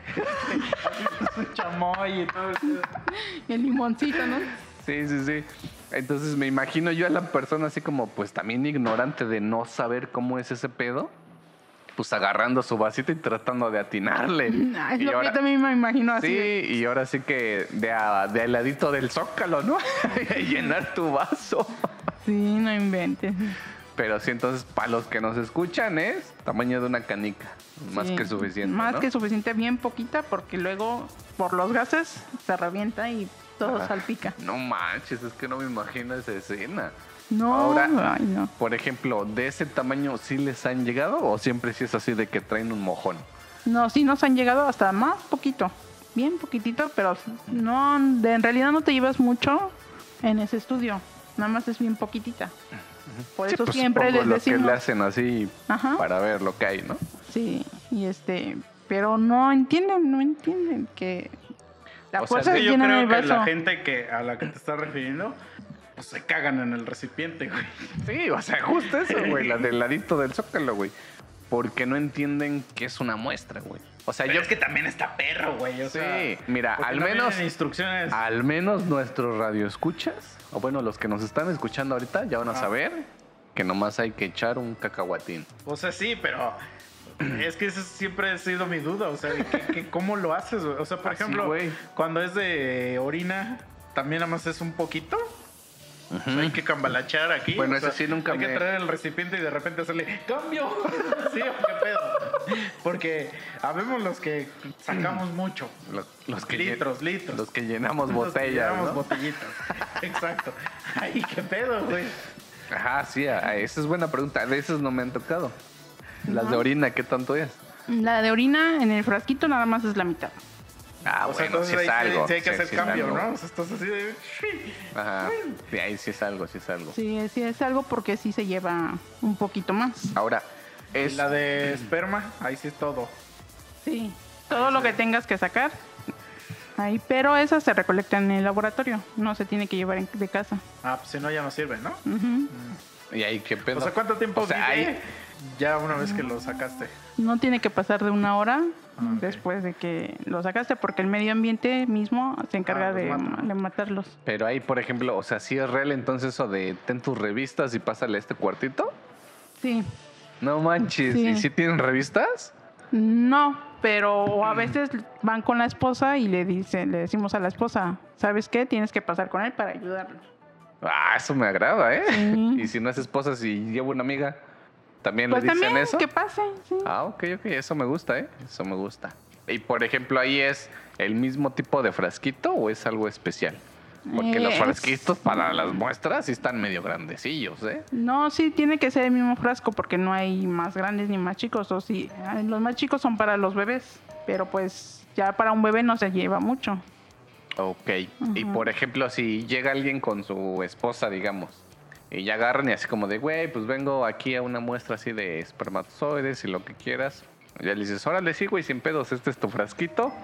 su chamoy y todo el limoncito, ¿no? Sí. Entonces me imagino yo a la persona así como pues también ignorante de no saber cómo es ese pedo, pues agarrando su vasito y tratando de atinarle. Es lo que yo también me imagino así. Sí, y ahora sí que de al ladito del zócalo, ¿no? Llenar tu vaso. Sí, no inventes. Pero sí, entonces para los que nos escuchan es tamaño de una canica. Más que suficiente, Más ¿no? que suficiente, bien poquita, porque luego por los gases se revienta y todo salpica. No manches, es que no me imagino esa escena. No, ahora, ay, no. Por ejemplo, ¿de ese tamaño sí les han llegado o siempre sí es así de que traen un mojón? No, sí nos han llegado hasta más poquito, bien poquitito, pero no, en realidad no te llevas mucho en ese estudio, nada más es bien poquitita. Por Sí, eso pues, siempre les lo decimos. que le hacen así para ver lo que hay, ¿no? Sí, y pero no entienden que la fuerza yo llena creo el que vaso. la gente a la que te estás refiriendo, pues se cagan en el recipiente, güey. Sí, o sea, justo eso, güey, la del ladito del zócalo, güey. Porque no entienden que es una muestra, güey. O sea, Pero es que también está perro, güey. O sea, mira, al instrucciones. Al menos nuestros radioescuchas, o bueno, los que nos están escuchando ahorita, ya van a saber que nomás hay que echar un cacahuatín. O sea, sí, pero es que esa siempre ha sido mi duda. O sea, ¿cómo lo haces, güey? O sea, por ejemplo, güey. cuando es de orina, también nada más es un poquito. O sea, hay que cambalachear aquí. Bueno, o sea, eso sí nunca hay que traer el recipiente y de repente hacerle ¡cambio! ¿Sí o qué pedo? Porque habemos los que sacamos mucho. Los que litros. Los que llenamos Los que botellas, llenamos ¿no? botellitas. Exacto. Ay, qué pedo, güey. Ajá, sí, esa es buena pregunta. De esas no me han tocado. Las de orina, ¿qué tanto es? La de orina en el frasquito nada más es la mitad. Ah, O sea, bueno, sí es algo. Sí hay que hacer sí es cambio, algo. ¿no? O sea, estás así de... Ajá, sí, ahí sí es algo. Sí, es algo porque sí se lleva un poquito más. Ahora, Y la de esperma, ahí sí es todo. Sí, todo lo que tengas que sacar. Ahí, pero esas se recolectan en el laboratorio, no se tiene que llevar de casa. Ah, pues si no ya no sirve, ¿no? ¿y ahí qué pedo? O sea, ¿cuánto tiempo vive ahí ya una vez que lo sacaste? No tiene que pasar de 1 hora después de que lo sacaste, porque el medio ambiente mismo se encarga de matarlos. Pero ahí, por ejemplo, o sea, ¿sí es real entonces eso de ten tus revistas y pásale este cuartito? Sí. No manches, Sí. ¿y sí tienen revistas? No, pero a veces van con la esposa y le decimos a la esposa, ¿sabes qué? Tienes que pasar con él para ayudarlo. Ah, eso me agrada, ¿eh? Sí. Y si no es esposa, si llevo una amiga, ¿también Pues le dicen también, eso? que pase, sí. Ah, ok, eso me gusta, ¿eh? Eso me gusta. Y, por ejemplo, ¿ahí es el mismo tipo de frasquito o es algo especial? Porque los frasquitos para las muestras sí están medio grandecillos, ¿eh? No, sí, tiene que ser el mismo frasco porque no hay más grandes ni más chicos. O sí, los más chicos son para los bebés, pero pues ya para un bebé no se lleva mucho. Ok. Y, por ejemplo, si llega alguien con su esposa, digamos, y ya agarran y así como de, güey, pues vengo aquí a una muestra así de espermatozoides y lo que quieras. Ya le dices, órale, sí, güey, sin pedos, este es tu frasquito.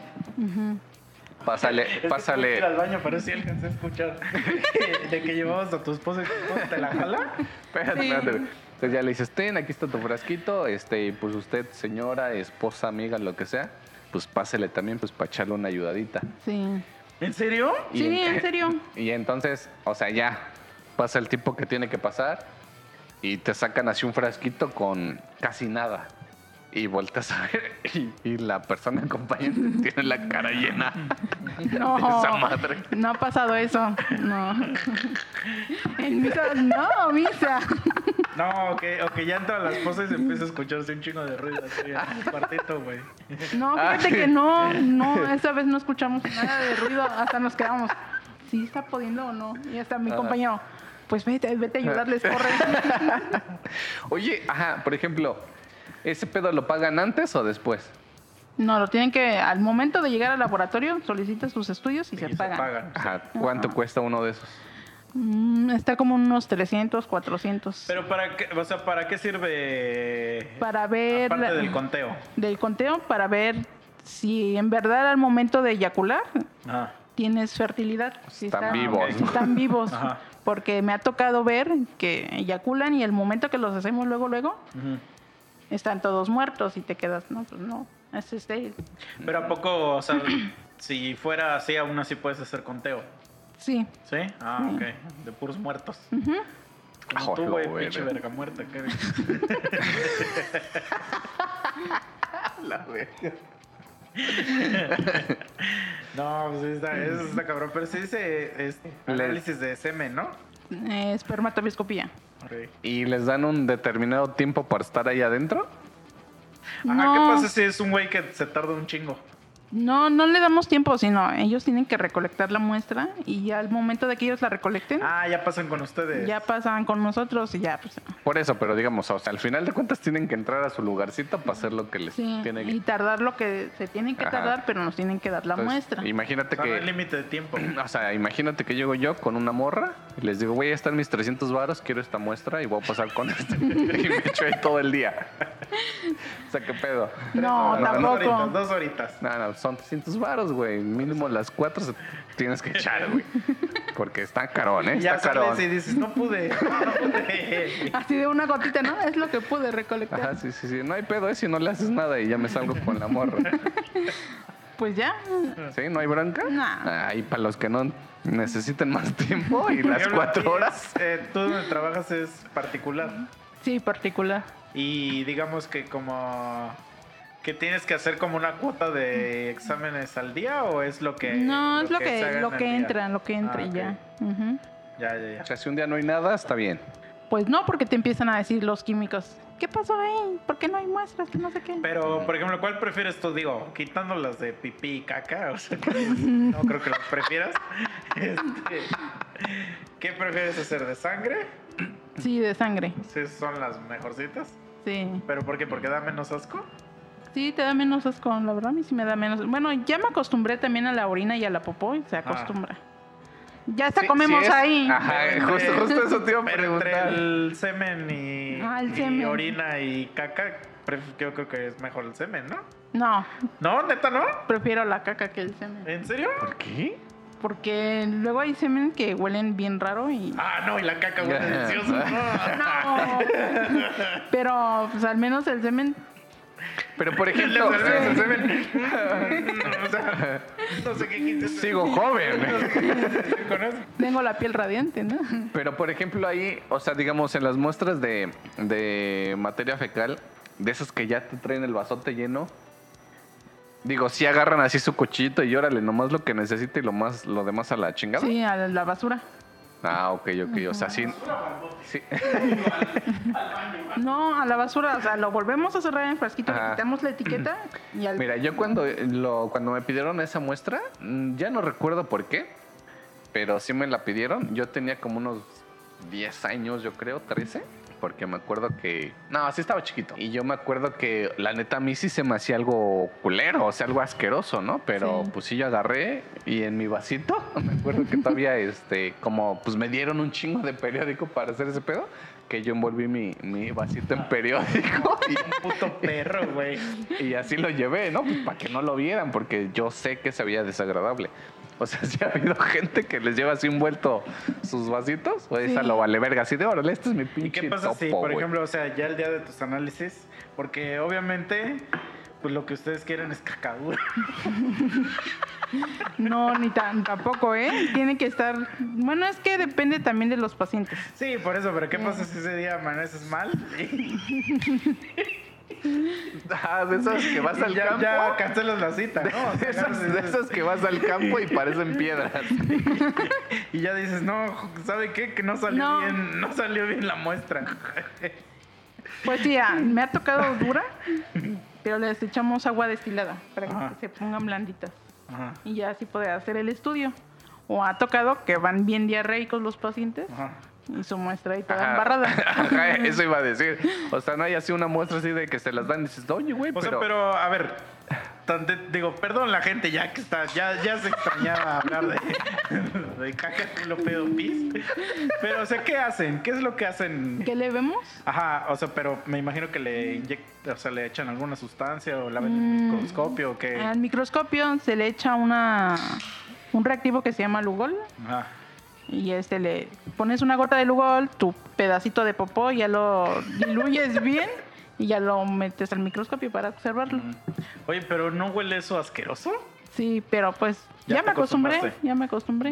Pásale. Ir al baño, pero sí alcancé a escuchar de que llevabas a tu esposa y tu esposa te la jala. Espérate. Entonces ya le dices, aquí está tu frasquito, pues usted, señora, esposa, amiga, lo que sea, pues pásele también, pues para echarle una ayudadita. Sí. ¿En serio? Sí, en serio. Y entonces, o sea, ya pasa el tipo que tiene que pasar y te sacan así un frasquito con casi nada. Y volteas a ver y la persona acompañante tiene la cara llena No, de esa madre. no ha pasado eso. No. En misa, no, misa. No, o que ya entra la esposa y se empieza a escucharse un chingo de ruido así en el cuartito, güey. No, fíjate que no, esta vez no escuchamos nada de ruido, hasta nos quedamos. ¿Sí está pudiendo o no? Y hasta mi compañero, pues vete a ayudarles, corre. Oye, por ejemplo, ¿ese pedo lo pagan antes o después? No, lo tienen que, al momento de llegar al laboratorio, solicitas tus estudios y se pagan. Ajá. ¿Cuánto cuesta uno de esos? Está como unos 300, 400. Pero ¿para qué sirve? Para ver... Aparte del conteo. Del conteo, para ver si en verdad al momento de eyacular tienes fertilidad. Si están vivos. Si están vivos. Ajá. Porque me ha tocado ver que eyaculan y el momento que los hacemos luego, están todos muertos y te quedas, no, pues no, es estéril. Pero ¿a poco, o sea, si fuera así, aún así puedes hacer conteo? Sí. ¿Sí? Ah, Sí. ok. De puros muertos. Como Oh, tú, güey, bueno. pinche verga muerta. La verga. No, pues eso está cabrón. Pero sí dice análisis de semen, ¿no? Espermatobioscopía. Ok. ¿Y les dan un determinado tiempo para estar ahí adentro? Ajá, No. ¿qué pasa si es un güey que se tarda un chingo? No le damos tiempo, sino ellos tienen que recolectar la muestra y ya al momento de que ellos la recolecten, Ah, ya pasan con ustedes. ya pasan con nosotros y ya, pues. Por eso, pero digamos, o sea, al final de cuentas tienen que entrar a su lugarcito para hacer lo que les Sí, tiene que... y tardar lo que se tienen que Ajá. tardar, pero nos tienen que dar la Entonces, muestra. Imagínate O sea, no hay que... límite de tiempo. O sea, imagínate que llego yo con una morra y les digo, güey, están mis 300 varos, quiero esta muestra y voy a pasar con este. Y me echo ahí todo el día. O sea, ¿qué pedo? No, No, tampoco. 2 horitas. No, son 300 varos, güey. Mínimo las 4 tienes que echar, güey. Porque está carón, ¿eh? Ya Está carón. sales y dices, no pude. Así de una gotita, ¿no? Es lo que pude recolectar. Ajá, sí. No hay pedo, si no le haces nada y ya me salgo con la morra. Pues ya. ¿Sí? ¿No hay bronca? No. Ahí para los que no necesiten más tiempo y Por las ejemplo, 4 aquí horas. Tú donde trabajas es particular. Sí, particular. Y digamos que como... ¿Que tienes que hacer como una cuota de exámenes al día o es lo que... No, es lo se que, haga lo en el que día? entra, lo que entra Ah, y ok. ya. Ujú. Ya. O sea, si un día no hay nada, está bien. Pues no, porque te empiezan a decir los químicos, ¿qué pasó ahí? ¿Por qué no hay muestras? Que no sé qué. Pero, por ejemplo, ¿cuál prefieres tú? Digo, quitando las de pipí y caca, o sea, no creo que las prefieras. ¿Qué prefieres hacer? ¿De sangre? Sí, de sangre. Sí, son las mejorcitas. Sí. ¿Pero por qué? ¿Porque da menos asco? Sí, te da menos asco, la verdad, a mí sí me da menos. Bueno, ya me acostumbré también a la orina y a la popó y se acostumbra. Ya hasta Sí, comemos sí es- ahí. Ajá, Pero entre- justo eso te iba a Pero entre preguntar. el semen y, El y semen. orina y caca, yo creo que es mejor el semen, ¿no? No, ¿No? ¿Neta no? prefiero la caca que el semen. ¿En serio? ¿Por qué? Porque luego hay semen que huelen bien raro y... Ah, no, y la caca huele delicioso. No. No. Pero pues al menos el semen... Pero por ejemplo, El semen. O sea, no sé qué quise decir. sigo joven. Con eso. Tengo la piel radiante, ¿no? Pero por ejemplo ahí, o sea, digamos en las muestras de materia fecal, de esas que ya te traen el vasote lleno, digo, sí agarran así su cuchillito y órale, nomás lo que necesita y lo demás a la chingada. Sí, a la basura. Ah, ok, o sea, sí. Sí. No, a la basura, o sea, lo volvemos a cerrar en el frasquito, le Ajá. quitamos la etiqueta y al... Mira, yo cuando me pidieron esa muestra, ya no recuerdo por qué, pero sí me la pidieron. Yo tenía como unos 10 años, yo creo, 13, porque me acuerdo que... No, sí estaba chiquito. Y yo me acuerdo que la neta a mí sí se me hacía algo culero, o sea, algo asqueroso, ¿no? Pero Sí. pues sí yo agarré y en mi vasito, me acuerdo que todavía, como pues me dieron un chingo de periódico para hacer ese pedo, que yo envolví mi vasito en periódico y... Un puto perro, güey. Y así lo llevé, ¿no? Pues para que no lo vieran, porque yo sé que se veía desagradable. O sea, sí ha habido gente que les lleva así envuelto sus vasitos, o esa Sí. lo vale verga, así de órale, este es mi ¿Y pinche qué pasa si, topo, por güey". ejemplo, o sea, ya el día de tus análisis, porque obviamente, pues lo que ustedes quieren es cacadura. No, ni tampoco, ¿eh? Tiene que estar... Bueno, es que depende también de los pacientes. Sí, por eso, pero ¿qué pasa si ese día amaneces mal? Ah, de esas que vas al campo. Ya cancelas la cita, ¿no? O sea, De esas que vas al campo y parecen piedras. Y ya dices, no, ¿sabe qué? Que no salió No. bien, no salió bien la muestra. Pues sí, me ha tocado dura, pero les echamos agua destilada para que Ajá. se pongan blanditas. Ajá, Y ya así poder hacer el estudio. O ha tocado que van bien diarreicos los pacientes ajá. y su muestra ahí toda Ajá. embarrada. Ajá, eso iba a decir. O sea, no hay así una muestra así de que se las dan y dices, oye, güey, O sea, pero a ver, digo, perdón la gente ya que está, ya se extrañaba hablar de caca, culo, pedo, pis. Pero, o sea, ¿qué hacen? ¿Qué es lo que hacen? ¿Qué le vemos? Ajá, o sea, pero me imagino que le inyectan, o sea, le echan alguna sustancia o la ven en el microscopio o qué. Al microscopio se le echa un reactivo que se llama Lugol. Ajá. Y le pones una gota de Lugol, tu pedacito de popó, ya lo diluyes bien y ya lo metes al microscopio para observarlo. Oye, pero ¿no huele eso asqueroso? Sí, pero pues ya me acostumbré.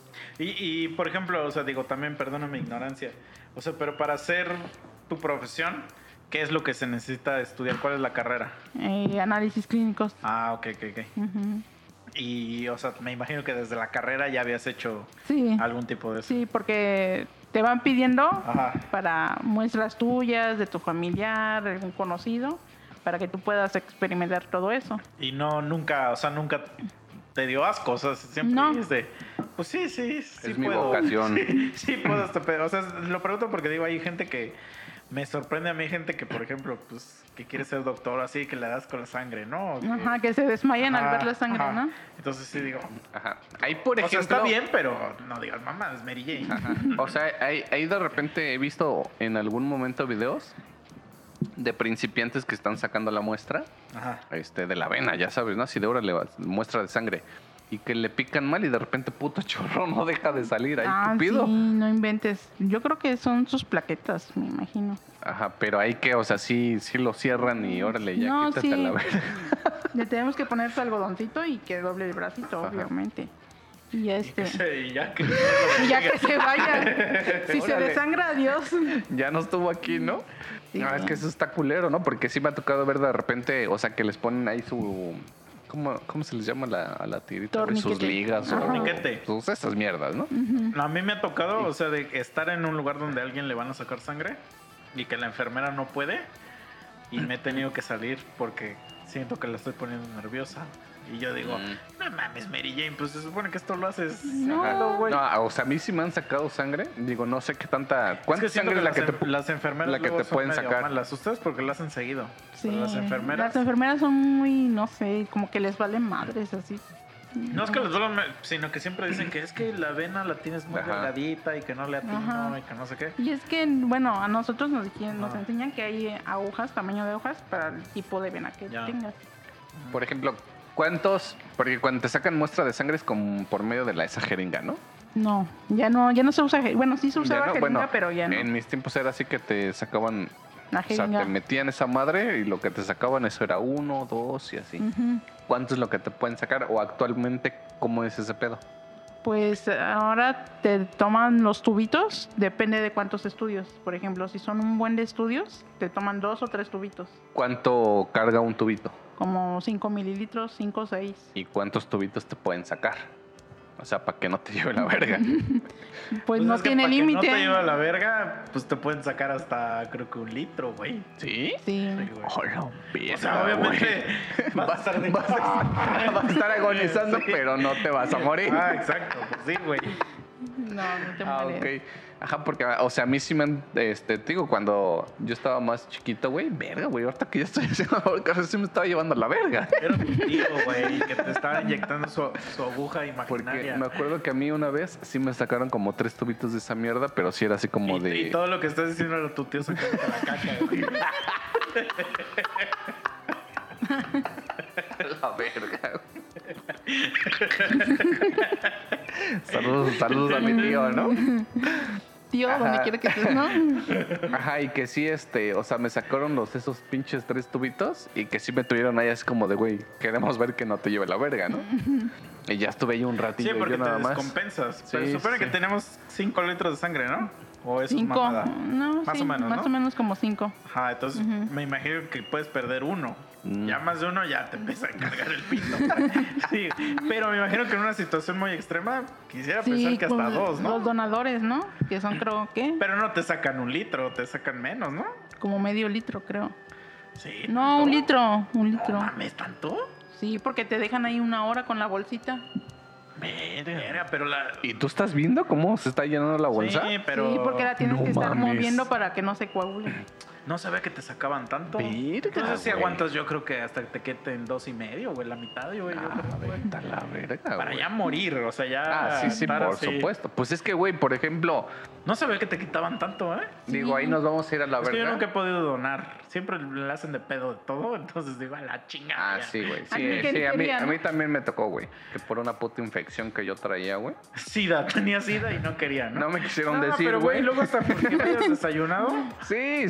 Y por ejemplo, o sea, digo, también perdona mi ignorancia, o sea, pero para hacer tu profesión, ¿qué es lo que se necesita estudiar? ¿Cuál es la carrera? Análisis clínicos. Ah, ok. Uh-huh. Y, o sea, me imagino que desde la carrera ya habías hecho algún tipo de eso. Sí, porque te van pidiendo para muestras tuyas, de tu familiar, de algún conocido, para que tú puedas experimentar todo eso. Y nunca te dio asco, o sea, siempre dijiste, pues sí es puedo. mi vocación. Sí puedo, o sea, lo pregunto porque digo, hay gente que me sorprende a mí, gente que, por ejemplo, pues, que quiere ser doctor, así que le das con la sangre, ¿no? Que se desmayan al ver la sangre, ¿no? Entonces sí digo. Ahí, por ejemplo, o sea, está bien, pero no digas, mamá, es Mary Jane. O sea, ahí de repente he visto en algún momento videos de principiantes que están sacando la muestra de la vena, ya sabes, ¿no? Así de órale, muestra de sangre. Y que le pican mal y de repente puto chorro no deja de salir. Ahí tupido. Sí, no inventes. Yo creo que son sus plaquetas, me imagino. Pero ahí que, o sea, sí lo cierran y órale, ya quítate la verga. Le tenemos que poner su algodoncito y que doble el bracito, obviamente. Y ya que se vaya. Si se desangra, adiós. Ya no estuvo aquí, ¿no? Sí, es que eso está culero, ¿no? Porque sí me ha tocado ver de repente, o sea, que les ponen ahí su... ¿Cómo se les llama a la tirita? Sus ligas. Torniquete. Sus esas mierdas, ¿no? Uh-huh. A mí me ha tocado, o sea, de estar en un lugar donde a alguien le van a sacar sangre y que la enfermera no puede y me he tenido que salir porque siento que la estoy poniendo nerviosa. Y yo digo, no mames, Mary Jane, pues se supone que esto lo haces. No, güey. No, o sea, a mí sí me han sacado sangre. Digo, no sé qué tanta... ¿Cuánta sangre es la que las enfermeras la que te pueden sacar? Malas. Ustedes porque lo hacen seguido. Sí, las enfermeras son muy, no sé, como que les valen madres así. No es que les duele, sino que siempre dicen que es que la vena la tienes muy delgadita y que no le atino y que no sé qué. Y es que, bueno, a nosotros nos enseñan que hay agujas, tamaño de hojas, para el tipo de vena que tengas. Por ejemplo, porque cuando te sacan muestra de sangre es como por medio de esa jeringa, ¿no? No, ya no se usa, bueno, sí se usaba jeringa, pero ya no. En mis tiempos era así que te sacaban, la jeringa. O sea, te metían esa madre y lo que te sacaban eso era 1, 2 y así. Uh-huh. ¿Cuánto es lo que te pueden sacar? O actualmente, ¿cómo es ese pedo? Pues ahora te toman los tubitos, depende de cuántos estudios. Por ejemplo, si son un buen de estudios, te toman 2 o 3 tubitos. ¿Cuánto carga un tubito? Como 5 mililitros, 5 o 6. ¿Y cuántos tubitos te pueden sacar? O sea, para que no te lleve la verga. Pues no tiene límite. Que no te lleve la verga, pues te pueden sacar hasta, creo que 1 litro, güey. ¿Sí? Sí. Hola, o sea, obviamente vas a estar agonizando, pero no te vas a morir. Exacto. Pues sí, güey. No te mueres. Okay. Ajá, porque, o sea, a mí sí me han, te digo, cuando yo estaba más chiquito, güey, verga, güey, ahorita que ya estoy haciendo casi sí me estaba llevando la verga. Era tu tío, güey, que te estaba inyectando su aguja imaginaria. Porque me acuerdo que a mí una vez sí me sacaron como 3 tubitos de esa mierda, pero sí era así como de... Y todo lo que estás diciendo era tu tío sacándote la caca, güey. La verga, Saludos a mi tío, ¿no? Tío, donde quiera que estés, ¿no? Ajá, y que sí, o sea, me sacaron esos pinches 3 tubitos y que sí me tuvieron ahí así como de, güey, queremos ver que no te lleve la verga, ¿no? Y ya estuve ahí un ratillo. Sí, porque yo nada te más. descompensas. Pero supone que tenemos 5 litros de sangre, ¿no? ¿O es 5. mamada? No, más sí, o menos, más o menos como 5. Ajá, entonces me imagino que puedes perder 1. Ya más de 1 ya te empieza a cargar el pito. Sí, pero me imagino que en una situación muy extrema quisiera pensar que hasta 2, ¿no? Los donadores, ¿no? Que son, creo que... Pero no te sacan 1 litro, te sacan menos, ¿no? Como medio litro, creo. Sí. No, ¿tanto? 1 litro. No mames, ¿tanto? Sí, porque te dejan ahí 1 hora con la bolsita. Verga, pero la... ¿Y tú estás viendo cómo se está llenando la bolsa? Sí, pero... Sí, porque la tienes que estar moviendo para que no se coagule. No sabía que te sacaban tanto. Verga, entonces si aguantas, yo creo que hasta te queden 2.5, güey, la mitad, güey. Vete a la verga, para ya morir, o sea, ya... sí, por supuesto. Pues es que, güey, por ejemplo... No sabía que te quitaban tanto, ¿eh? Digo, ahí nos vamos a ir a la verga. Que yo nunca he podido donar. Siempre le hacen de pedo de todo, entonces digo, a la chingada. Sí, güey. Sí, a mí también me tocó, güey. Que por una puta infección que yo traía, güey. Tenía sida y no quería, ¿no? No me quisieron decir, pero, güey, luego hasta porque me hayas desayunado. Sí. No te quieren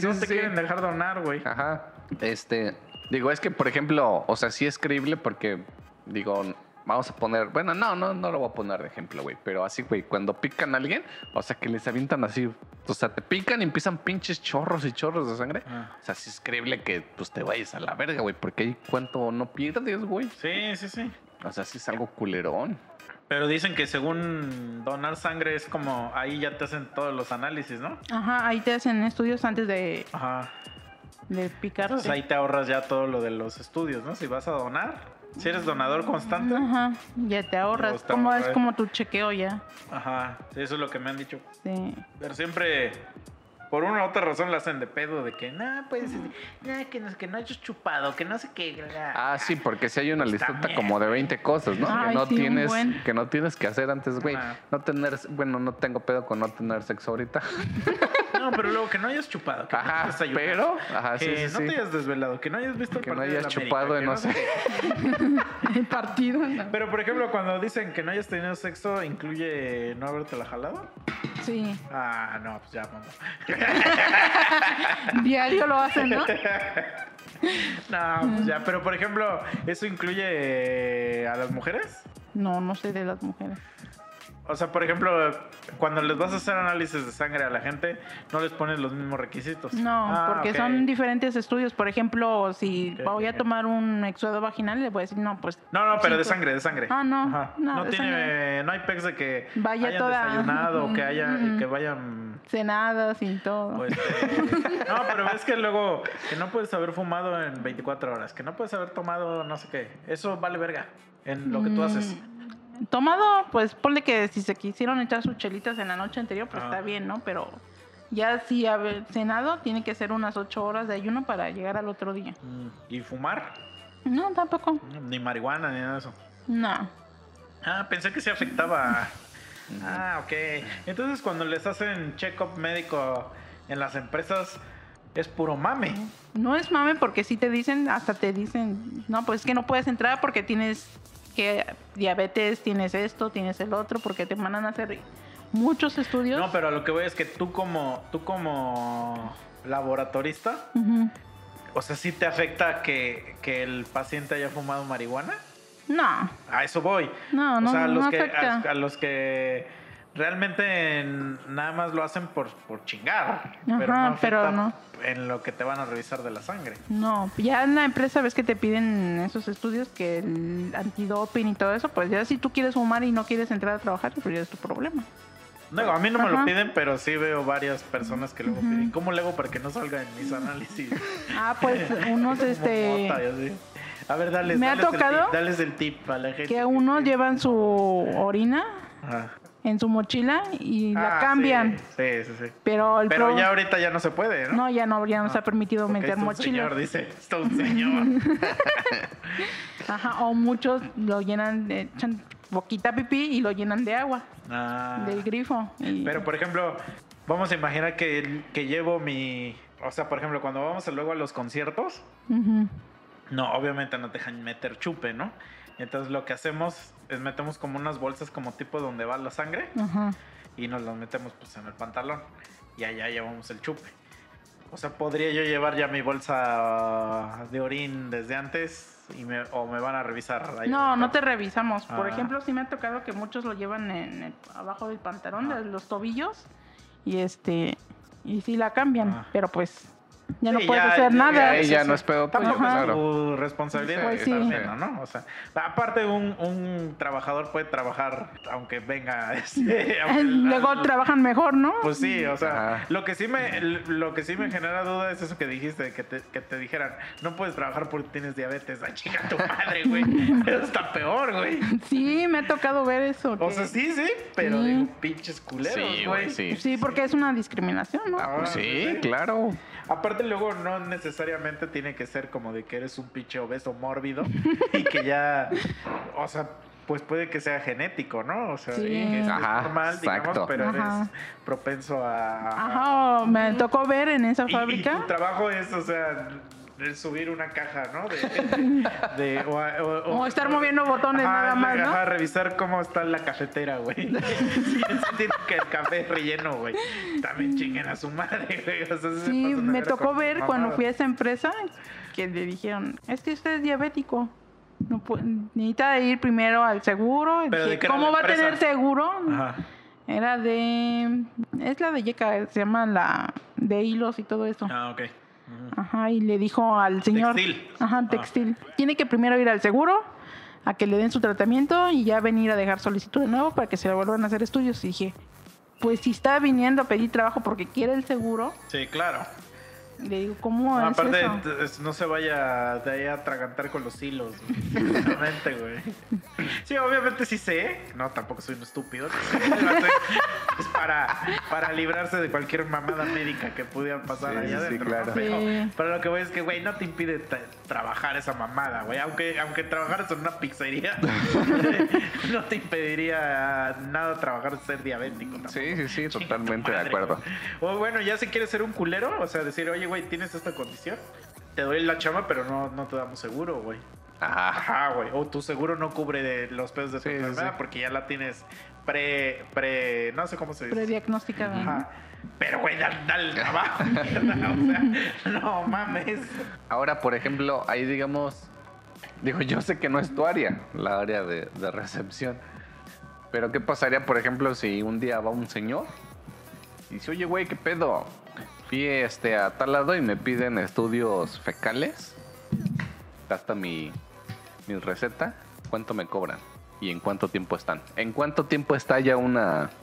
quieren dejar donar, güey. Ajá. Digo, es que, por ejemplo, o sea, sí es creíble porque, digo, vamos a poner, bueno, no lo voy a poner de ejemplo, güey, pero así, güey, cuando pican a alguien, o sea, que les avientan así, o sea, te pican y empiezan pinches chorros y chorros de sangre. O sea, sí es creíble que, pues, te vayas a la verga, güey, porque ahí cuánto no pierdes, güey. Sí. O sea, sí es algo culerón. Pero dicen que según donar sangre es como, ahí ya te hacen todos los análisis, ¿no? Ajá, ahí te hacen estudios antes de picarte. Entonces ahí te ahorras ya todo lo de los estudios, ¿no? Si vas a donar, si eres donador constante. Ajá, ya te ahorras. Es como tu chequeo ya. Ajá, sí, eso es lo que me han dicho. Sí. Pero siempre, por una u otra razón, la hacen de pedo, de que, pues, que no hayas chupado, que no sé qué. Sí, porque si hay una listota como de 20 cosas, ¿no? Ay, que no tienes que hacer antes, güey. No tengo pedo con no tener sexo ahorita. No, pero luego que no hayas chupado, que no hayas desayunado, que no te hayas desvelado, que no hayas visto el que partido no hayas de la chupado América, no sé. El partido. No. Pero, por ejemplo, cuando dicen que no hayas tenido sexo, ¿incluye no haberte la jalado? Sí. No, pues ya, mamá. Diario lo hacen, ¿no? No, pues ya. Pero, por ejemplo, ¿eso incluye a las mujeres? No sé de las mujeres. O sea, por ejemplo, cuando les vas a hacer análisis de sangre a la gente, no les pones los mismos requisitos. No, porque son diferentes estudios. Por ejemplo, si voy a tomar un exudado vaginal, le voy a decir, no, pues... No, pero de sangre. No. Ajá. No hay pex de que vaya hayan toda... desayunado o que vayan... cenadas y todo. No, pero es que luego, que no puedes haber fumado en 24 horas, que no puedes haber tomado no sé qué. Eso vale verga en lo que tú haces. Tomado, pues ponle que si se quisieron echar sus chelitas en la noche anterior, pues está bien, ¿no? Pero ya si haber cenado, tiene que ser unas 8 horas de ayuno para llegar al otro día. ¿Y fumar? No, tampoco. Ni marihuana, ni nada de eso. No. Pensé que se afectaba. Ok. Entonces cuando les hacen check-up médico en las empresas, es puro mame. No es mame porque sí te dicen, no, pues es que no puedes entrar porque tienes que diabetes, tienes esto, tienes el otro, porque te mandan a hacer muchos estudios. No, pero a lo que voy es que tú como laboratorista, o sea, ¿sí te afecta que el paciente haya fumado marihuana? No. A eso voy. No, o sea, afecta. A los que realmente nada más lo hacen por chingar. Pero no en lo que te van a revisar de la sangre. No, ya en la empresa ves que te piden esos estudios, que el antidoping y todo eso, pues ya si tú quieres fumar y no quieres entrar a trabajar, pues ya es tu problema. No, a mí no me lo piden, pero sí veo varias personas que luego piden. ¿Cómo le hago para que no salga en mis análisis? Pues unos A ver, dales el tip a la gente. Que unos llevan su orina en su mochila y la cambian. Sí. Pero ya ahorita ya no se puede, ¿no? No, ya no se ha permitido meter mochila. Está un señor. O muchos lo llenan, echan poquita pipí y lo llenan de agua. Del grifo. Pero, por ejemplo, vamos a imaginar que llevo o sea, por ejemplo, cuando vamos luego a los conciertos, no, obviamente no te dejan meter chupe, ¿no? Entonces lo que hacemos es metemos como unas bolsas como tipo donde va la sangre y nos las metemos pues en el pantalón y allá llevamos el chupe. O sea, podría yo llevar ya mi bolsa de orín desde antes o me van a revisar ahí. No te revisamos. Por ejemplo, sí me ha tocado que muchos lo llevan abajo del pantalón, de los tobillos y y sí la cambian, pero pues ya no puedes hacer nada. Ya no es pedo tuyo, claro. Tu responsabilidad pues sí. ¿no? O sea, aparte un trabajador puede trabajar aunque venga luego trabajan mejor, ¿no? Pues sí, o sea, lo que sí me genera duda es eso que dijiste, que te dijeran, no puedes trabajar porque tienes diabetes. Chica tu madre, güey. Eso está peor, güey. Sí, me ha tocado ver eso. O sea, sí, pero digo, pinches culeros, güey. Sí, porque es una discriminación, ¿no? Pues sí, claro. Aparte luego no necesariamente tiene que ser como de que eres un pinche obeso mórbido y que ya, o sea, pues puede que sea genético, ¿no? O sea, que es normal, digamos, pero eres propenso a... Me tocó ver en esa fábrica. Y tu trabajo es, o sea, subir una caja, ¿no? O estar moviendo botones nada más, ¿no? Ajá, revisar cómo está la cafetera, güey. Si tiene que el café es relleno, güey. También chinguen a su madre, güey. O sea, sí, me tocó ver cuando fui a esa empresa que le dijeron, es que usted es diabético. No necesita ir primero al seguro. Dije, ¿cómo va a tener seguro? Ajá. Era es la de Yeka, se llama la de hilos y todo eso. Ah, ok. Ajá, y le dijo al señor... Textil. Ajá, textil. Tiene que primero ir al seguro a que le den su tratamiento y ya venir a dejar solicitud de nuevo para que se le vuelvan a hacer estudios. Y dije, pues si está viniendo a pedir trabajo porque quiere el seguro... Sí, claro. Le digo, ¿cómo es aparte, eso? No se vaya de ahí a atragantar con los hilos, obviamente, güey. Sí, obviamente sí sé. No, tampoco soy un estúpido. Es para librarse de cualquier mamada médica que pudiera pasar allá adentro. Sí, claro. Pero lo que voy es que, güey, no te impide trabajar esa mamada, güey. Aunque trabajaras en una pizzería, no te impediría nada trabajar ser diabético. Tampoco. Sí, totalmente de acuerdo. O bueno, ya si quieres ser un culero, o sea, decir, oye, güey, ¿tienes esta condición? Te doy la chamba, pero no te damos seguro, güey. Ajá, güey. O tu seguro no cubre los pedos de tu enfermedad porque ya la tienes no sé cómo se dice. Prediagnosticada. Ajá. Pero, güey, dale el trabajo. O sea, no mames. Ahora, por ejemplo, ahí digamos, yo sé que no es tu área, la área de recepción. Pero ¿qué pasaría, por ejemplo, si un día va un señor y dice, oye, güey, ¿qué pedo? Fui a tal lado y me piden estudios fecales. Gasta mi receta. ¿Cuánto me cobran? ¿Y en cuánto tiempo están? ¿En cuánto tiempo está ya un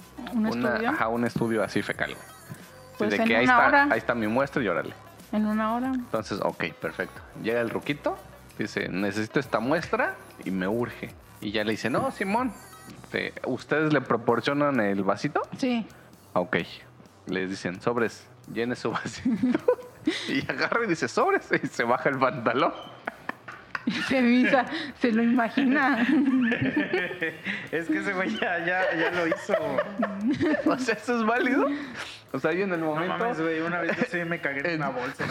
estudio así fecal? Pues de que ahí está mi muestra y órale. En 1 hora. Entonces, ok, perfecto. Llega el ruquito, dice, necesito esta muestra y me urge. Y ya le dice, no, Simón, ¿ustedes le proporcionan el vasito? Sí. Ok. Les dicen, sobres, llene su vasito. Y agarra y dice, sobres, y se baja el pantalón. Y se lo imagina. Es que ese güey ya lo hizo. O sea, ¿eso es válido? O sea, yo en el momento... No mames, güey, una vez yo sí me cagué en una bolsa.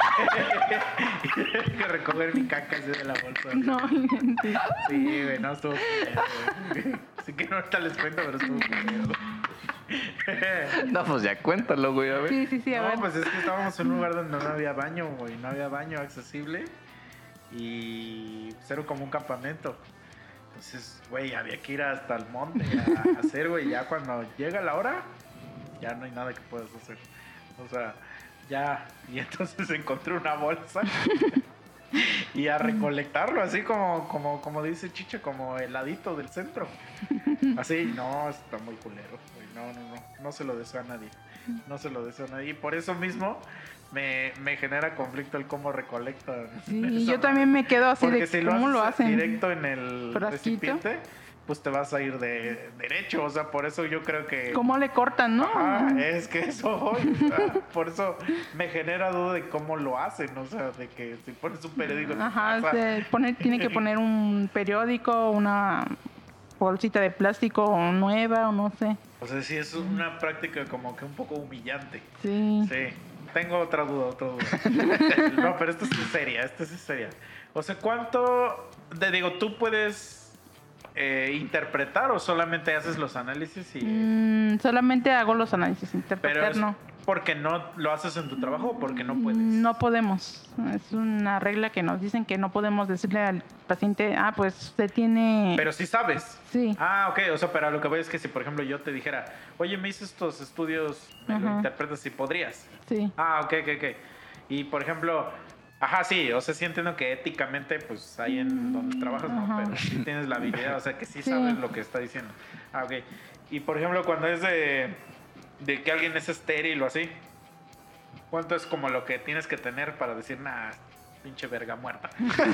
Y tuve que recoger mi caca así de la bolsa. No, sí, güey, no estuvo culero, así que no ahorita les cuento, pero estuvo culero. No, pues ya cuéntalo, güey, a ver. Sí, a ver. No, pues es que estábamos en un lugar donde no había baño, güey. No había baño accesible. Y pues era como un campamento. Entonces, güey, había que ir hasta el monte a hacer, güey. Ya cuando llega la hora, ya no hay nada que puedas hacer. O sea, ya. Y entonces encontré una bolsa. Y a recolectarlo, así como dice Chicho, como el ladito del centro. Así, no, está muy culero. No se lo deseo a nadie. No se lo deseo a nadie. Y por eso mismo me genera conflicto el cómo recolectan. Sí, yo también me quedo así. Porque de si cómo lo hacen directo en el recipiente, pues te vas a ir de derecho. O sea, por eso yo creo que... ¿Cómo le cortan, no? Ajá, es que eso voy. O sea, por eso me genera duda de cómo lo hacen. O sea, de que si pones un periódico... Ajá, tiene que poner un periódico, una bolsita de plástico nueva o no sé. O sea, sí es una práctica como que un poco humillante. Sí. Tengo otra duda. No, pero esta sí es seria. O sea, ¿cuánto... tú puedes... interpretar o solamente haces los análisis y... solamente hago los análisis, interpretar pero no. ¿Porque no lo haces en tu trabajo o porque no puedes? No podemos, es una regla que nos dicen que no podemos decirle al paciente, pues usted tiene... Pero sí sabes. Sí. Ok, o sea, pero lo que voy es que si por ejemplo yo te dijera, oye, me hice estos estudios, me lo interpretas y podrías. Sí. Ok. Y por ejemplo... sí, o sea, sí entiendo que éticamente, pues, ahí en donde trabajas, no, pero sí tienes la habilidad, o sea, que sí sabes lo que está diciendo. Ok. Y, por ejemplo, cuando es de que alguien es estéril o así, ¿cuánto es como lo que tienes que tener para decir, pinche verga muerta?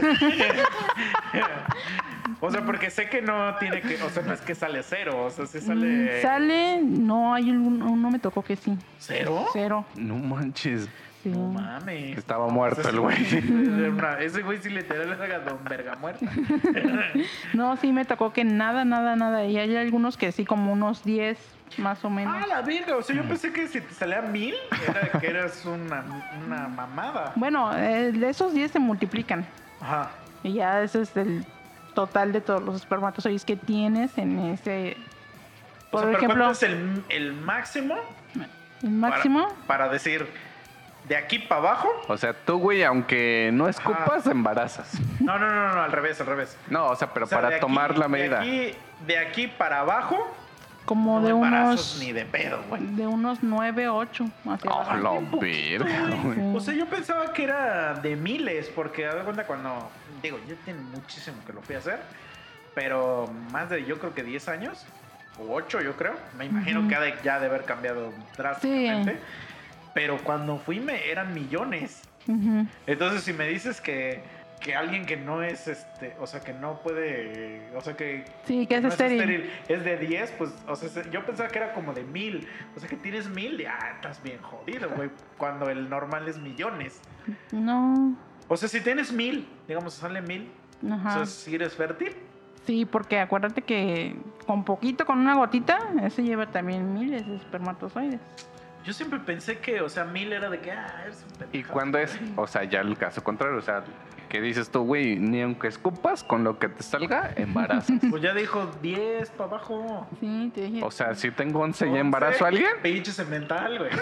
O sea, porque sé que no tiene que, o sea, no es que sale cero, o sea, sí sale... no me tocó que sí. ¿Cero? Cero. No manches. Sí. No mames. Estaba muerto el güey. Ese güey sí literal era don verga muerta. No, sí me tocó que nada. Y hay algunos que sí, como unos 10 más o menos. Ah, la verga. O sea, yo pensé que si te salía 1000, era que eras una mamada. Bueno, esos 10 se multiplican. Ajá. Y ya ese es el total de todos los espermatozoides que tienes en ese... Por ejemplo, ¿cuánto es el máximo? El máximo. Para decir, de aquí para abajo. O sea, tú, güey, aunque no escupas, embarazas. No, al revés. No, o sea, pero para tomar la medida. De aquí para abajo. Como no de unos... ni de pedo, güey. De unos 9, 8. Oh, la verga, güey. O sea, yo pensaba que era de miles, porque a ver cuenta cuando... Digo, yo tiene muchísimo que lo fui a hacer, pero más de, yo creo que 10 años, o 8 yo creo. Me imagino que ha de haber cambiado drásticamente. Sí. Pero cuando fui eran millones. Entonces, si me dices que alguien que no es o sea, que no puede, o sea, que sí, que es, no estéril. Es de 10, pues, o sea, yo pensaba que era como de 1000. O sea, que tienes 1000, ya estás bien jodido, güey, cuando el normal es millones. No. O sea, si tienes 1000, digamos, sale 1000, ajá. O sea, si eres fértil. Sí, porque acuérdate que con una gotita, ese lleva también miles de espermatozoides. Yo siempre pensé que, o sea, 1000 era de que, eres un pendejo. ¿Y cuándo es? O sea, ya el caso contrario, o sea, ¿qué dices tú, güey? Ni aunque escupas, con lo que te salga, embarazas. Pues ya dijo 10 para abajo. Sí, te dije. O sea, si tengo 11 y embarazo a alguien. Pinche cemental, güey.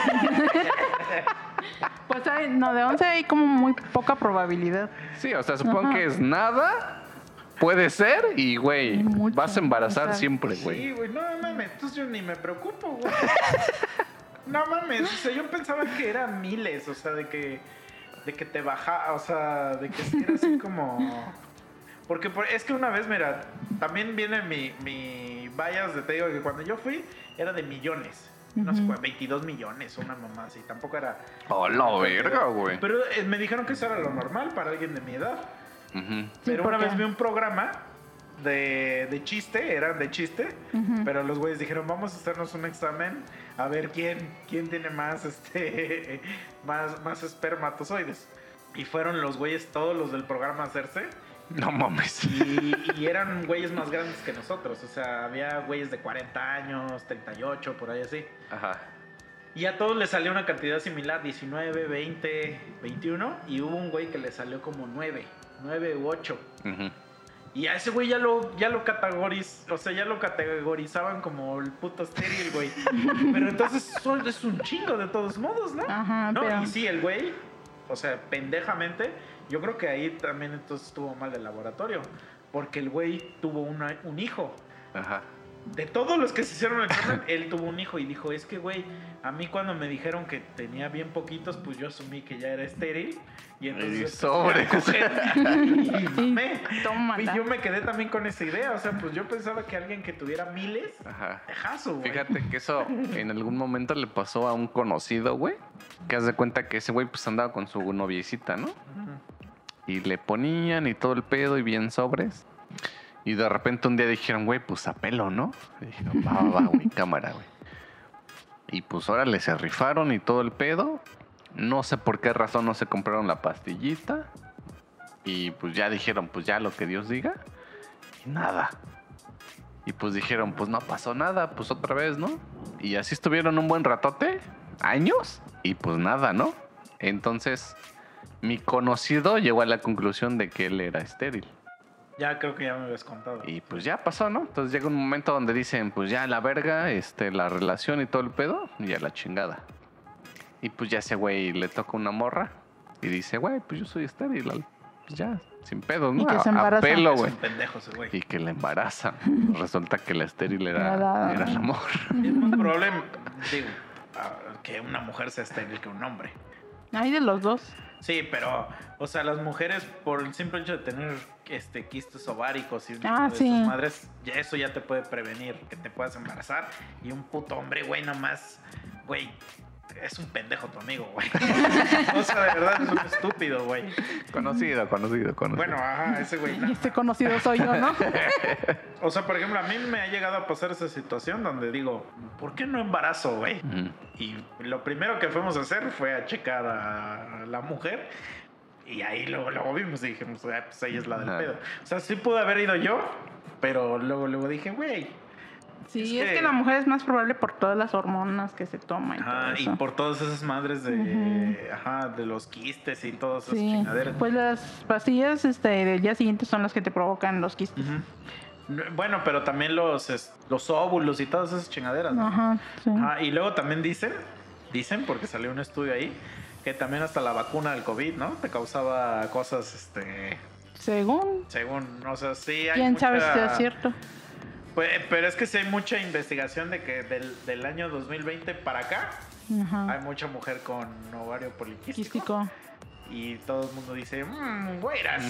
Pues no, de 11 hay como muy poca probabilidad. Sí, o sea, supongo que es nada. Puede ser y, güey, vas a embarazar siempre, güey. Sí, güey, no mames, entonces yo ni me preocupo, güey. No mames, o sea, yo pensaba que eran miles, o sea, de que te baja, o sea, de que era así como... Porque es que una vez, mira, también viene mi bias de, te digo, que cuando yo fui era de millones. No sé, 22 millones, una mamá así, tampoco era... Oh, la verga, güey. Pero me dijeron que eso era lo normal para alguien de mi edad. Pero sí, una vez vi un programa de chiste, eran de chiste, pero los güeyes dijeron, vamos a hacernos un examen a ver quién tiene más más espermatozoides. Y fueron los güeyes, todos los del programa a hacerse. No mames. Y eran güeyes más grandes que nosotros, o sea, había güeyes de 40 años, 38, por ahí así. Ajá. Y a todos les salió una cantidad similar, 19, 20, 21, y hubo un güey que le salió como 9 u 8. Y a ese güey ya lo categorizaban como el puto estéril, güey. Pero entonces es un chingo de todos modos, ¿no? Ajá, ¿no? pero... Y sí, el güey, o sea, pendejamente, yo creo que ahí también entonces estuvo mal el laboratorio. Porque el güey tuvo un hijo. Ajá. De todos los que se hicieron el examen, él tuvo un hijo y dijo, es que, güey, a mí cuando me dijeron que tenía bien poquitos, pues yo asumí que ya era estéril. Y entonces... Y yo me quedé también con esa idea. O sea, pues yo pensaba que alguien que tuviera miles, dejazo, güey. Fíjate que eso en algún momento le pasó a un conocido, güey. Que haz de cuenta que ese güey pues andaba con su noviecita, ¿no? Y le ponían y todo el pedo y bien sobres. Y de repente un día dijeron, güey, pues a pelo, ¿no? Y dijeron, va, güey, cámara, güey. Y pues órale, se rifaron y todo el pedo. No sé por qué razón no se compraron la pastillita. Y pues ya dijeron, pues ya lo que Dios diga. Y nada. Y pues dijeron, pues no pasó nada, pues otra vez, ¿no? Y así estuvieron un buen ratote, años, y pues nada, ¿no? Entonces, mi conocido llegó a la conclusión de que él era estéril. Ya creo que ya me habías contado. Y pues ya pasó, ¿no? Entonces llega un momento donde dicen, pues ya la verga, la relación y todo el pedo, y ya la chingada. Y pues ya ese güey le toca una morra y dice, güey, pues yo soy estéril. Pues ya, sin pedo, ¿no? Y que se embaraza. A pelo, güey. Es un pendejo ese güey. Y que le embaraza. Resulta que la estéril era el amor. Es más probable, digo, que una mujer sea estéril que un hombre. Hay de los dos. Sí, pero, o sea, las mujeres, por el simple hecho de tener quistes ováricos y sí. madres, ya eso ya te puede prevenir que te puedas embarazar. Y un puto hombre, güey, nomás, güey, es un pendejo tu amigo, güey. O sea, de verdad es un estúpido, güey. Conocido. Bueno, ajá, ese güey. Y este conocido soy yo, ¿no? O sea, por ejemplo, a mí me ha llegado a pasar esa situación donde digo, ¿por qué no embarazo, güey? Y lo primero que fuimos a hacer fue a checar a la mujer. Y ahí luego vimos y dijimos, pues ella es la del pedo. O sea, sí pude haber ido yo, pero luego dije, güey. Sí, es que la mujer es más probable por todas las hormonas que se toman. Y por todas esas madres de los quistes y todas esas chingaderas. Pues las pastillas del día siguiente son las que te provocan los quistes. Bueno, pero también los óvulos y todas esas chingaderas, ¿no? Y luego también dicen, porque salió un estudio ahí, que también hasta la vacuna del COVID, ¿no? Te causaba cosas, Según, o sea, sí hay ¿quién sabe si es cierto? Pues, pero es que sí hay mucha investigación de que del año 2020 para acá hay mucha mujer con ovario poliquístico. Y todo el mundo dice, güeyras.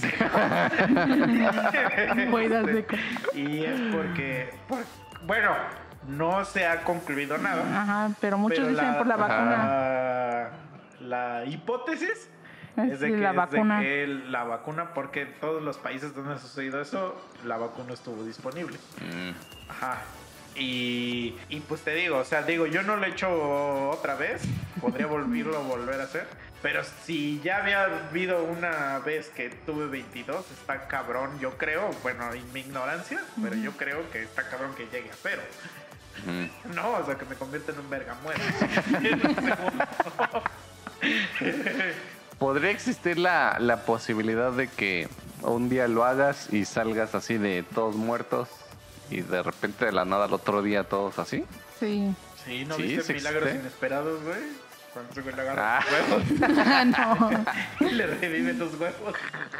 Y es porque, bueno, no se ha concluido nada. Pero muchos dicen por la vacuna. La hipótesis es de que la vacuna, porque en todos los países donde ha sucedido eso, la vacuna estuvo disponible. Y pues te digo, o sea, yo no lo he hecho otra vez, podría volver a hacer, pero si ya había habido una vez que tuve 22, está cabrón, yo creo, bueno, en mi ignorancia, pero yo creo que está cabrón que llegue a 0. No, o sea, que me convierta en un verga muerto. ¿Podría existir la posibilidad de que un día lo hagas y salgas así de todos muertos y de repente de la nada al otro día todos así? Sí. Sí, ¿no viste Milagros Inesperados, güey? Cuando se le agarra los huevos. No. Y le reviven los huevos.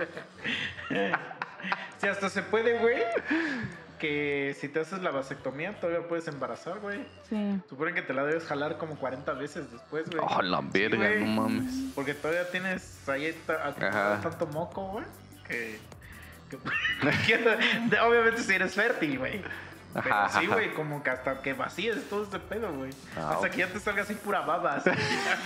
Sí, hasta se puede, güey. Que si te haces la vasectomía todavía puedes embarazar, güey. Sí. Suponen que te la debes jalar como 40 veces después, güey. Oh, la verga, no mames. Porque todavía tienes ahí tanto moco, güey, que obviamente si eres fértil, güey. Pero sí, güey, como que hasta que vacíes todo ese pedo, güey. Hasta que ya te salga así pura baba. Así.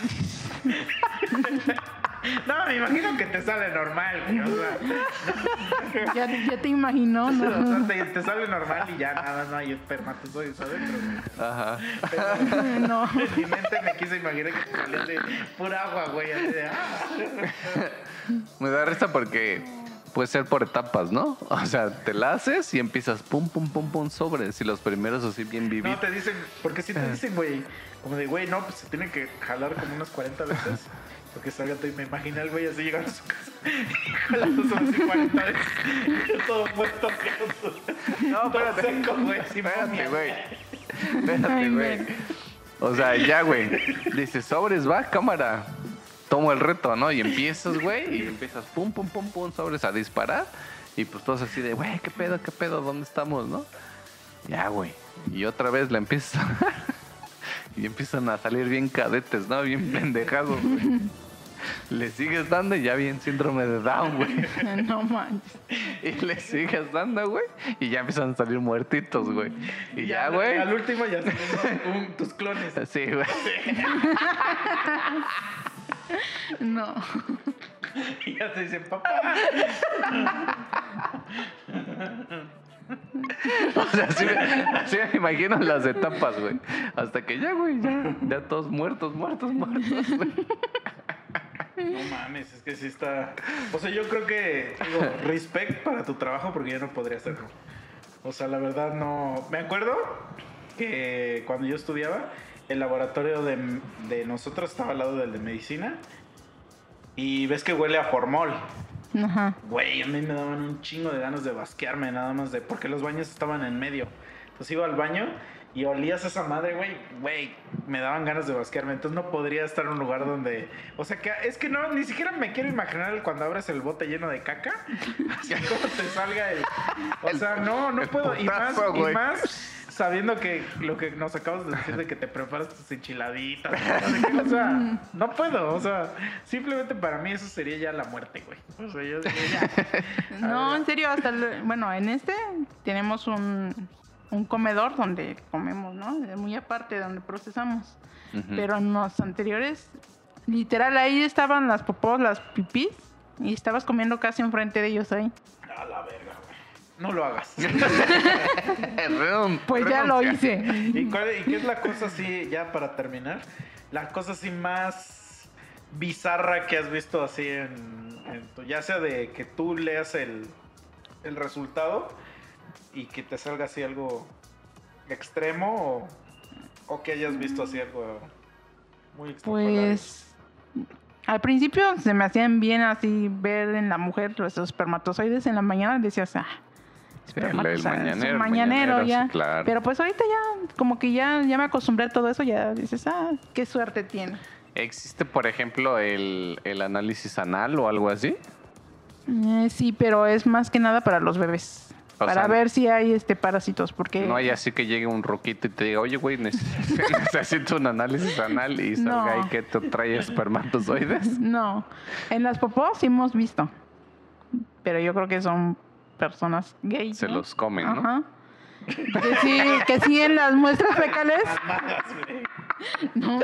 No, me imagino que te sale normal, güey. O sea, ya te imaginó, ¿no? O sea, te sale normal y ya nada, no hay espermatozoides adentro, güey. Pero no. En mi mente me quise imaginar que te salía de pura agua, güey. Así de, Me da risa porque puede ser por etapas, ¿no? O sea, te la haces y empiezas pum, sobres. Y los primeros así bien vividos. No, te dicen, porque sí te dicen, güey, como de, güey, no, pues se tiene que jalar como unas 40 veces. Porque salga todo y me imaginé al güey así llegando a su casa y jalándose así 40 veces. Todo muerto. No, espérate. Seco, güey. Espérate, güey. O sea, ya, güey. Dices, sobres, va, cámara. Tomo el reto, ¿no? Y empiezas, güey, y empiezas pum, sobres a disparar. Y pues todos así de, güey, ¿qué pedo? ¿Dónde estamos, no? Ya, güey. Y otra vez la empiezas y empiezan a salir bien cadetes, ¿no? Bien pendejados, güey. Le sigues dando y ya bien síndrome de Down, güey. No manches. Y le sigues dando, güey. Y ya empiezan a salir muertitos, güey. Y ya, güey. Al último ya salen tus clones. Sí, güey. No. Y ya te dicen, papá. O sea, así me imagino las etapas, güey. Hasta que ya, güey, ya todos muertos, güey. No mames, es que sí está... O sea, yo creo que, digo, respect para tu trabajo porque yo no podría hacerlo. O sea, la verdad no... Me acuerdo que cuando yo estudiaba, el laboratorio de nosotros estaba al lado del de medicina y ves que huele a formol. Ajá. Güey, a mí me daban un chingo de ganas de basquearme nada más porque los baños estaban en medio. Entonces iba al baño y olías esa madre, güey, me daban ganas de basquearme. Entonces no podría estar en un lugar donde... O sea, que es que no, ni siquiera me quiero imaginar cuando abres el bote lleno de caca. Así como te salga el... O sea, no puedo. Putazo, y más sabiendo que lo que nos acabas de decir de que te preparas tus enchiladitas. O sea, no puedo. O sea, simplemente para mí eso sería ya la muerte, güey. O sea, yo diría ya. No, en serio, bueno, en tenemos un comedor donde comemos, ¿no? Muy aparte de donde procesamos. Pero en los anteriores, literal, ahí estaban las popós, las pipís, y estabas comiendo casi enfrente de ellos ahí. A la verga, güey. No lo hagas. Pues ya lo hice. ¿Y qué es la cosa así, ya para terminar? La cosa así más bizarra que has visto así ya sea de que tú leas el resultado y que te salga así algo extremo o que hayas visto así algo muy extremo. Pues al principio se me hacían bien así ver en la mujer los espermatozoides en la mañana, decías, el mañanero ya. Sí, claro. Pero pues ahorita ya como que ya me acostumbré a todo eso, ya dices, qué suerte tiene. ¿Existe, por ejemplo, el análisis anal o algo así? Sí, pero es más que nada para los bebés. Para ver si hay parásitos, porque... No hay así que llegue un roquito y te diga, oye, güey, necesito un análisis anal y salga ahí que te trae espermatozoides. No, en las popós sí hemos visto, pero yo creo que son personas gays. Se los comen, ¿no? Ajá. Que sí en las muestras fecales. No.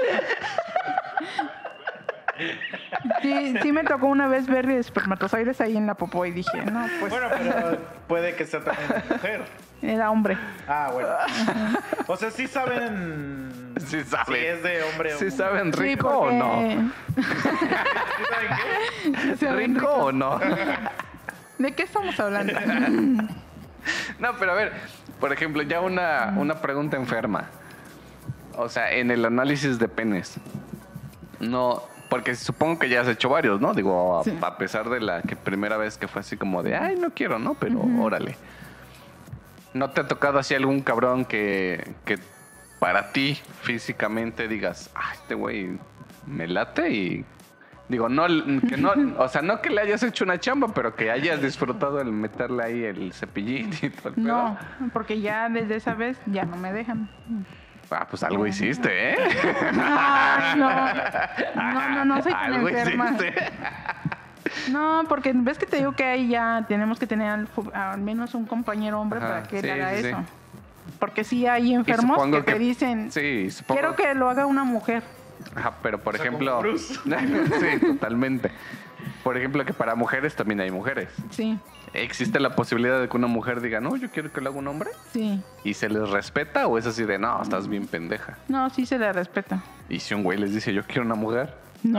Sí me tocó una vez ver espermatozoides ahí en la popó y dije, no, pues... Bueno, pero puede que sea también mujer. Era hombre. Ah, bueno. O sea, sí saben... Sí saben. Si es de hombre o ¿Sí mujer. saben rico o no? ¿Sí saben qué? ¿Rico o no? ¿De qué estamos hablando? No, pero a ver, por ejemplo, ya una pregunta enferma. O sea, en el análisis de penes. No, porque supongo que ya has hecho varios, ¿no? Digo, sí. A pesar de la primera vez que fue así como de, ay, no quiero, ¿no? Pero órale. ¿No te ha tocado así algún cabrón que para ti físicamente digas, este güey me late y... Digo, que no, o sea, no que le hayas hecho una chamba, pero que hayas disfrutado el meterle ahí el cepillín y todo el pedo. No, porque ya desde esa vez ya no me dejan. Pues algo hiciste, ¿eh? No soy tan algo enferma. hiciste. No, porque ves que te digo que ahí ya tenemos que tener al menos un compañero hombre para que él haga eso. Porque sí hay enfermos que te dicen, quiero que lo haga una mujer. Ajá, pero por ejemplo... Sí, totalmente. Por ejemplo, que para mujeres también hay mujeres. Sí. ¿Existe la posibilidad de que una mujer diga, no, yo quiero que lo haga un hombre? Sí. ¿Y se les respeta o es así de, no, estás bien pendeja? No, sí se le respeta. ¿Y si un güey les dice, yo quiero una mujer? No.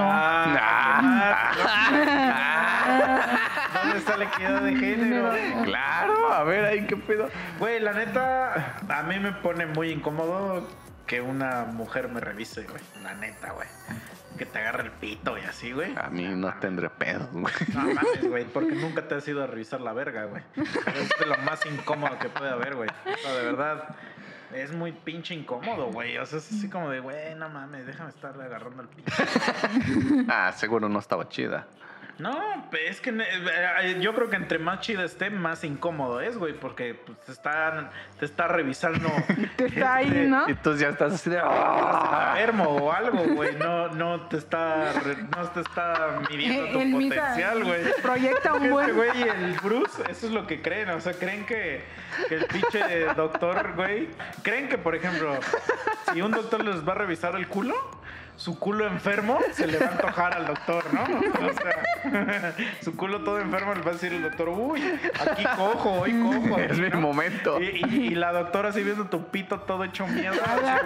¿Dónde está la equidad de género? Claro, a ver, ahí qué pedo. Güey, la neta, a mí me pone muy incómodo que una mujer me revise, güey. La neta, güey. Que te agarre el pito y así, güey. A mí no tendré pedo, güey. No mames, güey, porque nunca te has ido a revisar la verga, güey. Es de lo más incómodo que puede haber, güey. O sea, de verdad, es muy pinche incómodo, güey. O sea, es así como de, güey, no mames, déjame estarle agarrando el pito. Seguro no estaba chida. No, es que yo creo que entre más chida esté, más incómodo es, güey, porque pues, te está revisando. Te está ahí, ¿no? Y tú ya estás así de... enfermo o algo, güey. No te está midiendo tu potencial, güey. Proyecta un buen... Güey, el Bruce, eso es lo que creen. O sea, creen que el pinche doctor, güey, creen que, por ejemplo, si un doctor les va a revisar el culo, su culo enfermo se le va a antojar al doctor, ¿no? O sea, su culo todo enfermo le va a decir el doctor, uy, aquí cojo, hoy cojo. Es mi momento. Y la doctora así viendo tu pito todo hecho mierda. De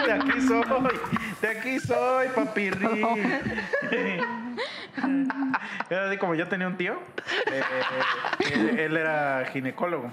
aquí soy, papirri. Era así como yo tenía un tío, él era ginecólogo.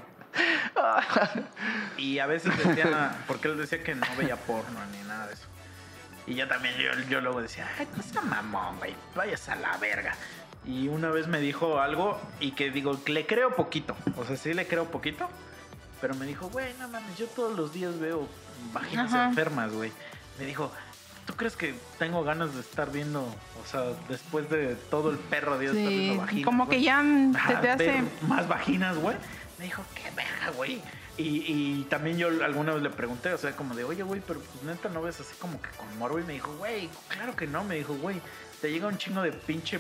Y a veces decían, porque él decía que no veía porno ni nada de eso. Y yo también, yo luego decía, ay, no seas mamón, güey, vayas a la verga. Y una vez me dijo algo y que digo, le creo poquito. O sea, sí le creo poquito. Pero me dijo, güey, no mames, yo todos los días veo vaginas enfermas, güey. Me dijo, ¿tú crees que tengo ganas de estar viendo, o sea, después de todo el perro día de estar viendo vaginas? Como que ya se te hace... más vaginas, güey. Me dijo, qué verga, güey. Y también yo alguna vez le pregunté, o sea, como de, oye, güey, pero pues neta no ves así como que con morbo. Y me dijo, güey, claro que no. Me dijo, güey, te llega un chingo de pinche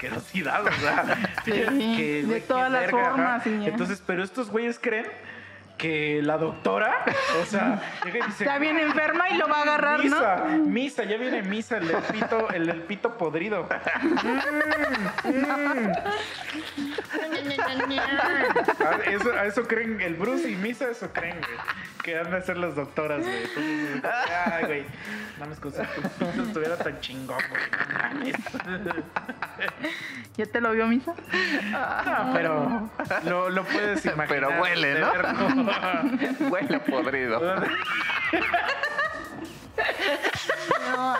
asquerosidad, o sea, sí, que, de todas las formas. Sí, entonces, pero estos güeyes creen que la doctora, o sea, llega y dice, está bien enferma y lo va a agarrar, Misa, ya viene Misa, el del pito podrido. A eso creen, el Bruce y Misa, eso creen, güey. Que han de ser las doctoras, güey. Entonces, ay, güey, no me excusas, no estuviera tan chingón, güey. ¿Ya te lo vio, Misa? No, pero lo puedes imaginar. Pero huele, ¿no? Huele podrido. No,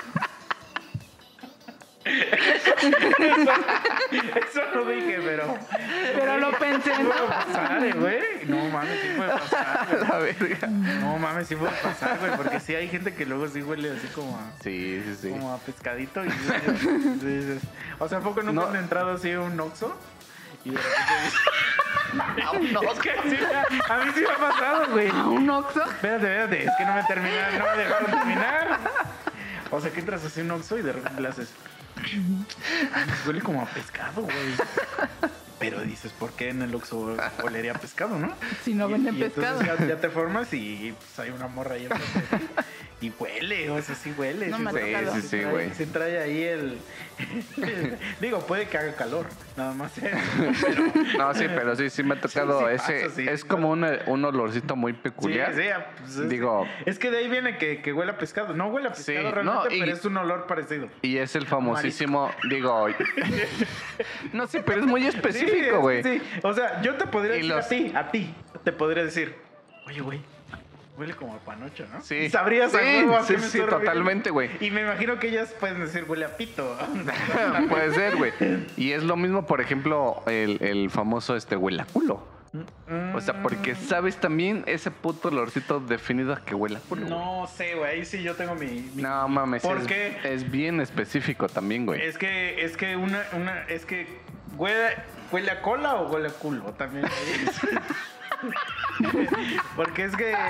eso no dije, pero lo pensé. Sí puede pasar, güey. No mames, sí puede pasar, güey. La verga. No mames, sí puede pasar, güey. Porque sí hay gente que luego sí huele así como a... Sí. Como a pescadito. Y dices... O sea, ¿a poco nunca han entrado así a un Oxxo? Y de repente dices... Es que sí, a mí sí me ha pasado, güey. ¿A un Oxxo? Espérate, es que no me dejaron terminar. O sea, que entras así a un Oxxo y de repente le haces... Huele como a pescado, güey. Pero dices, ¿por qué en el Oxxo olería a pescado, no? Si no venden pescado. Entonces ya te formas y pues hay una morra ahí y huele, o sea, sí huele. No me sí, güey. Se trae ahí el... Digo, puede que haga calor, nada más. No, sí, pero sí me ha tocado Sí, ese. pasa, sí. Es como un olorcito muy peculiar. Sí, pues Digo... Es que de ahí viene que huele a pescado. No huele a pescado Sí, realmente, no, pero es un olor parecido. Y es el famosísimo, digo... No, sí, pero es muy específico, güey. Sí. O sea, yo te podría Y decir a ti, te podría decir, oye, güey, huele como a panocho, ¿no? Sí. ¿Sabrías a Sí, huevo a qué sí, me sí, estoy refiriendo? totalmente, güey. Y me imagino que ellas pueden decir, huele a pito. Puede ser, güey. Y es lo mismo, por ejemplo, el famoso huele a culo. O sea, porque sabes también ese puto olorcito definido a que huele a culo. No sé, güey, ahí sí yo tengo mi... No mames, ¿Por qué? Es bien específico también, güey. Es que huele a cola o huele a culo también. Porque es que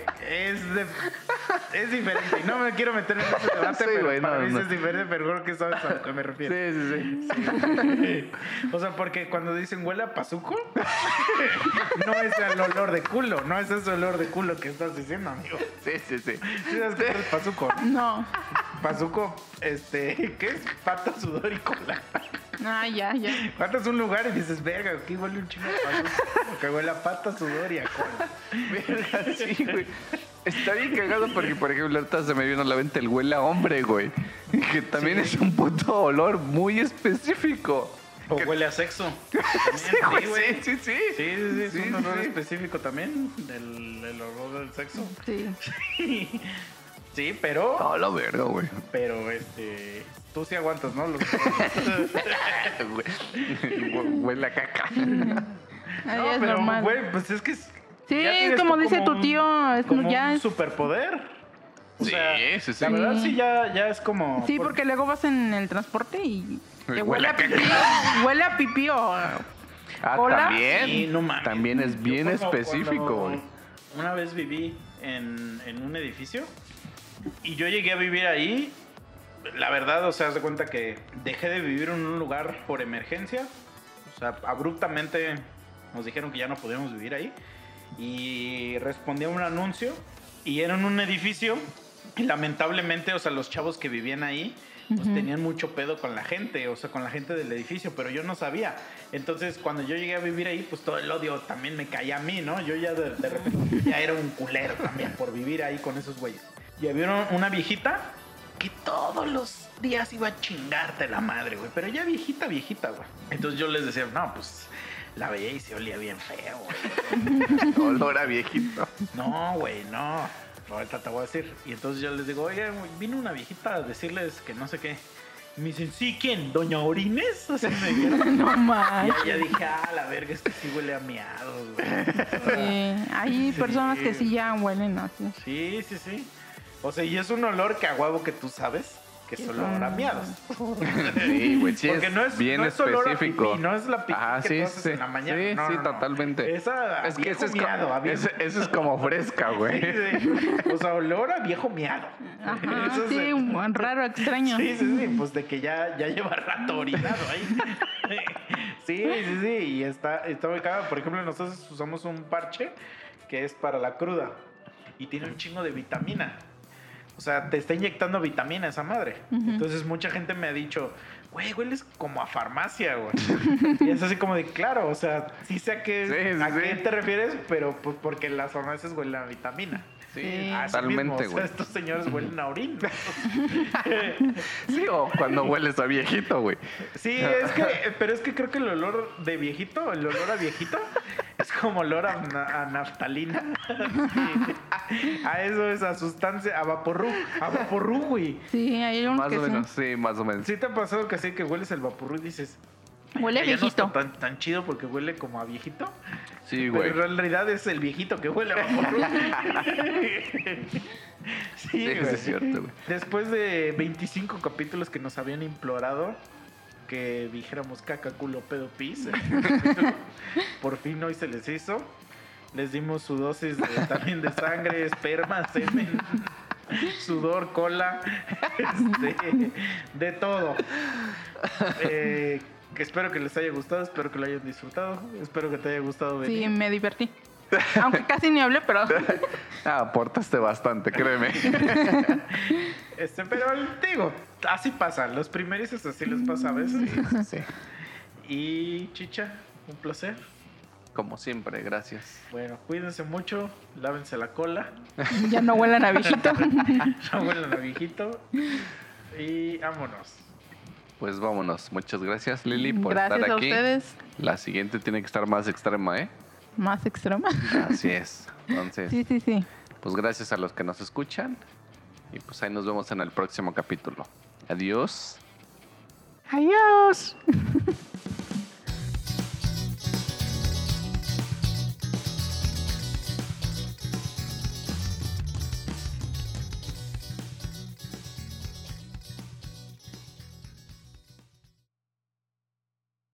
es diferente. Y no me quiero meter en ese debate, Sí, pero güey, para no, mí no. es diferente, pero creo que sabes a lo que me refiero. Sí. O sea, porque cuando dicen huele a pazuco, no es el olor de culo, no es ese olor de culo que estás diciendo, amigo. Sí. ¿Sí sabes qué es pazuco? No. Pazuco, ¿qué es? Pata, sudor y cola. Ah, ya. Faltas un lugar y dices, verga, aquí huele un chingo de pazuco. Que huele a pata, sudor y a cola. Verga, sí, güey. Está bien cagado porque, por ejemplo, ahorita se me vino a la mente el huele a hombre, güey. Que también es un puto olor muy específico. O huele a sexo. Sí, güey, sí. Sí, es un olor específico también del olor del sexo. Sí. Sí, pero... No, la verga, güey. Pero, tú sí aguantas, ¿no? Huele a caca. Ahí No, es pero, normal. güey, pues es que... Sí, ya es tienes como tú dice tu un- tío, es como ya un es- superpoder. O Sí, sea, sí. La verdad sí ya es como... Sí, porque luego vas en el transporte y te Huele a pipí. Huele a pipí o... Ah, ¿Hola? también. Sí, no mames. También es Yo bien cuando específico, güey. Una vez viví en un edificio y yo llegué a vivir ahí. La verdad, o sea, haz de cuenta que dejé de vivir en un lugar por emergencia. O sea, abruptamente nos dijeron que ya no podíamos vivir ahí. Y respondí a un anuncio y era en un edificio. Y lamentablemente, o sea, los chavos que vivían ahí pues tenían mucho pedo con la gente, o sea, con la gente del edificio, pero yo no sabía. Entonces, cuando yo llegué a vivir ahí, pues todo el odio también me caía a mí, ¿no? Yo ya de repente ya era un culero también por vivir ahí con esos güeyes. Y había una viejita que todos los días iba a chingarte la madre, güey, pero ya viejita, güey. Entonces yo les decía, no, pues la veía y se olía bien feo, güey. Olor a viejito. No, güey, no. Ahorita te voy a decir. Y entonces yo les digo, oye, vino una viejita a decirles que no sé qué. Y me dicen, ¿sí? ¿Quién? ¿Doña Orines? Así me dijeron. No Y más. ahí ya dije, la verga, es que sí huele a miados, güey. Sí. Hay personas que sí ya huelen así. Sí. O sea, y es un olor que a huevo que tú sabes que es olor a miados. Sí, güey, sí. Porque es no es, bien no es olor a específico. pipí, no es la pipí Ajá, que sí, tú haces sí. en la mañana. Sí, no, sí, no. totalmente. Esa Es que viejo ese es, miado, a viejo. ese es como fresca, güey. Sí. O sea, olor a viejo miado. Ajá, Eso es sí, el- raro, extraño. Sí, pues de que ya lleva rato orinado ahí. Sí, y está muy cagado. Por ejemplo, nosotros usamos un parche que es para la cruda. Y tiene un chingo de vitamina. O sea, te está inyectando vitamina esa madre. Entonces mucha gente me ha dicho, güey, hueles como a farmacia, güey. Y es así como de, claro, o sea, sí sé a qué te refieres, pero pues porque las farmacias huelen a vitamina. Sí, totalmente, güey. O sea, estos señores huelen a orina. Sí, o cuando hueles a viejito, güey. Sí, pero es que creo que el olor de viejito, el olor a viejito, es como olor a naftalina. Sí. A eso, esa sustancia, a vaporru, güey. Sí, hay unos más o menos, sí, más o menos. ¿Sí te ha pasado que así que hueles el vaporru y dices... Huele viejito. No está tan chido porque huele como a viejito. Sí, güey. Pero en realidad es el viejito que huele a vaporru. Sí, es cierto, güey. Después de 25 capítulos que nos habían implorado que dijéramos caca, culo, pedo, pis, por fin hoy se les hizo. Les dimos su dosis también de sangre, esperma, semen, sudor, cola, de todo. Que espero que les haya gustado, espero que lo hayan disfrutado, espero que te haya gustado venir. Sí, me divertí. Aunque casi ni hablé, pero... aportaste bastante, créeme. Pero digo, así pasa, los primerizos así les pasa a veces. Sí. Y Chicha, un placer. Como siempre, gracias. Bueno, cuídense mucho, lávense la cola. Ya no huelan a viejito. No huelan a viejito. Y vámonos. Pues vámonos. Muchas gracias, Lili, por estar aquí. Gracias a ustedes. La siguiente tiene que estar más extrema, ¿eh? Más extrema. Así es. Entonces, sí. Pues gracias a los que nos escuchan. Y pues ahí nos vemos en el próximo capítulo. Adiós. Adiós.